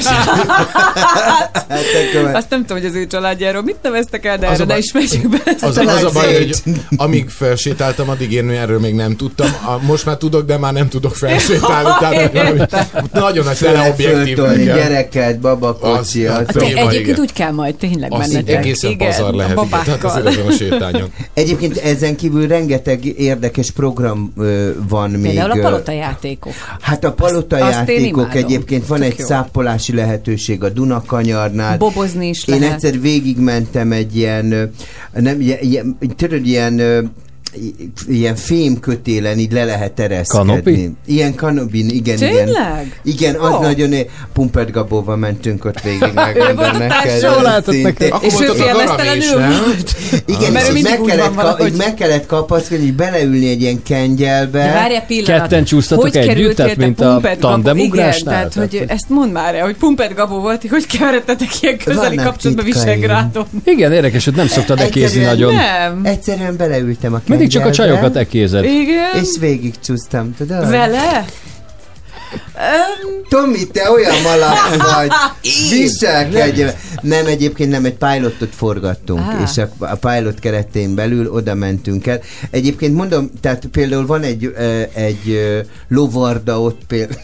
Speaker 3: Azt nem tudom, hogy az ő családjáról mit neveztek el, de erre ne is megyünk be.
Speaker 13: Az a baj, hogy amíg felsétáltam, addig én erről még nem tudtam. Most már tudok, de már nem tudok felsétálni. Tehát nagyon nagy teleobjektív.
Speaker 6: Gyereket, babakocsi.
Speaker 3: Egyébként úgy kell majd tényleg mennetek.
Speaker 13: Egészen pazar lehet, igen, tehát azért azon a sétányon.
Speaker 6: Egyébként ezen kívül rengeteg érdekes program van még.
Speaker 3: Például a palotajátékok.
Speaker 6: Hát a palotajátékok egyébként van egy száppolási lehetőség a Dunakanyarnál.
Speaker 3: Bobozni is lehet.
Speaker 6: Én egyszer végigmentem egy ilyen ilyen fémkötélen így le lehet ereszkedni.
Speaker 2: Kanopi?
Speaker 6: Ilyen kanobin, igen.
Speaker 3: Tényleg?
Speaker 6: Igen, az nagyon... Pumpert Gabóval mentünk ott végig, megmondom neked.
Speaker 3: És ő félmeztelenül volt.
Speaker 6: Igen,
Speaker 3: mert
Speaker 6: és meg kellett kapaszkodni, így beleülni egy ilyen kengyelbe.
Speaker 3: De várj egy pillanat.
Speaker 2: Ketten csúsztatok együtt, tehát mint a tandemugrásnál?
Speaker 3: Igen, tehát hogy ezt mondd már el, hogy Pumpert Gabó volt, hogy keveredtetek ilyen közeli kapcsolatba Visegrádon.
Speaker 2: Igen, érdekes, hogy nem szoktad ekézni nagyon.
Speaker 3: Nem.
Speaker 6: Egyszerűen beleültem a kengyelbe.
Speaker 2: Mindig csak a csajokat ekézed.
Speaker 3: Igen.
Speaker 6: És végig csúsztam, tudod?
Speaker 3: Vele?
Speaker 6: Tomi, te olyan malac vagy. Viselkedj. Nem, egyébként nem, egy pilotot forgattunk, és a pilot keretén belül oda mentünk el. Egyébként mondom, tehát például van egy lovarda ott például.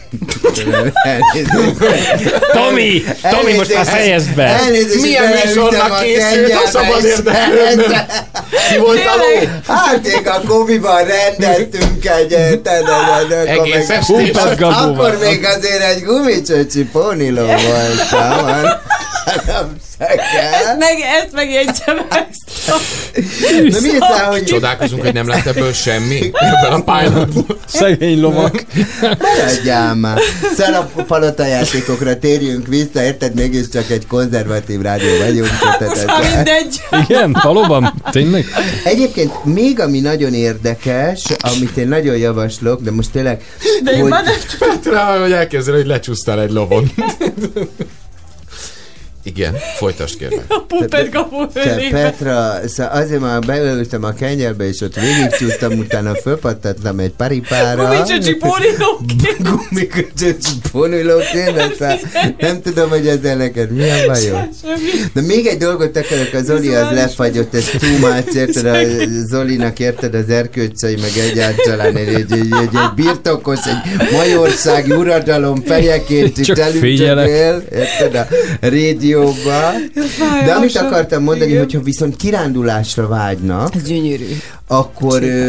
Speaker 2: Tomi, most már fejezd be.
Speaker 13: Milyen műsornak készült a szabad érdeklődő? Ki volt a ló?
Speaker 6: Hát én a Kovival rendeztünk egy
Speaker 13: egész estés.
Speaker 6: Akkor még azért egy gumicsöcsi póniló voltam.
Speaker 3: Ezt megjegyzem ezt.
Speaker 6: De mi hiszem, hogy...
Speaker 13: Csodálkozunk, hogy nem lett ebből semmi. Ebből a pilotból.
Speaker 2: Szegény lovak.
Speaker 6: Maradjál már. Szóval a palotajátékokra térjünk vissza, érted? Mégiscsak egy konzervatív rádió vagyunk.
Speaker 3: Mindegy.
Speaker 2: Igen, valóban? Tényleg?
Speaker 6: Egyébként még ami nagyon érdekes, amit én nagyon javaslok, de most tényleg...
Speaker 3: De én már nem
Speaker 13: tudom. Hogy elkezdeni, hogy lecsúsztál egy lovon. Igen, folytasd kérlek.
Speaker 3: A Pumpert Gabó
Speaker 6: Petra, szóval azért már beültem a kenyerbe, és ott végigcsúsztam, utána fölpattattam egy paripára.
Speaker 3: Gumicsöcsi pónilóként.
Speaker 6: Gumicsöcsi pónilóként, nem tudom, hogy ezzel neked milyen bajod. De még egy dolgot akarok, a Zoli az lefagyott, ez too much, érted, a Zolinak érted az erkölcsei, meg egyáltalán egy birtokos, egy majorsági uradalom fejeként itt elütögél, érted, a rédióba. De amit akartam mondani, hogy ha viszont kirándulásra vágynak,
Speaker 3: ez gyönyörű.
Speaker 6: akkor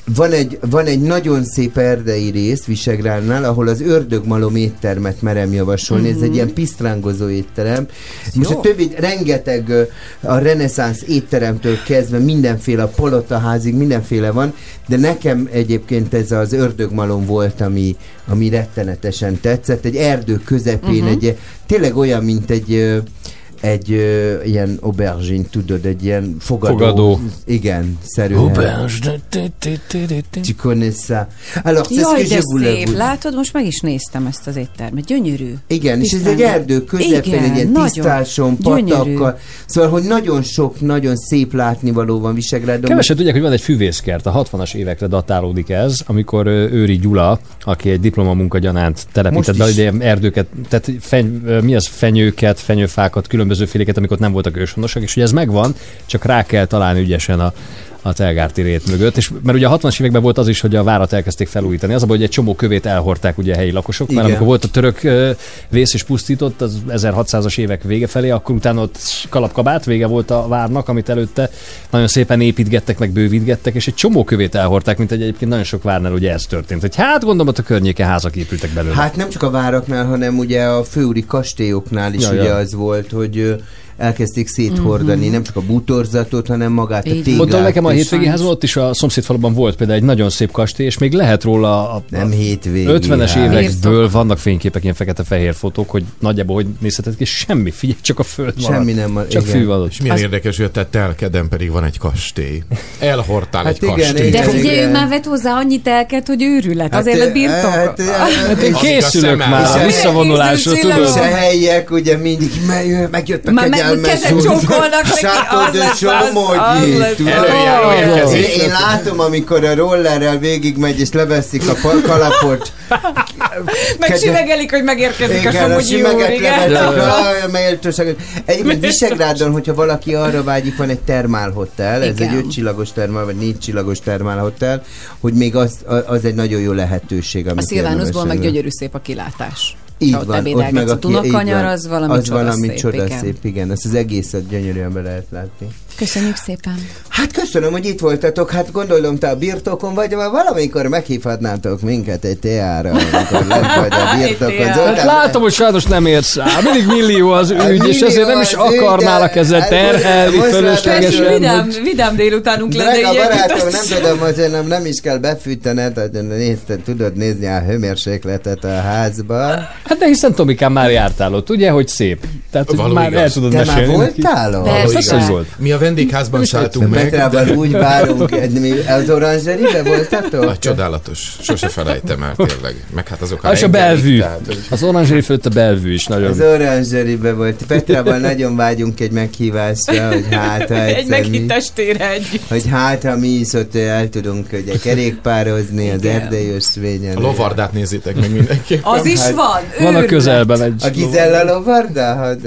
Speaker 6: van egy nagyon szép erdei rész Visegrádnál, ahol az ördögmalom éttermet merem javasolni. Ez egy ilyen pisztrángozó étterem. Most a többi, rengeteg a reneszánsz étteremtől kezdve mindenféle, a palotaházig mindenféle van, de nekem egyébként ez az ördögmalom volt, ami rettenetesen tetszett. Egy erdő közepén, tényleg olyan, mint egy ilyen aubergine, tudod, egy ilyen fogadó. Igen, szerűen.
Speaker 2: Aubergine.
Speaker 6: Tu connais ça. Alors, c'est ce
Speaker 3: Jaj,
Speaker 6: que
Speaker 3: de
Speaker 6: je voulais
Speaker 3: szép.
Speaker 6: vous...
Speaker 3: Látod, most meg is néztem ezt az éttermet. Gyönyörű.
Speaker 6: Igen, és ez egy erdő közepén, egy ilyen tisztáson, patakkal. Szóval, hogy nagyon sok, nagyon szép látnivaló van Visegrádon.
Speaker 2: Kevesen tudják, hogy van egy füvészkert, a 60-as évekre datálódik ez, amikor Őri Gyula, aki egy diplomamunka gyanánt telepített be, ilyen erdőket, tehát mi az, fenyőket, fenyőfákat, különböző féléket, amikor ott nem voltak őshonosak, és ugye ez megvan, csak rá kell találni ügyesen a Telgárti rét mögött. És mert ugye a 60-as években volt az is, hogy a várat elkezdték felújítani. Az a baj, hogy egy csomó kövét elhordták ugye a helyi lakosok, mert amikor volt a török vész és pusztított az 1600-as évek vége felé, akkor utána ott kalapkabát vége volt a várnak, amit előtte nagyon szépen építgettek, meg bővítgettek, és egy csomó kövét elhordták, mint egyébként nagyon sok várnál ugye ez történt. Hogy hát gondolom, ott a környéken házak épültek belőle.
Speaker 6: Hát nem csak a váraknál, hanem ugye a főúri kastélyoknál is az volt, hogy elkezdték széthordani, nem csak a bútorzatot, hanem magát a téglát.
Speaker 2: Mondtam nekem a hétvégi házban, ott is a szomszédfaluban volt például egy nagyon szép kastély, és még lehet róla a
Speaker 6: nem hétvégi
Speaker 2: 50-es évekből vannak fényképek, ilyen fekete-fehér fotók, hogy nagyjából hogy nézhetett ki, semmi, figyelj, csak a föld
Speaker 6: semmi nem,
Speaker 2: csak fű van.
Speaker 13: És milyen érdekes, hogy a telkeden pedig van egy kastély. Elhordtál egy kastélyt.
Speaker 3: De figyelj, ő már vett hozzá annyi telket, hogy őrület, azért lett birtok.
Speaker 2: Én készülök már a visszavonulásra, tudod?
Speaker 6: És a helyiek ugye mindig megjött a
Speaker 3: kezet csókolnak neki,
Speaker 6: Én látom, amikor a rollerrel végigmegy és leveszik a kalapot.
Speaker 3: Megsüvegelik, hogy megérkezik a Somogyi úr, igen.
Speaker 6: Egyébként Visegrádon, hogyha valaki arra vágyik, van egy termálhotel, ez egy 5 csillagos termál, vagy 4 csillagos termálhotel, hogy még az egy nagyon jó lehetőség.
Speaker 3: A Szilvánuszból meg gyönyörű szép a kilátás.
Speaker 6: Így van, ott meg a
Speaker 3: Tunakanyar, az valami
Speaker 6: csodaszép, igen. Ezt az egészet gyönyörűen be lehet látni.
Speaker 3: Köszönjük szépen.
Speaker 6: Hát köszönöm, hogy itt voltatok. Hát gondolom, te a birtokon vagy, valamikor meghívhatnátok minket egy teára, amikor lent vagy a birtokon.
Speaker 2: Hát látom, hogy sajnos nem érsz rá. Mindig millió az ügy, és ezért nem is akarnálak ezzel terhelni fölöslegesen.
Speaker 3: Vidám délutánunk lenne.
Speaker 6: Drága barátom, nem tudom, azért nem is kell befűtened, tudod nézni a hőmérsékletet a házba.
Speaker 2: Hát de hiszen Tomikám már jártál ott, ugye, hogy szép. Tehát már el tudod mesélni.
Speaker 6: Te már voltál ott?
Speaker 2: Persze, hogy volt.
Speaker 13: Mi a vendégházban szálltunk meg.
Speaker 6: Petrával úgy várunk, az Orangerie-be voltatok?
Speaker 13: Csodálatos, sose felejtem el tényleg. Meg hát azok
Speaker 2: a Bellevue. Az Orangerie fölött a Bellevue is nagyon.
Speaker 6: Az Orangerie-be volt. Petrával nagyon vágyunk egy meghívásra, hogy hát
Speaker 3: egy meghittestére együtt.
Speaker 6: Hogy hát, ha mi is ott el tudunk ugye kerékpározni az erdei ösvényen.
Speaker 13: A lovardát nézzétek meg mindenképpen.
Speaker 3: Az is van.
Speaker 2: Van a közelben egy.
Speaker 6: A Gizella lovarda?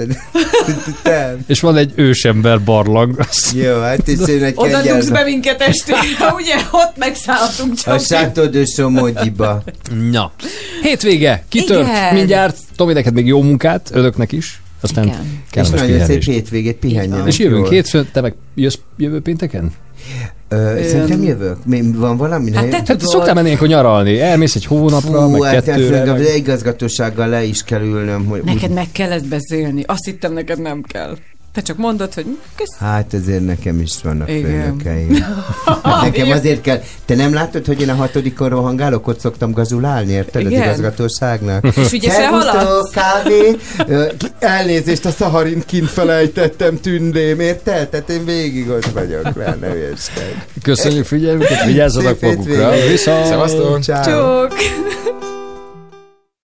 Speaker 2: És van egy ősember barlang.
Speaker 6: Jó, hát és én egy
Speaker 3: oda dugsz be minket estére, ugye? Ott megszálltunk csak.
Speaker 6: A Chateau de Somogyiba.
Speaker 2: Na. Hétvége, kitört mindjárt. Tomi, neked még jó munkát, önöknek is. Aztán
Speaker 6: és nagyon szép hétvégét, pihenjenek.
Speaker 2: És jövünk hétfőn, te meg jössz jövő pénteken?
Speaker 6: Szerintem jövök. Van valami?
Speaker 2: Hát szoktál menni ilyenkor nyaralni. Elmész egy hónapra, meg 2-re.
Speaker 6: Az igazgatósággal le is kell ülnöm. Hogy
Speaker 3: neked meg kell ezt beszélni. Azt hittem, neked nem kell. Te csak mondod, hogy kösz.
Speaker 6: Hát ezért nekem is vannak főnökeim. Nekem azért kell. Te nem látod, hogy én a 6-on rohangálok, ott szoktam gazulálni, érted? Az igazgatóságnak.
Speaker 3: És ugye se haladsz?
Speaker 6: Kávé, elnézést, a Szaharint kint felejtettem, tündém, érted? Tehát én végig ott vagyok, mert ne
Speaker 2: köszönjük figyelmüket, vigyázzatok magukra.
Speaker 13: Szevasztok!
Speaker 3: Csók!